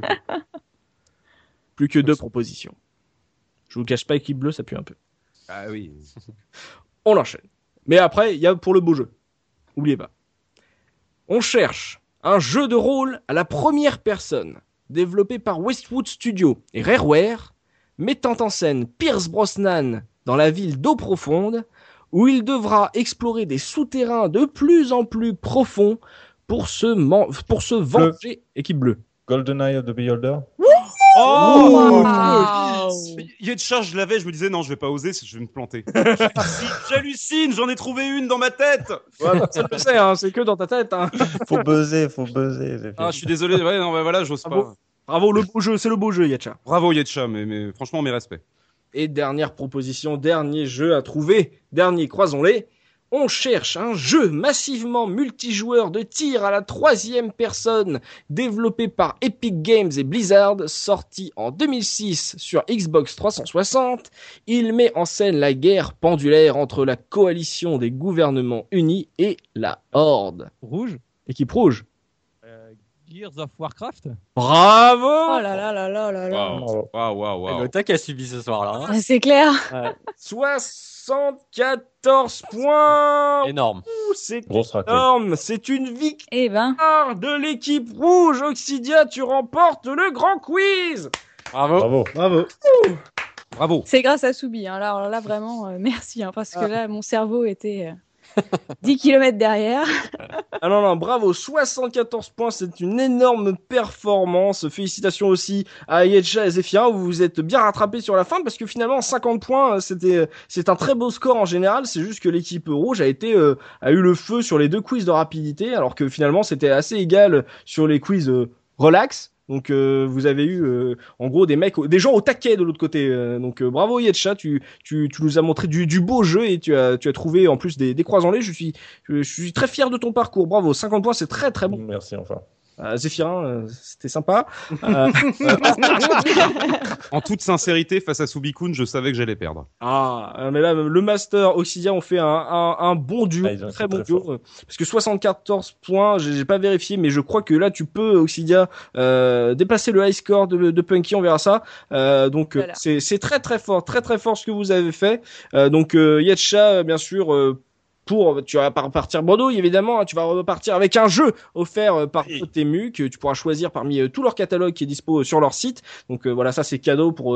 Plus que 2 propositions. Je vous cache pas, équipe bleue, ça pue un peu. Ah oui. On enchaîne. Mais après, il y a pour le beau jeu. Oubliez pas. On cherche un jeu de rôle à la première personne, développé par Westwood Studio et Rareware, mettant en scène Pierce Brosnan dans la ville d'eau profonde, où il devra explorer des souterrains de plus en plus profonds pour se venger. Équipe bleue. GoldenEye of the Beholder. Oh Wow. Yetcha, je l'avais, je me disais non, je vais pas oser, je vais me planter. J'hallucine, j'en ai trouvé une dans ma tête. Ouais, ça le sait, hein, c'est que dans ta tête. Hein. Faut buzzer. Ah, je suis désolé, ouais, non, bah, voilà, j'ose pas. Bravo, le beau jeu, c'est le beau jeu, Yetcha. Bravo Yetcha, mais franchement, mes respects. Et dernière proposition, dernier jeu à trouver, dernier, croisons-les. On cherche un jeu massivement multijoueur de tir à la 3e personne, développé par Epic Games et Blizzard, sorti en 2006 sur Xbox 360. Il met en scène la guerre pendulaire entre la coalition des gouvernements unis et la Horde. Rouge. Équipe rouge. Gears of Warcraft. Bravo! Oh là là là là là là. Waouh. Le tac a subi ce soir-là. Hein. Ah, c'est clair. 74 points! Énorme. Ouh, c'est Grosse raclée. énorme! C'est une victoire! Eh ben. De l'équipe rouge, Oxidia, tu remportes le grand quiz. Bravo. Bravo. Bravo. C'est grâce à Soubi. Hein. Là vraiment, merci. Hein, parce que là, mon cerveau était 10 km derrière. Ah non, bravo, 74 points, c'est une énorme performance. Félicitations aussi à Yetcha et Zephyrin, vous vous êtes bien rattrapés sur la fin, parce que finalement, 50 points, c'est un très beau score en général, c'est juste que l'équipe rouge a eu le feu sur les deux quiz de rapidité, alors que finalement, c'était assez égal sur les quiz relax. Donc vous avez eu en gros des gens au taquet de l'autre côté. Donc bravo Yetcha, tu nous as montré du beau jeu et tu as trouvé en plus des croisants-les. Je suis très fier de ton parcours. Bravo, 50 points, c'est très très bon. Merci enfin. Zéphirin, c'était sympa. En toute sincérité, face à Subikun, je savais que j'allais perdre. Mais là, le Master Oxidia ont fait un bon duo, très bon duo. Parce que 74 points, j'ai pas vérifié, mais je crois que là, tu peux, Oxidia, dépasser le high score de Punky, on verra ça. Donc, voilà. C'est très très fort ce que vous avez fait. Donc, Yetcha, bien sûr, tu vas repartir Bordeaux, évidemment, tu vas repartir avec un jeu offert par Dotemu que tu pourras choisir parmi tout leur catalogue qui est dispo sur leur site. Donc voilà, ça c'est cadeau pour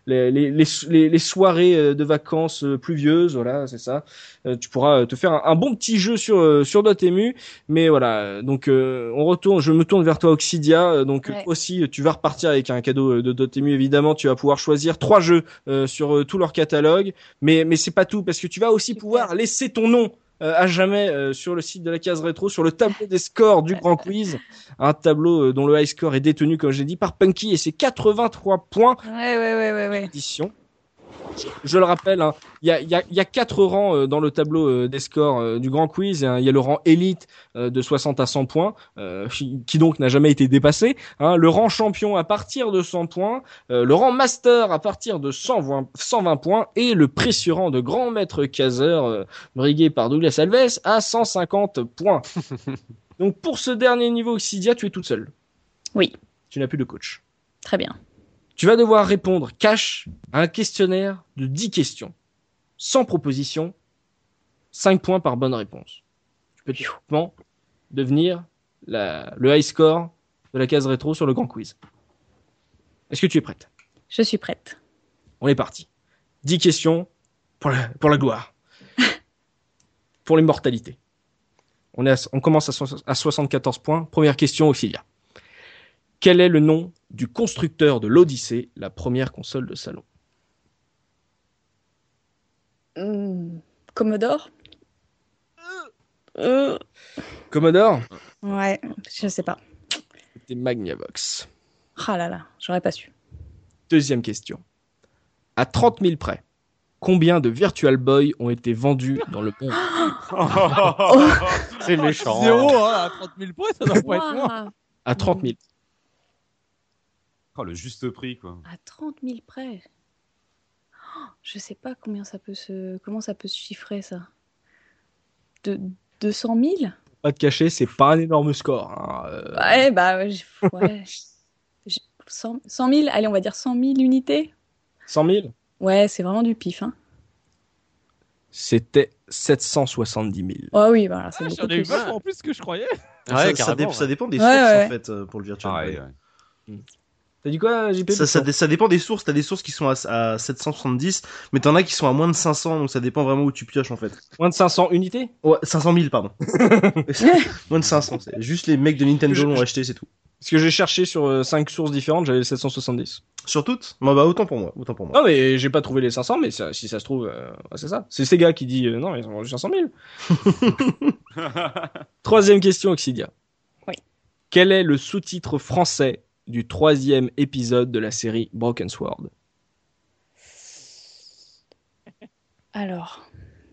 les soirées de vacances pluvieuses, voilà, c'est ça. Tu pourras te faire un bon petit jeu sur Dotemu, mais voilà, donc je me tourne vers toi Oxidia, donc aussi tu vas repartir avec un cadeau de Dotemu, évidemment, tu vas pouvoir choisir 3 jeux sur tout leur catalogue, mais c'est pas tout, parce que tu vas aussi pouvoir laisser ton nom à jamais sur le site de la case rétro, sur le tableau des scores du Grand Quiz, un tableau dont le high score est détenu, comme j'ai dit, par Punky, et c'est 83 points. Ouais. Édition. Je le rappelle, hein, il y a 4 rangs dans le tableau des scores du Grand Quiz. Il y a le rang élite de 60 à 100 points, qui donc n'a jamais été dépassé. Hein, le rang champion à partir de 100 points, le rang master à partir de 120 points, et le précieux rang de grand maître caseur brigué par Douglas Alves à 150 points. Donc pour ce dernier niveau Oxidia, tu es toute seule. Oui. Tu n'as plus de coach. Très bien. Tu vas devoir répondre cash à un questionnaire de 10 questions, sans proposition, 5 points par bonne réponse. Tu peux typiquement devenir le high score de la case rétro sur le Grand Quiz. Est-ce que tu es prête? Je suis prête. On est parti. 10 questions pour la gloire. Pour l'immortalité. On commence à 74 points. Première question, Oxilia. Quel est le nom du constructeur de l'Odyssée, la première console de salon? Commodore? Commodore? Ouais, je sais pas. C'était Magnavox. Ah là là, j'aurais pas su. Deuxième question. À 30 000 près, combien de Virtual Boy ont été vendus dans le monde? C'est méchant. 0, hein, à 30 000 points, ça doit pas être loin. À 30 000. Oh, le juste prix, quoi. À 30 000 près. Je sais pas comment ça peut se chiffrer, ça. De 200 000? Pas de cacher, c'est pas un énorme score. Hein. Ouais. 100 000, allez, on va dire 100 000 unités. 100 000? Ouais, c'est vraiment du pif, hein. C'était 770 000. Oh oui, voilà, c'est beaucoup j'en ai eu plus. vachement plus que je croyais. Ouais, ça dépend des sources, en fait, pour le Virtual Boy. T'as dit quoi, JP? Ça dépend des sources. T'as des sources qui sont à 770, mais t'en as qui sont à moins de 500, donc ça dépend vraiment où tu pioches, en fait. Moins de 500 unités? Ouais, 500 000, pardon. Moins de 500. C'est juste les mecs de Nintendo l'ont acheté, c'est tout. Parce que j'ai cherché sur 5 sources différentes, j'avais les 770. Sur toutes? Bah, autant pour moi. Non, mais j'ai pas trouvé les 500, mais si ça se trouve, c'est ça. C'est Sega qui dit, non, ils ont vendu 500 000. Troisième question, Oxidia. Oui. Quel est le sous-titre français du 3e épisode de la série Broken Sword? Alors,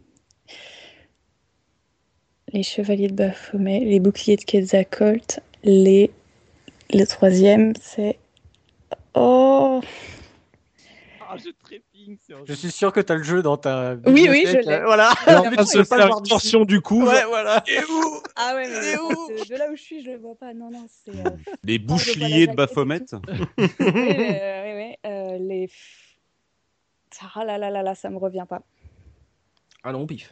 les chevaliers de Baphomet, les boucliers de Quetzalcoatl, le 3e, c'est... Oh, Je trépigne. Je suis sûr que t'as le jeu dans ta. Oui, je l'ai. Voilà. Alors, on va se faire une torsion du cou. Ouais, voilà. Et où? Ah ouais, mais de là où je suis, je le vois pas. Non, c'est... Les boucheliers de Baphomet. Oui. Les... Ah là, ça me revient pas. Ah non, pif.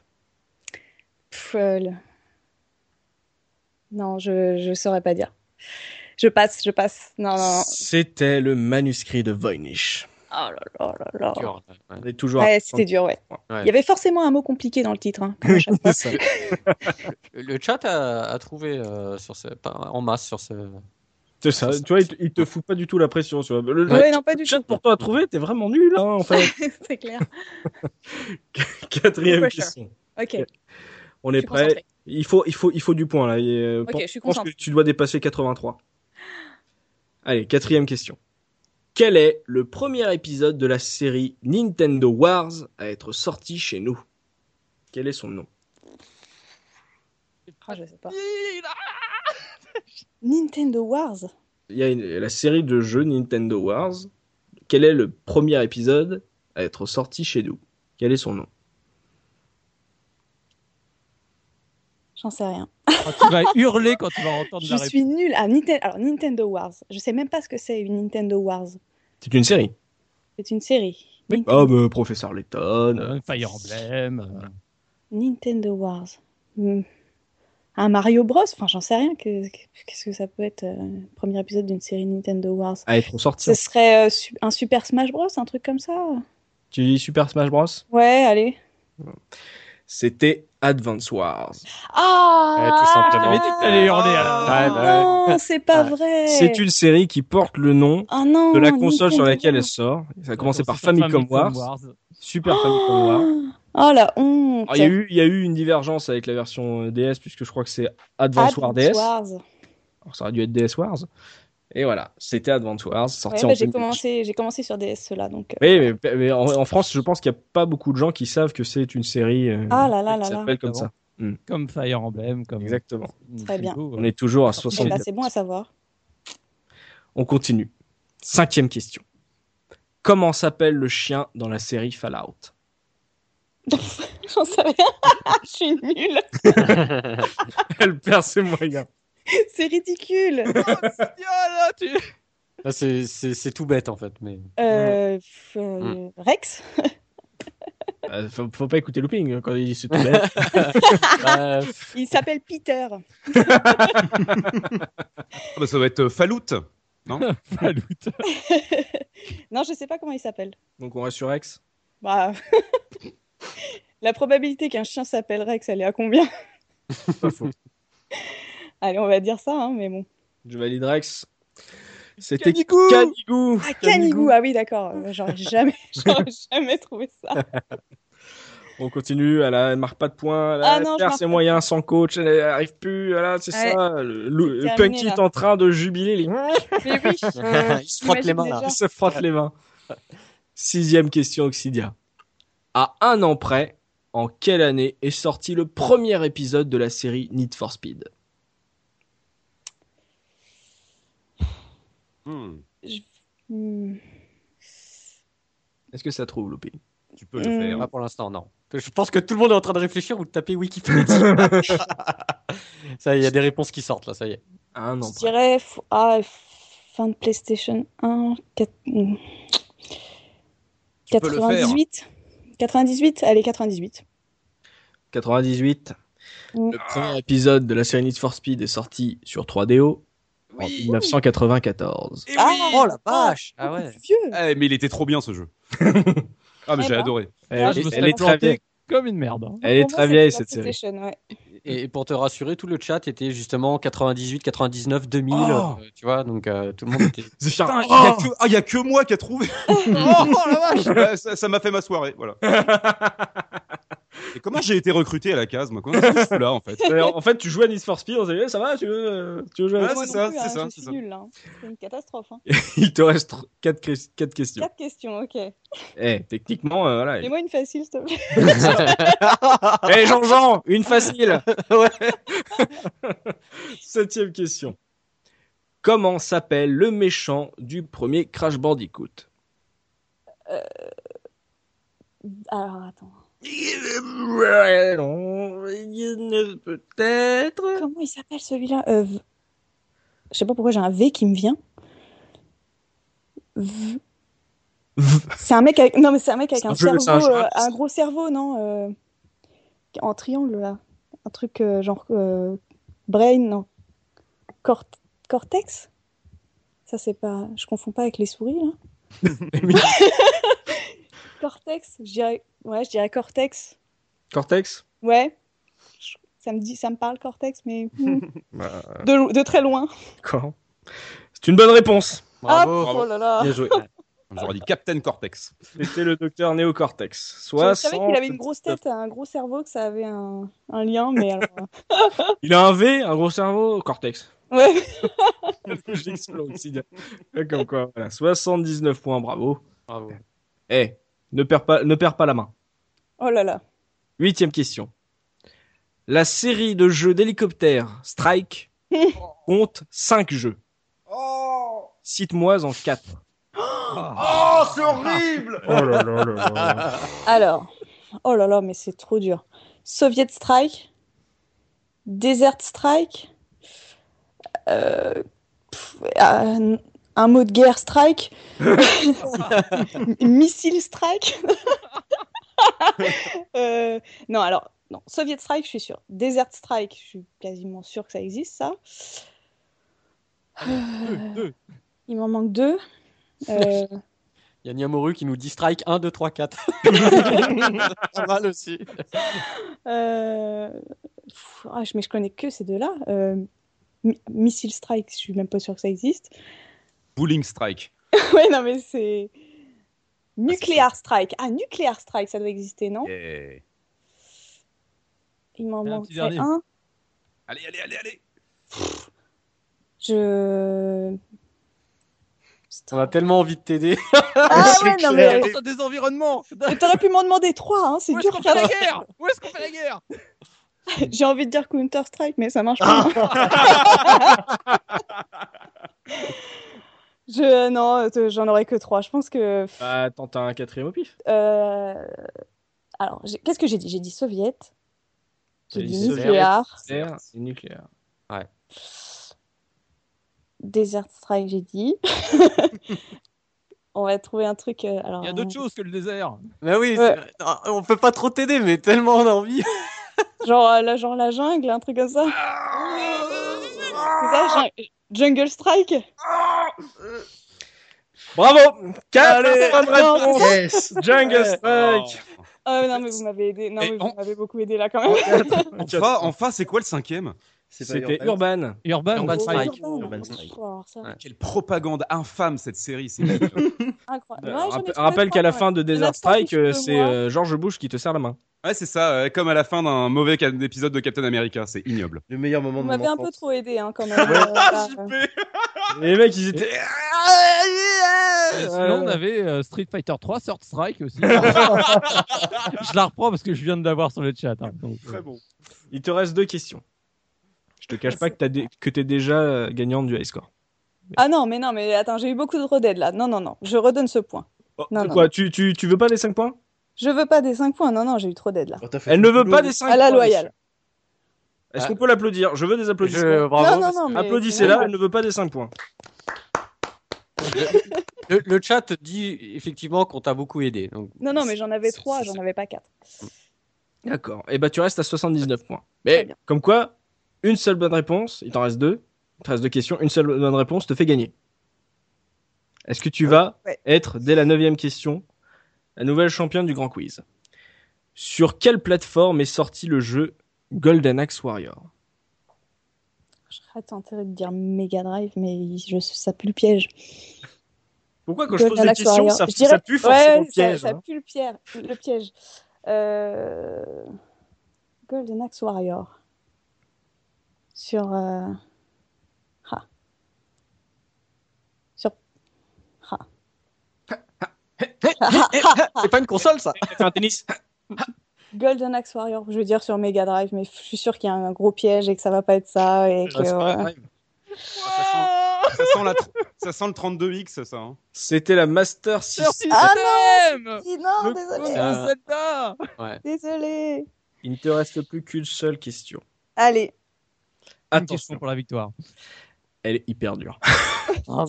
Non, je saurais pas dire. Je passe. Non. C'était le manuscrit de Voynich. Oh là là là là. Dur, ouais. On est toujours. Ouais, c'était dur, ouais. Ouais. Il y avait forcément un mot compliqué dans le titre. Hein, comme à chaque fois. C'est ça. Le chat a trouvé en masse sur ce. C'est ça. Tu vois, il te fout pas du tout la pression. Tu vois. Ouais, non, pas du chat tout. pour toi à trouver, t'es vraiment nul, hein, en fait. C'est clair. Quatrième No pressure. question. Ok. On Je est suis prêt. concentrée. Il faut du point là. Ok, je suis je pense que concentrée. tu dois dépasser 83. Allez, quatrième question. Quel est le premier épisode de la série Nintendo Wars à être sorti chez nous? Quel est son nom? Ah, je sais pas. Nintendo Wars. Il y a la série de jeux Nintendo Wars. Quel est le premier épisode à être sorti chez nous? Quel est son nom? J'en sais rien. Tu vas hurler quand tu vas entendre Je la réponse. suis nulle. Alors, Nintendo Wars. Je sais même pas ce que c'est une Nintendo Wars. C'est une série. C'est une série. Comme Professeur Layton. Fire Emblem. Nintendo Wars. Un Mario Bros. Enfin, j'en sais rien. Qu'est-ce que ça peut être premier épisode d'une série Nintendo Wars. À être sorti. Ce serait un Super Smash Bros. Un truc comme ça. Tu dis Super Smash Bros? Ouais, allez. C'était Advance Wars. Ah, tout simplement. J'avais dit que t'allais hurler alors. non, c'est pas vrai. C'est une série qui porte le nom Oh non, de la console sur Nintendo laquelle elle Wars. sort. Ça a commencé par Sur Famicom Wars. Super Famicom Wars. Oh la honte. Alors, il y a eu une divergence avec la version DS, puisque je crois que c'est Advance Wars DS. Wars. Alors, ça aurait dû être DS Wars. Et voilà, c'était Advance Wars, sorti Ouais, en j'ai 2000. commencé sur DS là donc. Oui, mais en France, je pense qu'il n'y a pas beaucoup de gens qui savent que c'est une série Ah là là qui là là. s'appelle comme ça. Comme Fire Emblem. Comme Exactement. Très bien. On est toujours à Eh ben, 64. c'est bon à savoir. On continue. 5e question. Comment s'appelle le chien dans la série Fallout? J'en sais rien. Je suis nulle. Elle perd ses moyens. C'est ridicule. Là, c'est tout bête en fait, mais. Rex. Faut pas écouter Looping hein, quand il dit c'est tout bête. Il s'appelle Peter. Ah bah, ça doit être Fallout, non? Non, je sais pas comment il s'appelle. Donc on reste sur Rex. Bah, la probabilité qu'un chien s'appelle Rex, elle est à combien? Pas faux. Allez, on va dire ça, hein, mais bon. Je valide Rex. C'était Canigou. Canigou. Ah, Canigou. Ah oui, d'accord. J'aurais jamais trouvé ça. On continue. Elle marque pas de points. Ah Elle non, je perd marque ses pas. moyens sans coach. Elle arrive plus. Voilà, c'est Ouais. ça. Le C'est Punky terminé, est en train de jubiler. Mais oui. Il se frotte les mains là. Il se frotte les mains. 6e question, Oxidia. À un an près, en quelle année est sorti le premier épisode de la série Need for Speed? Est-ce que ça trouve, Looping? Tu peux le faire. Pas pour l'instant, non. Je pense que tout le monde est en train de réfléchir ou de taper Wikipédia. Ça, il y a des réponses qui sortent là, ça y est. À un an Je près. dirais fin de PlayStation 1, Tu peux le faire. 98. 98, allez, 98. 98. Le premier épisode de la série Need for Speed est sorti sur 3DO en 1994. Et Ah, oui Oh la vache! Ah ouais. Vieux. Eh, mais il était trop bien ce jeu. Ah mais Eh j'ai ben. adoré. Ah, je me Elle serais est très vieille. planté comme une merde. Hein. Elle est Pour moi, très c'est vieille la cette série. PlayStation, ouais. Et pour te rassurer, tout le chat était justement 98, 99, 2000, Oh tu vois, donc tout le monde était. Putain, Oh il y a que moi qui a trouvé. Oh la vache. Ouais, ça m'a fait ma soirée, voilà. Et comment j'ai été recruté à la case, moi? Comment je suis là, en fait? En fait, tu joues à Need for Speed, on s'est dit, eh, ça va, tu veux jouer à Ouais, Moi c'est non ça, plus, c'est hein, ça, je c'est suis ça. nulle, hein. C'est une catastrophe. Hein. Il te reste 4 questions. 4 questions, ok. Eh, techniquement, voilà. Fais-moi une facile, s'il te plaît. Eh, Jean-Jean, une facile. Ouais. 7e question. Comment s'appelle le méchant du premier Crash Bandicoot? Alors, attends. Peut-être. Comment il s'appelle celui-là Je sais pas pourquoi j'ai un V qui me vient. C'est un mec avec... Non, mais c'est un mec avec C'est un un jeu, c'est un cerveau, jeu. un gros cerveau, non en triangle, là. Un truc genre... brain, non. Cortex. Ça, c'est pas... Je confonds pas avec les souris, là. Cortex, je dirais Cortex. Cortex? Ouais. Ça me parle Cortex, mais Bah, de très loin. d'accord. C'est une bonne réponse. Bravo. Oh là là. Bien joué. J'aurais dit Captain Cortex. C'était le docteur Néocortex. Je savais qu'il avait une grosse tête, un gros cerveau, que ça avait un lien, mais alors... Il a un V, un gros cerveau, Cortex. Ouais. J'explose aussi. Comme quoi, voilà. 79 points, bravo. Bravo. Ne perds pas la main. Oh là là. 8e question. La série de jeux d'hélicoptères Strike compte 5 jeux. Cite-moi en 4. Oh, c'est horrible! Oh là là là là. Alors, oh là là, mais c'est trop dur. Soviet Strike, Desert Strike, un mot de guerre Strike, Missile Strike. Non, alors, non, Soviet Strike, je suis sûre. Desert Strike, je suis quasiment sûre que ça existe, ça. Deux. Il m'en manque 2. Il y a Niamoru qui nous dit strike 1, 2, 3, 4. Pas mal aussi. Mais je connais que ces deux-là. Missile Strike, je suis même pas sûre que ça existe. Bowling Strike. Ouais, non, mais c'est. Nuclear Strike. Ah, Nuclear Strike, ça doit exister, non? Yeah. Il m'en Et un manque petit dernier. un. Allez. On a tellement envie de t'aider. Ah ouais, non, mais. Pense à des environnements. Mais t'aurais pu m'en demander 3, hein, c'est Où est-ce dur. qu'on fait la guerre? Où est-ce qu'on fait la guerre? J'ai envie de dire Counter Strike, mais ça marche pas. Non, j'en aurais que 3. Je pense que. Bah, tente un 4e au pif. Alors, qu'est-ce que j'ai dit? J'ai dit soviète. J'ai J'ai dit dit nucléaire. Nucléaire, c'est nucléaire. Desert Strike, j'ai dit. On va trouver un truc. Alors, Il y a d'autres choses que le désert. Mais oui, Ouais. on peut pas trop t'aider, mais tellement on a envie. genre la jungle, un truc comme ça. C'est ça, Jungle Strike. Bravo! 4 Allez, bonnes réponses. Yes! Jungle Strike. Oh non, mais vous m'avez aidé. Non, Et mais on- vous m'avez beaucoup aidé là quand même. Enfin, c'est quoi le 5e? C'était Urban. Urban. Urban Strike. Urban. Strike. Oh, alors ça, Quelle propagande infâme cette série. C'est incroyable. Ouais, j'en ai trouvé Rappelle qu'à la fin de Il y en a Desert pas Strike, plus que c'est moi. George Bush qui te serre la main. Ouais, c'est ça, comme à la fin d'un mauvais épisode de Captain America, c'est ignoble. Le meilleur moment Vous de mon m'avez un peu enfance. trop aidé hein, quand même. Là. Les mecs, ils étaient. Et sinon, on avait Street Fighter 3, Third Strike aussi. Je la reprends parce que je viens de l'avoir sur le chat. Hein, donc, Très bon. Il te reste 2 questions. Je te cache pas que t'es déjà gagnante du high score. Ah non, mais attends, j'ai eu beaucoup de redaides là. Non, je redonne ce point. Non, C'est non, quoi, non. tu veux pas les 5 points? Je veux pas des 5 points. Non, j'ai eu trop d'aides là. Quand t'as fait Elle tout ne veut le pas boulot. des 5 À points. la loyale. Est-ce qu'on peut l'applaudir? Je veux des applaudissements. Bravo. Non, mais. Applaudissez-la, elle ne veut pas des 5 points. Le chat dit effectivement qu'on t'a beaucoup aidé. Donc... Non, mais j'en avais 3, j'en avais pas 4. D'accord. Et bah tu restes à 79 points. Très Mais bien. comme quoi, une seule bonne réponse, il t'en reste 2. Il te reste 2 questions, une seule bonne réponse te fait gagner. Est-ce que tu vas Ouais. être, dès la 9e question, la nouvelle championne du grand quiz? Sur quelle plateforme est sorti le jeu Golden Axe Warrior? Je serais tenté de dire Mega Drive, mais ça pue le piège. Pourquoi quand je pose Golden des Axe questions, Warrior. ça Je dirais- pue forcément ouais, le piège? Ça hein. pue le piège. Golden Axe Warrior. Sur. C'est pas une console, ça. Fait un tennis. Golden Axe Warrior, je veux dire sur Mega Drive, mais je suis sûre qu'il y a un gros piège et que ça va pas être ça. Et que, c'est pas ouais. grave. Ça sent le 32X, ça. Hein. C'était la Master System. Ah System Non, Le désolé. Zelda. Désolé. Il ne te reste plus qu'une seule question. Allez. Une question Attention, pour la victoire. elle est hyper dure. Ah,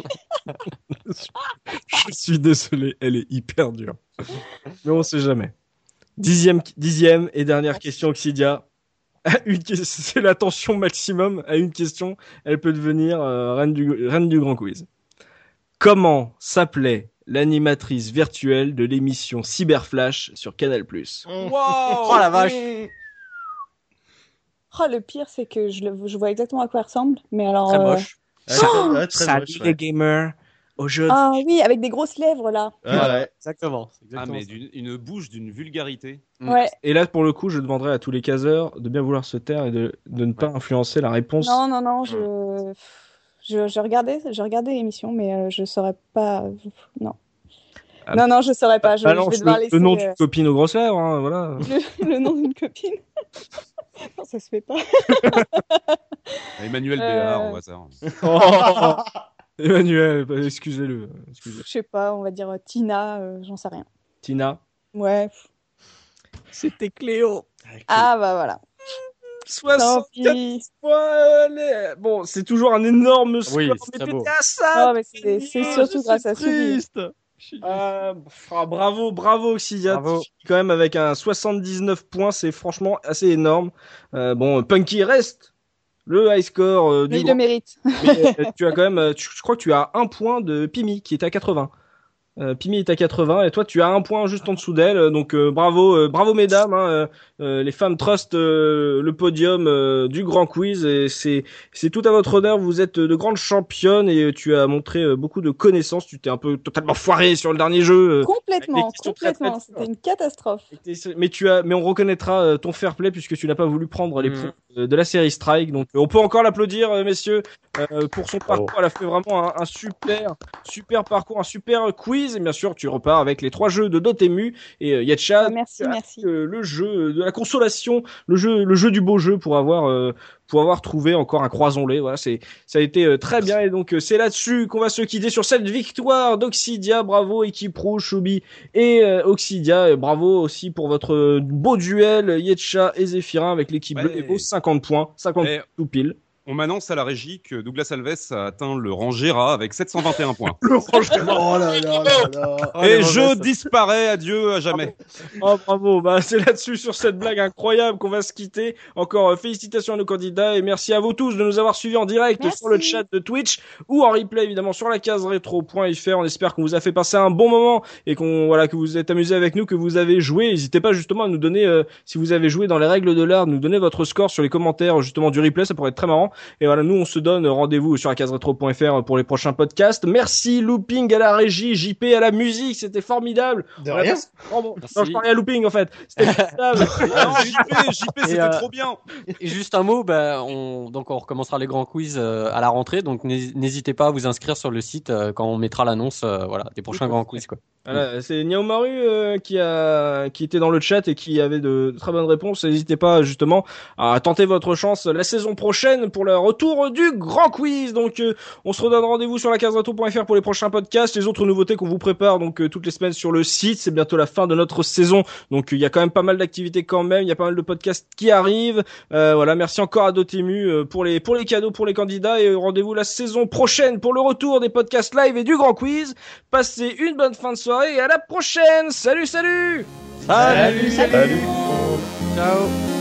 Je suis désolé, elle est hyper dure. Mais on sait jamais. Dixième et dernière question, Oxidia. C'est la tension maximum. À une question, elle peut devenir reine du grand quiz. Comment s'appelait l'animatrice virtuelle de l'émission Cyberflash sur Canal+. Wow. Oh la vache. Oh, le pire, c'est que je vois exactement à quoi elle ressemble, mais alors... Très moche. Salut les gamers. Aujourd'hui. Ah oui, avec des grosses lèvres, là. Ouais. Exactement. Mais une bouche d'une vulgarité. Ouais. Et là, pour le coup, je demanderai à tous les caseurs de bien vouloir se taire et de ne pas influencer la réponse. Non, je regardais l'émission, mais je saurais pas... Non. Ah, Non, je saurais pas. Je vais devoir laisser... le nom d'une copine aux grosses lèvres, hein, voilà. Le nom d'une copine. Non, ça se fait pas. Emmanuel Béard, au hasard. Oh, Emmanuel, excusez-le. Je sais pas, on va dire Tina, j'en sais rien. Tina. Ouais. C'était Cléo. Ah bah voilà. 64 points. Bon, c'est toujours un énorme score, Oui, mais c'est très t'étais beau. à ça. Oh, mais c'est surtout grâce à Soubi. Bravo Oxidia, Bravo. quand même avec un 79 points, c'est franchement assez énorme. Bon, Punky reste le high score du Mais il grand. le mérite. Mais tu as quand même, je crois que tu as un point de Pimi qui est à 80. Pimi est à 80 et toi tu as un point juste en dessous d'elle, donc bravo mesdames, hein, les femmes trust le podium du grand quiz et c'est tout à votre honneur, vous êtes de grandes championnes et tu as montré beaucoup de connaissances, tu t'es un peu totalement foiré sur le dernier jeu. Complètement, très, c'était une catastrophe. Mais on reconnaîtra ton fair play puisque tu n'as pas voulu prendre les points de la série Strike, donc on peut encore l'applaudir messieurs pour son parcours. Elle a fait vraiment un super parcours, un super quiz. Et bien sûr, tu repars avec les 3 jeux de Dotemu et Yetcha. Merci. Le jeu de la consolation, le jeu du beau jeu pour avoir trouvé encore un croisons-les. Voilà, ça a été très bien et donc c'est là-dessus qu'on va se quitter sur cette victoire d'Oxidia. Bravo équipe rouge, Choubi et Oxidia. Et bravo aussi pour votre beau duel Yetcha et Zéphirin avec l'équipe bleue et vos 50 points, 50 tout pile. On m'annonce à la régie que Douglas Alves a atteint le rang Gérard avec 721 points. Oh là là là là. Et je disparais, adieu à jamais. Oh bravo, bah c'est là-dessus sur cette blague incroyable qu'on va se quitter. Encore félicitations à nos candidats et merci à vous tous de nous avoir suivis en direct sur le chat de Twitch ou en replay évidemment sur la case rétro.fr. On espère qu'on vous a fait passer un bon moment et que vous êtes amusés avec nous, que vous avez joué. N'hésitez pas justement à nous donner si vous avez joué dans les règles de l'art, nous donner votre score sur les commentaires justement du replay, ça pourrait être très marrant. Et voilà, nous on se donne rendez-vous sur la case rétro.fr pour les prochains podcasts. Merci Looping à la régie, JP à la musique, c'était formidable. De rien. Non, je parlais à Looping en fait. C'était formidable. JP, c'était trop bien. Et juste un mot, donc on recommencera les grands quiz à la rentrée, donc n'hésitez pas à vous inscrire sur le site quand on mettra l'annonce des prochains grands quiz quoi. Voilà, c'est Niaomaru qui était dans le chat et qui avait de très bonnes réponses. N'hésitez pas justement à tenter votre chance la saison prochaine pour le retour du grand quiz. Donc on se redonne rendez-vous sur la case rétro.fr pour les prochains podcasts, les autres nouveautés qu'on vous prépare donc toutes les semaines sur le site. C'est bientôt la fin de notre saison, donc il y a quand même pas mal d'activités quand même, il y a pas mal de podcasts qui arrivent. Voilà, merci encore à Dotemu pour les cadeaux pour les candidats et rendez-vous la saison prochaine pour le retour des podcasts live et du grand quiz. Passez une bonne fin de soirée et à la prochaine. Salut. Salut. Salut. Ciao.